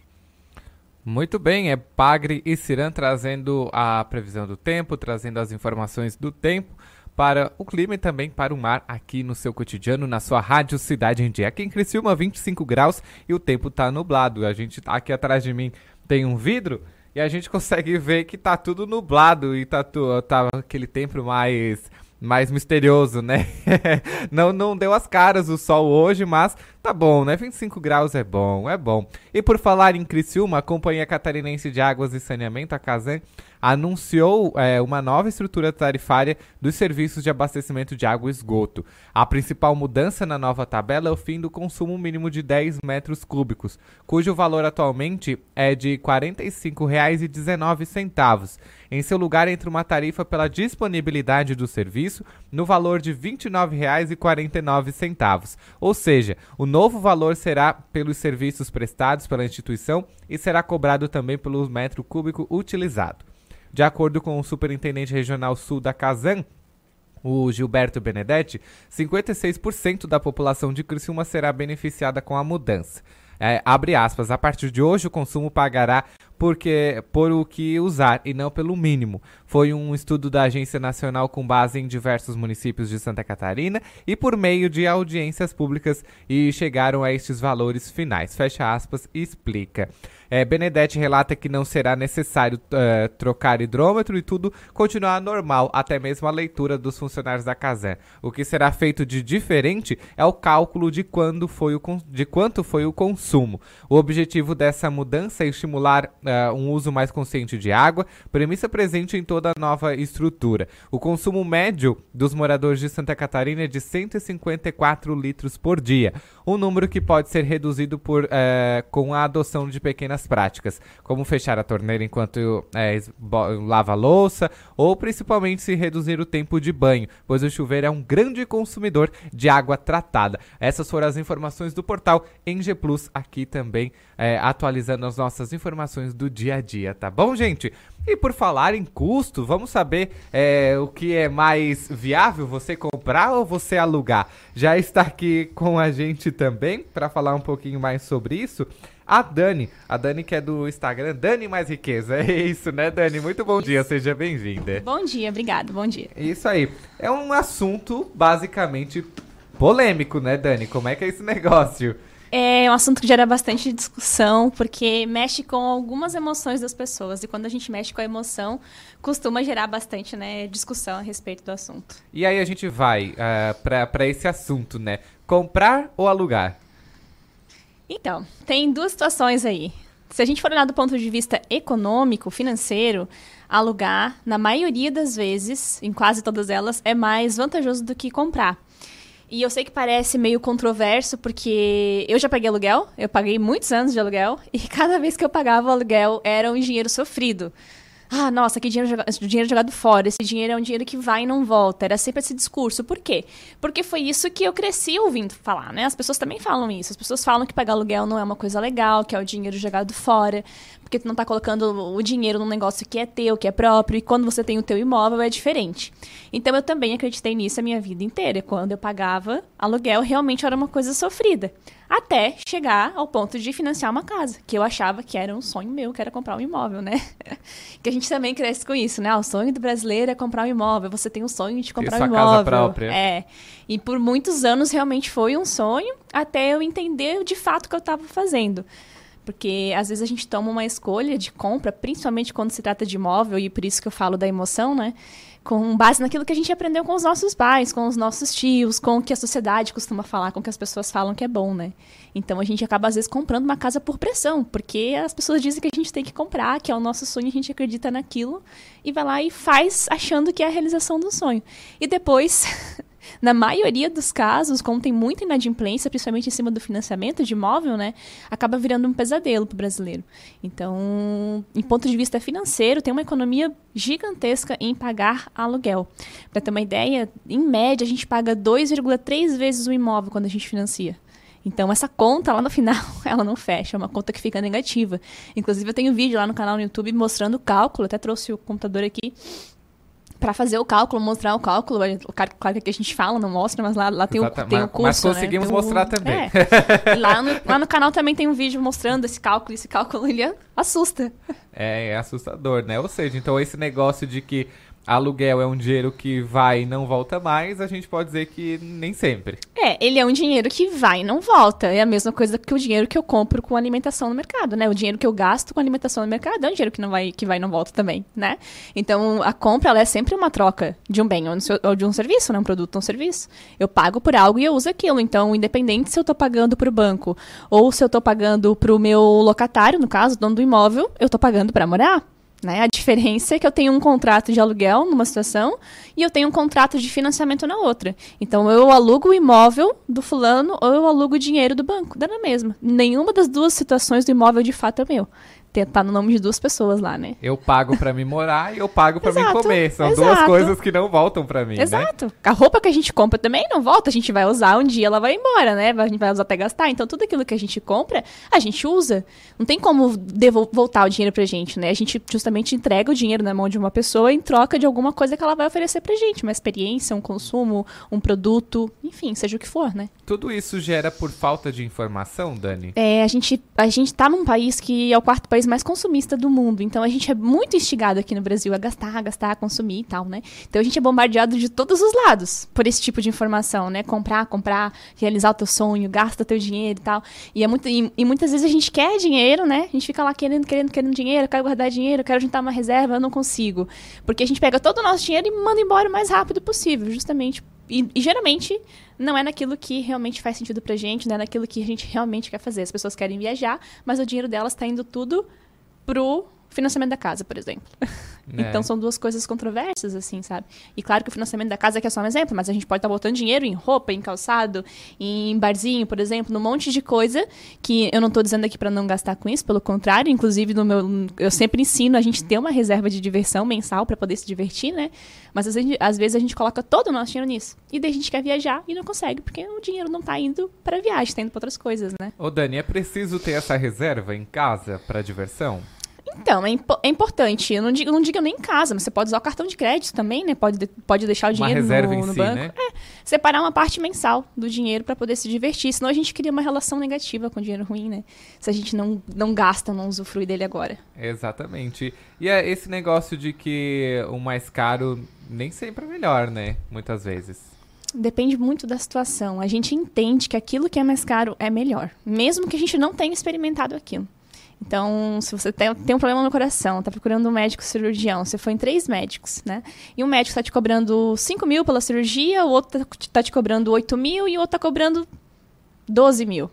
Speaker 2: Muito bem, é Pagre e Ciran trazendo a previsão do tempo, trazendo as informações do tempo para o clima e também para o mar aqui no seu cotidiano, na sua rádio Cidade em Dia. Aqui em Criciúma, vinte e cinco graus e o tempo tá nublado. A gente, aqui atrás de mim tem um vidro e a gente consegue ver que tá tudo nublado e tá, tu, tá aquele tempo mais, mais misterioso, né? não, não deu as caras o sol hoje, mas tá bom, né? vinte e cinco graus é bom, é bom. E por falar em Criciúma, a Companhia Catarinense de Águas e Saneamento, a Casan, anunciou é, uma nova estrutura tarifária dos serviços de abastecimento de água e esgoto. A principal mudança na nova tabela é o fim do consumo mínimo de dez metros cúbicos, cujo valor atualmente é de quarenta e cinco reais e dezenove centavos. Em seu lugar, entra uma tarifa pela disponibilidade do serviço no valor de vinte e nove reais e quarenta e nove centavos. Ou seja, o novo valor será pelos serviços prestados pela instituição e será cobrado também pelo metro cúbico utilizado. De acordo com o Superintendente Regional Sul da Casan, o Gilberto Benedetti, cinquenta e seis por cento da população de Criciúma será beneficiada com a mudança. É, abre aspas, a partir de hoje o consumo pagará porque, por o que usar e não pelo mínimo. Foi um estudo da Agência Nacional com base em diversos municípios de Santa Catarina e por meio de audiências públicas e chegaram a estes valores finais. Fecha aspas e explica. É, Benedetti relata que não será necessário uh, trocar hidrômetro e tudo continuar normal, até mesmo a leitura dos funcionários da Casan. O que será feito de diferente é o cálculo de, quando foi o, de quanto foi o consumo. O objetivo dessa mudança é estimular uh, um uso mais consciente de água, premissa presente em toda a nova estrutura. O consumo médio dos moradores de Santa Catarina é de cento e cinquenta e quatro litros por dia, um número que pode ser reduzido por, uh, com a adoção de pequenas práticas, como fechar a torneira enquanto é, lava a louça, ou principalmente se reduzir o tempo de banho, pois o chuveiro é um grande consumidor de água tratada. Essas foram as informações do portal Eng Plus, aqui também é, atualizando as nossas informações do dia a dia, tá bom, gente? E por falar em custo, vamos saber é, o que é mais viável, você comprar ou você alugar? Já está aqui com a gente também, para falar um pouquinho mais sobre isso, a Dani, a Dani que é do Instagram, Dani Mais Riqueza, é isso, né, Dani? Muito bom dia, seja bem-vinda.
Speaker 3: Bom dia, obrigado, bom dia.
Speaker 2: Isso aí, é um assunto basicamente polêmico, né, Dani? Como é que é esse negócio?
Speaker 3: É um assunto que gera bastante discussão, porque mexe com algumas emoções das pessoas, e quando a gente mexe com a emoção, costuma gerar bastante, né, discussão a respeito do assunto.
Speaker 2: E aí a gente vai uh, para esse assunto, né, comprar ou alugar?
Speaker 3: Então, tem duas situações aí. Se a gente for olhar do ponto de vista econômico, financeiro, alugar, na maioria das vezes, em quase todas elas, é mais vantajoso do que comprar. E eu sei que parece meio controverso, porque eu já paguei aluguel, eu paguei muitos anos de aluguel, e cada vez que eu pagava o aluguel era um dinheiro sofrido. Ah, nossa, que dinheiro, dinheiro jogado fora, esse dinheiro é um dinheiro que vai e não volta. Era sempre esse discurso. Por quê? Porque foi isso que eu cresci ouvindo falar, né? As pessoas também falam isso. As pessoas falam que pagar aluguel não é uma coisa legal, que é o dinheiro jogado fora, porque tu não tá colocando o dinheiro num negócio que é teu, que é próprio, e quando você tem o teu imóvel é diferente. Então eu também acreditei nisso a minha vida inteira. Quando eu pagava aluguel, realmente era uma coisa sofrida. Até chegar ao ponto de financiar uma casa, que eu achava que era um sonho meu, que era comprar um imóvel, né? Que a gente também cresce com isso, né? Ah, o sonho do brasileiro é comprar um imóvel, você tem o sonho de comprar um imóvel. Casa própria. É. E por muitos anos realmente foi um sonho, até eu entender de fato o que eu estava fazendo. Porque às vezes a gente toma uma escolha de compra, principalmente quando se trata de imóvel, e por isso que eu falo da emoção, né? Com base naquilo que a gente aprendeu com os nossos pais, com os nossos tios, com o que a sociedade costuma falar, com o que as pessoas falam que é bom, né? Então a gente acaba às vezes comprando uma casa por pressão, porque as pessoas dizem que a gente tem que comprar, que é o nosso sonho, a gente acredita naquilo, e vai lá e faz achando que é a realização do sonho. E depois... Na maioria dos casos, como tem muita inadimplência, principalmente em cima do financiamento de imóvel, né, acaba virando um pesadelo para o brasileiro. Então, em ponto de vista financeiro, tem uma economia gigantesca em pagar aluguel. Para ter uma ideia, em média, a gente paga dois vírgula três vezes o imóvel quando a gente financia. Então, essa conta lá no final, ela não fecha, é uma conta que fica negativa. Inclusive, eu tenho um vídeo lá no canal no YouTube mostrando o cálculo, até trouxe o computador aqui, para fazer o cálculo, mostrar o cálculo. Claro que a gente fala, não mostra, mas lá, lá tem, o, tem o curso,
Speaker 2: mas conseguimos
Speaker 3: né?
Speaker 2: mostrar
Speaker 3: o,
Speaker 2: também.
Speaker 3: É. Lá, no, lá no canal também tem um vídeo mostrando esse cálculo, esse cálculo, ele assusta.
Speaker 2: É, é assustador, né? Ou seja, então esse negócio de que aluguel é um dinheiro que vai e não volta mais, a gente pode dizer que nem sempre.
Speaker 3: É, ele é um dinheiro que vai e não volta. É a mesma coisa que o dinheiro que eu compro com alimentação no mercado, né? O dinheiro que eu gasto com alimentação no mercado é um dinheiro que não vai, que vai e não volta também, né? Então, a compra, ela é sempre uma troca de um bem ou de um serviço, né? Um produto ou um serviço. Eu pago por algo e eu uso aquilo. Então, independente se eu tô pagando pro banco ou se eu tô pagando pro meu locatário, no caso, dono do imóvel, eu tô pagando para morar. Né? A diferença é que eu tenho um contrato de aluguel numa situação e eu tenho um contrato de financiamento na outra. Então, eu alugo o imóvel do fulano ou eu alugo o dinheiro do banco, dá na mesma. Nenhuma das duas situações do imóvel, de fato, é meu. Tá no nome de duas pessoas lá, né?
Speaker 2: Eu pago pra me morar e eu pago pra me comer. São
Speaker 3: exato.
Speaker 2: duas coisas que não voltam pra mim,
Speaker 3: exato.
Speaker 2: Né?
Speaker 3: A roupa que a gente compra também não volta. A gente vai usar um dia, ela vai embora, né? A gente vai usar até gastar. Então, tudo aquilo que a gente compra, a gente usa. Não tem como devol- voltar o dinheiro pra gente, né? A gente justamente entrega o dinheiro na mão de uma pessoa em troca de alguma coisa que ela vai oferecer pra gente. Uma experiência, um consumo, um produto, enfim, seja o que for, né?
Speaker 2: Tudo isso gera por falta de informação, Dani?
Speaker 3: É, a gente, a gente tá num país que é o quarto país mais consumista do mundo. Então, a gente é muito instigado aqui no Brasil a gastar, a gastar, a consumir e tal, né? Então, a gente é bombardeado de todos os lados por esse tipo de informação, né? Comprar, comprar, realizar o teu sonho, gasta teu dinheiro e tal. E, é muito, e, e muitas vezes a gente quer dinheiro, né? A gente fica lá querendo, querendo, querendo dinheiro, quero guardar dinheiro, quero juntar uma reserva, eu não consigo. Porque a gente pega todo o nosso dinheiro e manda embora o mais rápido possível, justamente. E, e geralmente não é naquilo que realmente faz sentido pra gente, não é naquilo que a gente realmente quer fazer. As pessoas querem viajar, mas o dinheiro delas tá indo tudo pro financiamento da casa, por exemplo. É. Então, são duas coisas controversas, assim, sabe? E claro que o financiamento da casa aqui é só um exemplo, mas a gente pode estar botando dinheiro em roupa, em calçado, em barzinho, por exemplo, num monte de coisa que eu não estou dizendo aqui para não gastar com isso, pelo contrário, inclusive, no meu, eu sempre ensino a gente ter uma reserva de diversão mensal para poder se divertir, né? Mas às vezes, às vezes a gente coloca todo o nosso dinheiro nisso. E daí a gente quer viajar e não consegue, porque o dinheiro não está indo para viagem, está indo para outras coisas, né?
Speaker 2: Ô, Dani, é preciso ter essa reserva em casa para diversão?
Speaker 3: Então, é, impo- é importante. Eu não digo, não digo nem em casa, mas você pode usar o cartão de crédito também, né? Pode, de- pode deixar o dinheiro
Speaker 2: uma reserva
Speaker 3: no,
Speaker 2: em
Speaker 3: no
Speaker 2: si,
Speaker 3: banco.
Speaker 2: Né?
Speaker 3: É, separar uma parte mensal do dinheiro para poder se divertir. Senão a gente cria uma relação negativa com o dinheiro ruim, né? Se a gente não, não gasta, não usufrui dele agora.
Speaker 2: Exatamente. E é esse negócio de que o mais caro nem sempre é melhor, né? Muitas vezes.
Speaker 3: Depende muito da situação. A gente entende que aquilo que é mais caro é melhor. Mesmo que a gente não tenha experimentado aquilo. Então, se você tem, tem um problema no coração, tá procurando um médico cirurgião, você foi em três médicos, né? E um médico tá te cobrando cinco mil pela cirurgia, o outro tá, tá te cobrando oito mil e o outro tá cobrando doze mil.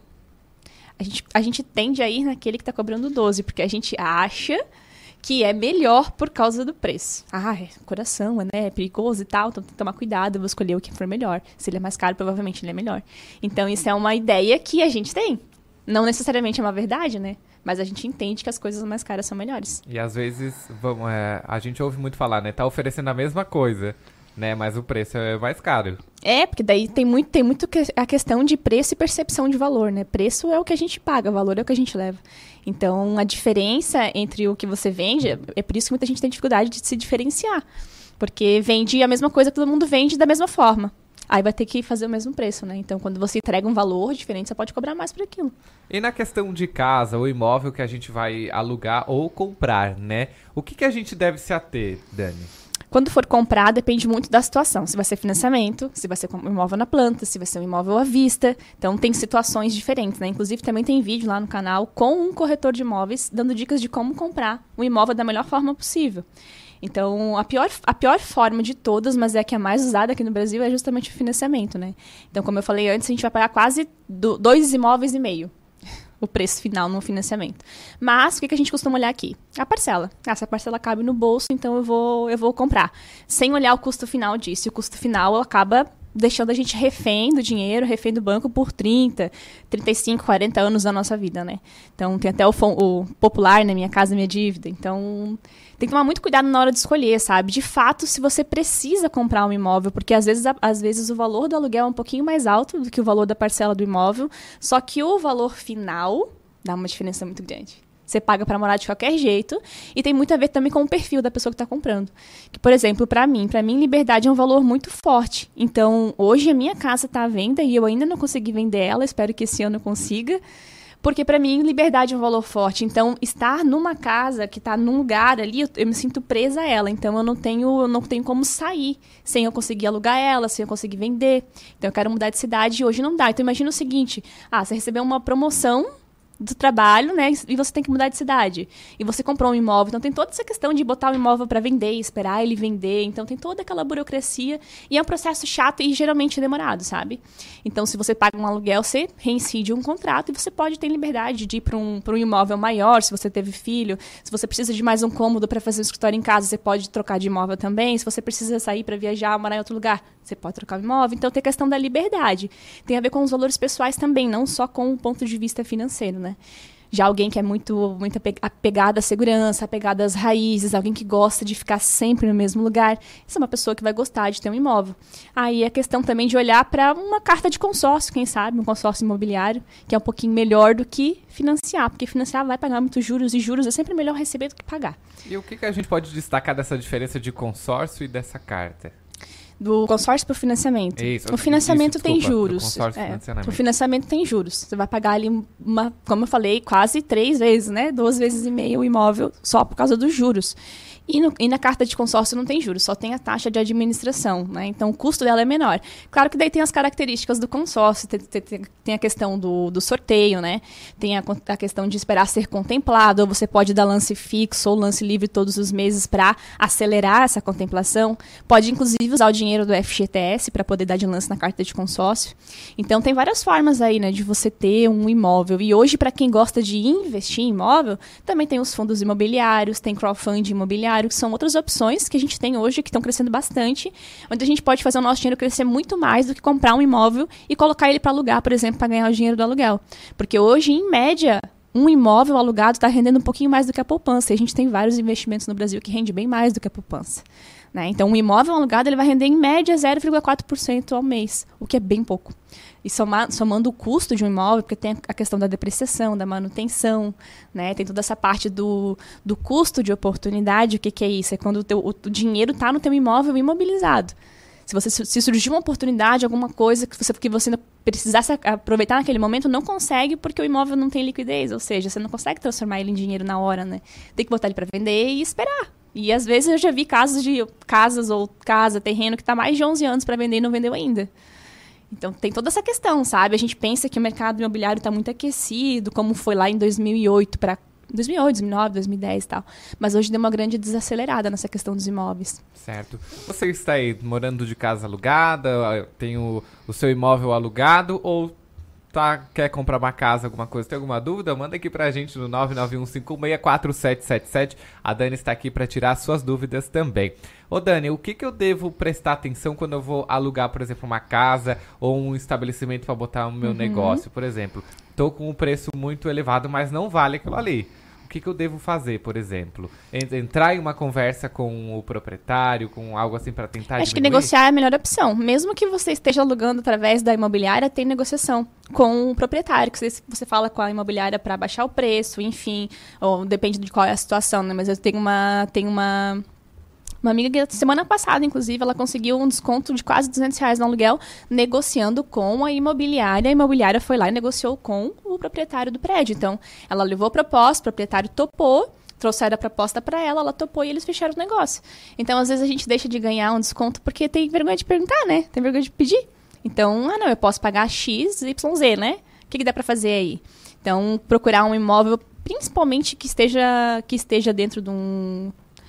Speaker 3: A gente, a gente tende a ir naquele que tá cobrando doze, porque a gente acha que é melhor por causa do preço. Ah, é coração, né? É perigoso e tal, então tem que tomar cuidado, eu vou escolher o que for melhor. Se ele é mais caro, provavelmente ele é melhor. Então, isso é uma ideia que a gente tem. Não necessariamente é uma verdade, né? Mas a gente entende que as coisas mais caras são melhores.
Speaker 2: E às vezes, vamos, é, a gente ouve muito falar, né? Tá oferecendo a mesma coisa, né? Mas o preço é mais caro.
Speaker 3: É, porque daí tem muito, tem muito que, a questão de preço e percepção de valor, né? Preço é o que a gente paga, valor é o que a gente leva. Então, a diferença entre o que você vende, é por isso que muita gente tem dificuldade de se diferenciar. Porque vende a mesma coisa que todo mundo vende da mesma forma. Aí vai ter que fazer o mesmo preço, né? Então, quando você entrega um valor diferente, você pode cobrar mais por aquilo.
Speaker 2: E na questão de casa ou imóvel que a gente vai alugar ou comprar, né? O que, que a gente deve se ater, Dani?
Speaker 3: Quando for comprar, depende muito da situação. Se vai ser financiamento, se vai ser um imóvel na planta, se vai ser um imóvel à vista. Então, tem situações diferentes, né? Inclusive, também tem vídeo lá no canal com um corretor de imóveis dando dicas de como comprar um imóvel da melhor forma possível. Então, a pior, a pior forma de todas, mas é a que é mais usada aqui no Brasil, é justamente o financiamento, né? Então, como eu falei antes, a gente vai pagar quase do, dois imóveis e meio o preço final no financiamento. Mas, o que, que a gente costuma olhar aqui? A parcela. Ah, se a parcela cabe no bolso, então eu vou, eu vou comprar. Sem olhar o custo final disso. E o custo final acaba deixando a gente refém do dinheiro, refém do banco por trinta, trinta e cinco, quarenta anos da nossa vida, né? Então, tem até o, o popular, né? Minha Casa Minha Dívida. Então, tem que tomar muito cuidado na hora de escolher, sabe? De fato, se você precisa comprar um imóvel, porque às vezes, às vezes o valor do aluguel é um pouquinho mais alto do que o valor da parcela do imóvel, só que o valor final dá uma diferença muito grande. Você paga para morar de qualquer jeito e tem muito a ver também com o perfil da pessoa que está comprando. Que, por exemplo, para mim, para mim, liberdade é um valor muito forte. Então, hoje a minha casa está à venda e eu ainda não consegui vender ela, espero que esse ano eu consiga, porque para mim, liberdade é um valor forte. Então, estar numa casa que está num lugar ali, eu, eu me sinto presa a ela. Então, eu não tenho, eu não tenho como sair sem eu conseguir alugar ela, sem eu conseguir vender. Então, eu quero mudar de cidade e hoje não dá. Então, imagina o seguinte, ah, você recebeu uma promoção do trabalho, né, e você tem que mudar de cidade. E você comprou um imóvel, então tem toda essa questão de botar o imóvel para vender, esperar ele vender, então tem toda aquela burocracia, e é um processo chato e geralmente demorado, sabe? Então, se você paga um aluguel, você reincide um contrato e você pode ter liberdade de ir para um, para um imóvel maior, se você teve filho, se você precisa de mais um cômodo para fazer um escritório em casa, você pode trocar de imóvel também, se você precisa sair para viajar, morar em outro lugar, você pode trocar o imóvel. Então, tem a questão da liberdade. Tem a ver com os valores pessoais também, não só com o ponto de vista financeiro, né? Já alguém que é muito, muito apegado à segurança, apegado às raízes, alguém que gosta de ficar sempre no mesmo lugar, essa é uma pessoa que vai gostar de ter um imóvel. Aí é questão também de olhar para uma carta de consórcio, quem sabe, um consórcio imobiliário, que é um pouquinho melhor do que financiar, porque financiar vai pagar muitos juros, e juros é sempre melhor receber do que pagar.
Speaker 2: E o que, que a gente pode destacar dessa diferença de consórcio e dessa carta?
Speaker 3: Do consórcio para o financiamento.
Speaker 2: Isso,
Speaker 3: o financiamento
Speaker 2: isso,
Speaker 3: tem
Speaker 2: desculpa,
Speaker 3: juros.
Speaker 2: É,
Speaker 3: o financiamento tem juros. Você vai pagar ali, uma, como eu falei, quase três vezes, né? Duas vezes e meia o imóvel só por causa dos juros. E, no, e na carta de consórcio não tem juros, só tem a taxa de administração, né? Então o custo dela é menor. Claro que daí tem as características do consórcio, tem, tem, tem a questão do, do sorteio, né? Tem a, a questão de esperar ser contemplado, ou você pode dar lance fixo ou lance livre todos os meses para acelerar essa contemplação. Pode, inclusive, usar o dinheiro do F G T S para poder dar de lance na carta de consórcio. Então tem várias formas aí, né, de você ter um imóvel. E hoje, para quem gosta de investir em imóvel, também tem os fundos imobiliários, tem crowdfunding imobiliário, que são outras opções que a gente tem hoje, que estão crescendo bastante, onde a gente pode fazer o nosso dinheiro crescer muito mais do que comprar um imóvel e colocar ele para alugar, por exemplo, para ganhar o dinheiro do aluguel. Porque hoje, em média, um imóvel alugado está rendendo um pouquinho mais do que a poupança. E a gente tem vários investimentos no Brasil que rende bem mais do que a poupança, né? Então, um imóvel alugado ele vai render, em média, zero vírgula quatro por cento ao mês, o que é bem pouco. E soma, somando o custo de um imóvel, porque tem a questão da depreciação, da manutenção, né? Tem toda essa parte do, do custo de oportunidade. O que, que é isso? É quando o, teu, o, o dinheiro está no teu imóvel imobilizado. Se, você, se surgir uma oportunidade, alguma coisa que você, que você precisasse aproveitar naquele momento, não consegue porque o imóvel não tem liquidez. Ou seja, você não consegue transformar ele em dinheiro na hora, né? Tem que botar ele para vender e esperar. E às vezes eu já vi casos de casas ou casa, terreno, que está mais de onze anos para vender e não vendeu ainda. Então, tem toda essa questão, sabe? A gente pensa que o mercado imobiliário está muito aquecido, como foi lá em dois mil e oito para dois mil e oito, dois mil e nove, dois mil e dez e tal. Mas hoje deu uma grande desacelerada nessa questão dos imóveis.
Speaker 2: Certo. Você está aí morando de casa alugada, tem o, o seu imóvel alugado, ou tá, quer comprar uma casa, alguma coisa, tem alguma dúvida? Manda aqui pra gente no nove nove um cinco seis quatro sete sete sete. A Dani está aqui para tirar suas dúvidas também. Ô Dani, o que, que eu devo prestar atenção quando eu vou alugar, por exemplo, uma casa ou um estabelecimento para botar o meu uhum. negócio? Por exemplo, tô com um preço muito elevado, mas não vale aquilo ali. O que, que eu devo fazer, por exemplo? Entrar em uma conversa com o proprietário, com algo assim para tentar
Speaker 3: Acho
Speaker 2: diminuir?
Speaker 3: que negociar é a melhor opção. Mesmo que você esteja alugando através da imobiliária, tem negociação com o proprietário, que você, você fala com a imobiliária para baixar o preço, enfim, ou depende de qual é a situação, né? Mas eu tenho uma... Tenho uma Uma amiga que semana passada, inclusive, ela conseguiu um desconto de quase duzentos reais no aluguel, negociando com a imobiliária. A imobiliária foi lá e negociou com o proprietário do prédio. Então, ela levou a proposta, o proprietário topou, trouxeram a proposta para ela, ela topou e eles fecharam o negócio. Então, às vezes, a gente deixa de ganhar um desconto porque tem vergonha de perguntar, né? Tem vergonha de pedir. Então, ah, não, eu posso pagar X, Y, Z, né? O que, que dá para fazer aí? Então, procurar um imóvel, principalmente que esteja, que esteja dentro de um...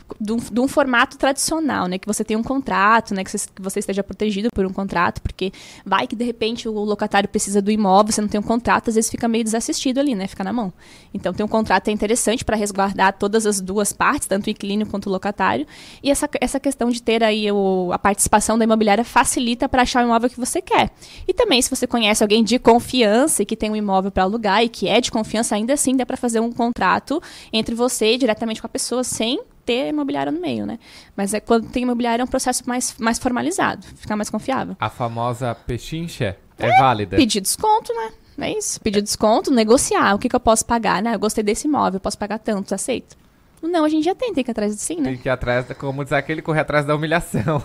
Speaker 3: de um, de um formato tradicional, né? Que você tenha um contrato, né? Que você, que você esteja protegido por um contrato, porque vai que de repente o locatário precisa do imóvel, você não tem um contrato, às vezes fica meio desassistido ali, né? Fica na mão. Então, ter um contrato é interessante para resguardar todas as duas partes, tanto o inquilino quanto o locatário. E essa, essa questão de ter aí o, a participação da imobiliária facilita para achar o imóvel que você quer. E também, se você conhece alguém de confiança e que tem um imóvel para alugar e que é de confiança, ainda assim dá para fazer um contrato entre você diretamente com a pessoa, sem ter imobiliária no meio, né? Mas é, quando tem imobiliária é um processo mais, mais formalizado, fica mais confiável.
Speaker 2: A famosa pechincha é, é válida?
Speaker 3: Pedir desconto, né? É isso, pedir desconto, negociar. O que, que eu posso pagar, né? Eu gostei desse imóvel, eu posso pagar tanto, aceito? Não, a gente já tem, tem que ir atrás de sim, né?
Speaker 2: Tem que ir atrás, como diz aquele, correr atrás da humilhação.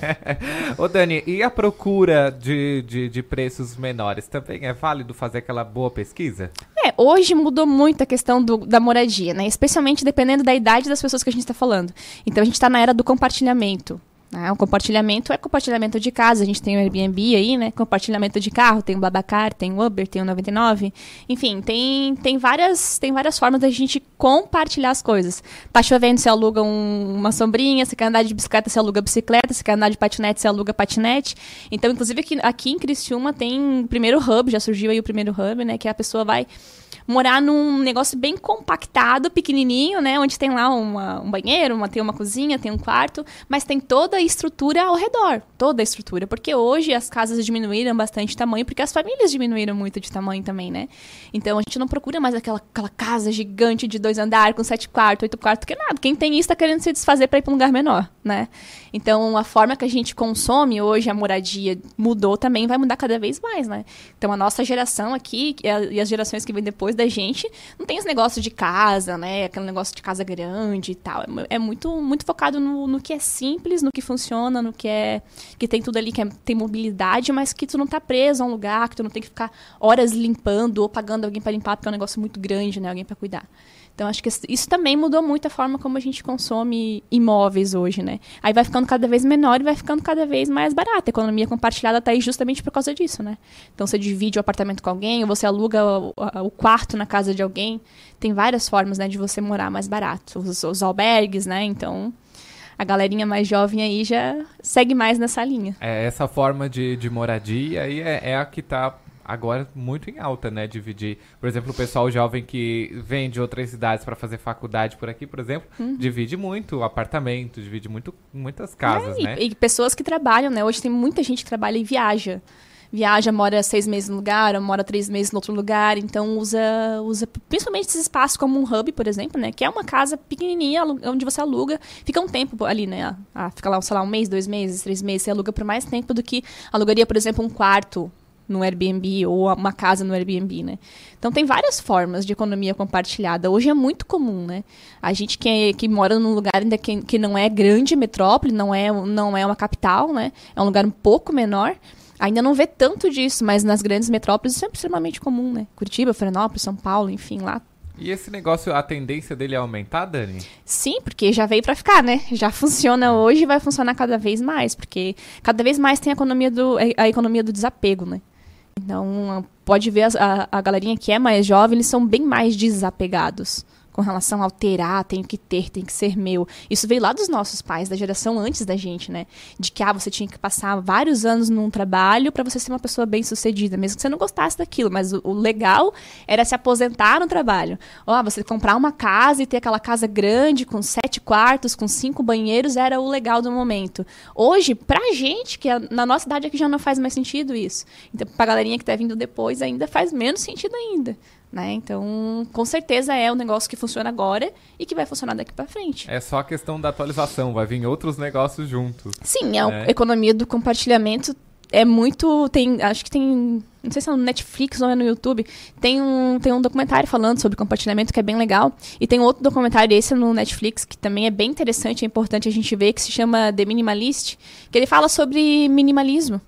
Speaker 2: Ô Dani, e a procura de, de, de preços menores? Também é válido fazer aquela boa pesquisa?
Speaker 3: É, hoje mudou muito a questão do, da moradia, né? Especialmente dependendo da idade das pessoas que a gente está falando. Então a gente está na era do compartilhamento. Ah, o compartilhamento é compartilhamento de casa, a gente tem o Airbnb aí, né? Compartilhamento de carro, tem o Babacar, tem o Uber, tem o noventa e nove. Enfim, tem, tem, várias, tem várias formas da gente compartilhar as coisas. Tá chovendo, você aluga um, uma sombrinha, você quer andar de bicicleta, você aluga bicicleta, você quer andar de patinete, você aluga patinete. Então, inclusive, aqui, aqui em Criciúma tem o primeiro hub, já surgiu aí o primeiro hub, né? Que a pessoa vai morar num negócio bem compactado, pequenininho, né? Onde tem lá uma, um banheiro, uma, tem uma cozinha, tem um quarto, mas tem toda a estrutura ao redor, toda a estrutura. Porque hoje as casas diminuíram bastante de tamanho, porque as famílias diminuíram muito de tamanho também, né? Então a gente não procura mais aquela, aquela casa gigante de dois andares, com sete quartos, oito quartos, que nada. Quem tem isso tá querendo se desfazer para ir para um lugar menor, né? Então a forma que a gente consome hoje, a moradia mudou também, vai mudar cada vez mais, né? Então a nossa geração aqui e as gerações que vêm depois da gente, não tem esse negócio de casa, né? Aquele negócio de casa grande e tal. É, é muito, muito focado no, no que é simples, no que funciona, no que é... que tem tudo ali, que é, tem mobilidade, mas que tu não tá preso a um lugar, que tu não tem que ficar horas limpando ou pagando alguém para limpar, porque é um negócio muito grande, né? Alguém para cuidar. Então, acho que isso também mudou muito a forma como a gente consome imóveis hoje, né? Aí vai ficando cada vez menor e vai ficando cada vez mais barato. A economia compartilhada está aí justamente por causa disso, né? Então, você divide o apartamento com alguém, ou você aluga o, o quarto na casa de alguém. Tem várias formas, né, de você morar mais barato. Os, os albergues, né? Então, a galerinha mais jovem aí já segue mais nessa linha.
Speaker 2: É, essa forma de, de moradia aí é, é a que está agora muito em alta, né? Dividir. Por exemplo, o pessoal jovem que vem de outras cidades para fazer faculdade por aqui, por exemplo, uhum. divide muito apartamento, divide muito, muitas casas,
Speaker 3: é,
Speaker 2: né?
Speaker 3: E, e pessoas que trabalham, né? Hoje tem muita gente que trabalha e viaja. Viaja, mora seis meses no lugar, ou mora três meses no outro lugar, então usa, usa principalmente esses espaços como um hub, por exemplo, né? Que é uma casa pequenininha, onde você aluga, fica um tempo ali, né? Ah, fica lá, sei lá, um mês, dois meses, três meses, você aluga por mais tempo do que alugaria, por exemplo, um quarto no Airbnb ou uma casa no Airbnb, né? Então tem várias formas de economia compartilhada. Hoje é muito comum, né? A gente que, é, que mora num lugar ainda que, que não é grande metrópole, não é, não é uma capital, né? É um lugar um pouco menor. Ainda não vê tanto disso, mas nas grandes metrópoles isso é extremamente comum, né? Curitiba, Florianópolis, São Paulo, enfim, lá.
Speaker 2: E esse negócio, a tendência dele é aumentar, Dani?
Speaker 3: Sim, porque já veio pra ficar, né? Já funciona hoje e vai funcionar cada vez mais, porque cada vez mais tem a economia do, a economia do desapego, né? Então, pode ver a, a, a galerinha que é mais jovem, eles são bem mais desapegados com relação ao terá, tenho que ter, tem que ser meu. Isso veio lá dos nossos pais, da geração antes da gente, né? De que, ah, você tinha que passar vários anos num trabalho para você ser uma pessoa bem-sucedida, mesmo que você não gostasse daquilo, mas o, o legal era se aposentar no trabalho. Ó, ah, você comprar uma casa e ter aquela casa grande, com sete quartos, com cinco banheiros, era o legal do momento. Hoje, pra gente, que é, na nossa idade aqui já não faz mais sentido isso. Então, pra galerinha que tá vindo depois, ainda faz menos sentido ainda. Né? Então, com certeza é um negócio que funciona agora e que vai funcionar daqui para frente.
Speaker 2: É só a questão da atualização, vai vir outros negócios juntos.
Speaker 3: Sim, a né? economia do compartilhamento é muito... Tem, acho que tem... Não sei se é no Netflix ou é no YouTube. Tem um, tem um documentário falando sobre compartilhamento que é bem legal. E tem outro documentário, esse no Netflix, que também é bem interessante, é importante a gente ver, que se chama The Minimalist, que ele fala sobre minimalismo.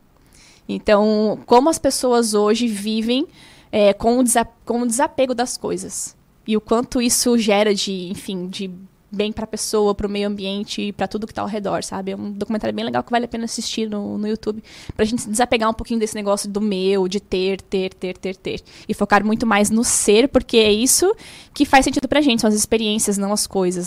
Speaker 3: Então, como as pessoas hoje vivem É, com, o desa- com o desapego das coisas. E o quanto isso gera de, enfim, de bem para a pessoa, para o meio ambiente e para tudo que está ao redor, sabe? É um documentário bem legal que vale a pena assistir no, no YouTube, para a gente se desapegar um pouquinho desse negócio do meu, de ter, ter, ter, ter, ter. E focar muito mais no ser, porque é isso que faz sentido pra gente, são as experiências, não as coisas, né?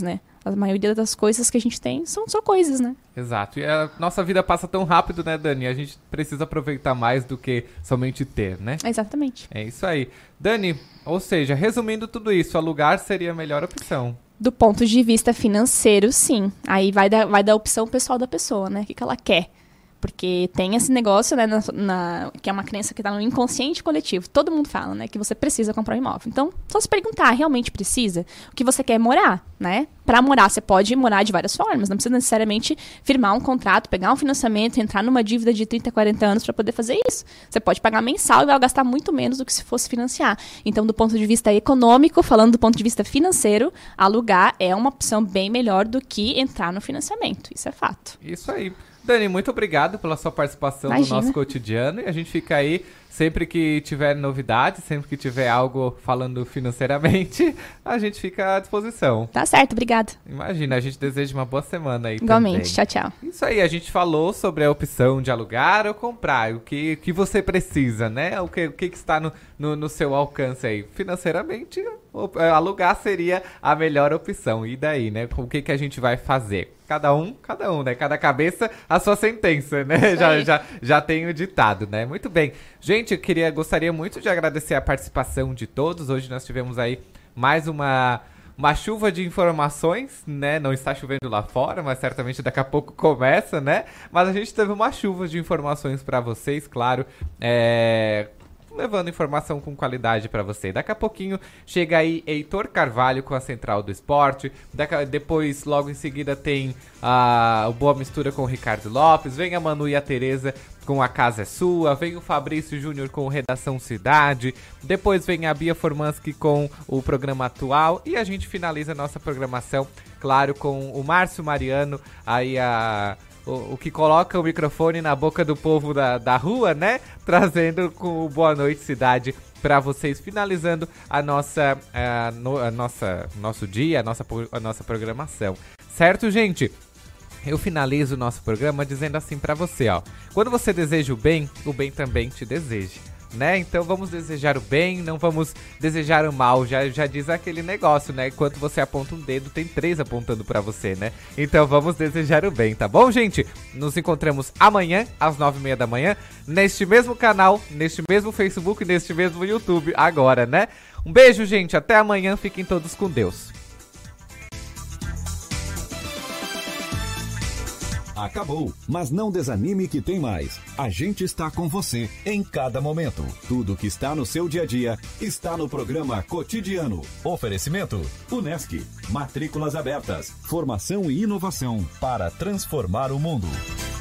Speaker 3: A maioria das coisas que a gente tem são só coisas, né?
Speaker 2: Exato. E a nossa vida passa tão rápido, né, Dani? A gente precisa aproveitar mais do que somente ter, né?
Speaker 3: Exatamente.
Speaker 2: É isso aí. Dani, ou seja, resumindo tudo isso, alugar seria a melhor opção.
Speaker 3: Do ponto de vista financeiro, sim. Aí vai da, vai da opção pessoal da pessoa, né? O que, que ela quer. Porque tem esse negócio, né, na, na, que é uma crença que está no inconsciente coletivo. Todo mundo fala, né, que você precisa comprar um imóvel. Então, só se perguntar, realmente precisa? O que você quer é morar, né? Para morar, você pode morar de várias formas. Não precisa necessariamente firmar um contrato, pegar um financiamento, entrar numa dívida de trinta, quarenta anos para poder fazer isso. Você pode pagar mensal e vai gastar muito menos do que se fosse financiar. Então, do ponto de vista econômico, falando do ponto de vista financeiro, alugar é uma opção bem melhor do que entrar no financiamento. Isso é fato.
Speaker 2: Isso aí. Dani, muito obrigado pela sua participação
Speaker 3: Imagina.
Speaker 2: no nosso cotidiano. E a gente fica aí, sempre que tiver novidade, sempre que tiver algo falando financeiramente, a gente fica à disposição.
Speaker 3: Tá certo, obrigada.
Speaker 2: Imagina, a gente deseja uma boa semana aí
Speaker 3: Igualmente,
Speaker 2: também.
Speaker 3: tchau, tchau.
Speaker 2: Isso aí, a gente falou sobre a opção de alugar ou comprar, o que, que você precisa, né? O que, o que está no, no, no seu alcance aí. Financeiramente, alugar seria a melhor opção. E daí, né? O que, que a gente vai fazer? Cada um, cada um, né? Cada cabeça, a sua sentença, né? Já, já, já tem o ditado, né? Muito bem. Gente, eu queria, gostaria muito de agradecer a participação de todos. Hoje nós tivemos aí mais uma, uma chuva de informações, né? Não está chovendo lá fora, mas certamente daqui a pouco começa, né? Mas a gente teve uma chuva de informações para vocês, claro. É... levando informação com qualidade para você. Daqui a pouquinho chega aí Heitor Carvalho com a Central do Esporte. Daqui, depois, logo em seguida, tem a, a Boa Mistura com o Ricardo Lopes. Vem a Manu e a Tereza com A Casa é Sua. Vem o Fabrício Júnior com Redação Cidade. Depois vem a Bia Formansky com o programa atual. E a gente finaliza a nossa programação, claro, com o Márcio Mariano, aí a... O, o que coloca o microfone na boca do povo da, da rua, né? Trazendo com o Boa Noite Cidade para vocês, finalizando a nossa, a, no, a nossa, nosso dia, a nossa, a nossa programação. Certo, gente? Eu finalizo o nosso programa dizendo assim para você, ó. Quando você deseja o bem, o bem também te deseja. Né? Então vamos desejar o bem, não vamos desejar o mal. Já, já diz aquele negócio, né? Enquanto você aponta um dedo, tem três apontando pra você, né? Então vamos desejar o bem, tá bom, gente? Nos encontramos amanhã, às nove e meia da manhã, neste mesmo canal, neste mesmo Facebook, neste mesmo YouTube, agora, né? Um beijo, gente, até amanhã, fiquem todos com Deus.
Speaker 1: Acabou, mas não desanime que tem mais. A gente está com você em cada momento. Tudo que está no seu dia a dia está no programa Cotidiano. Oferecimento Unesc. Matrículas abertas. Formação e inovação para transformar o mundo.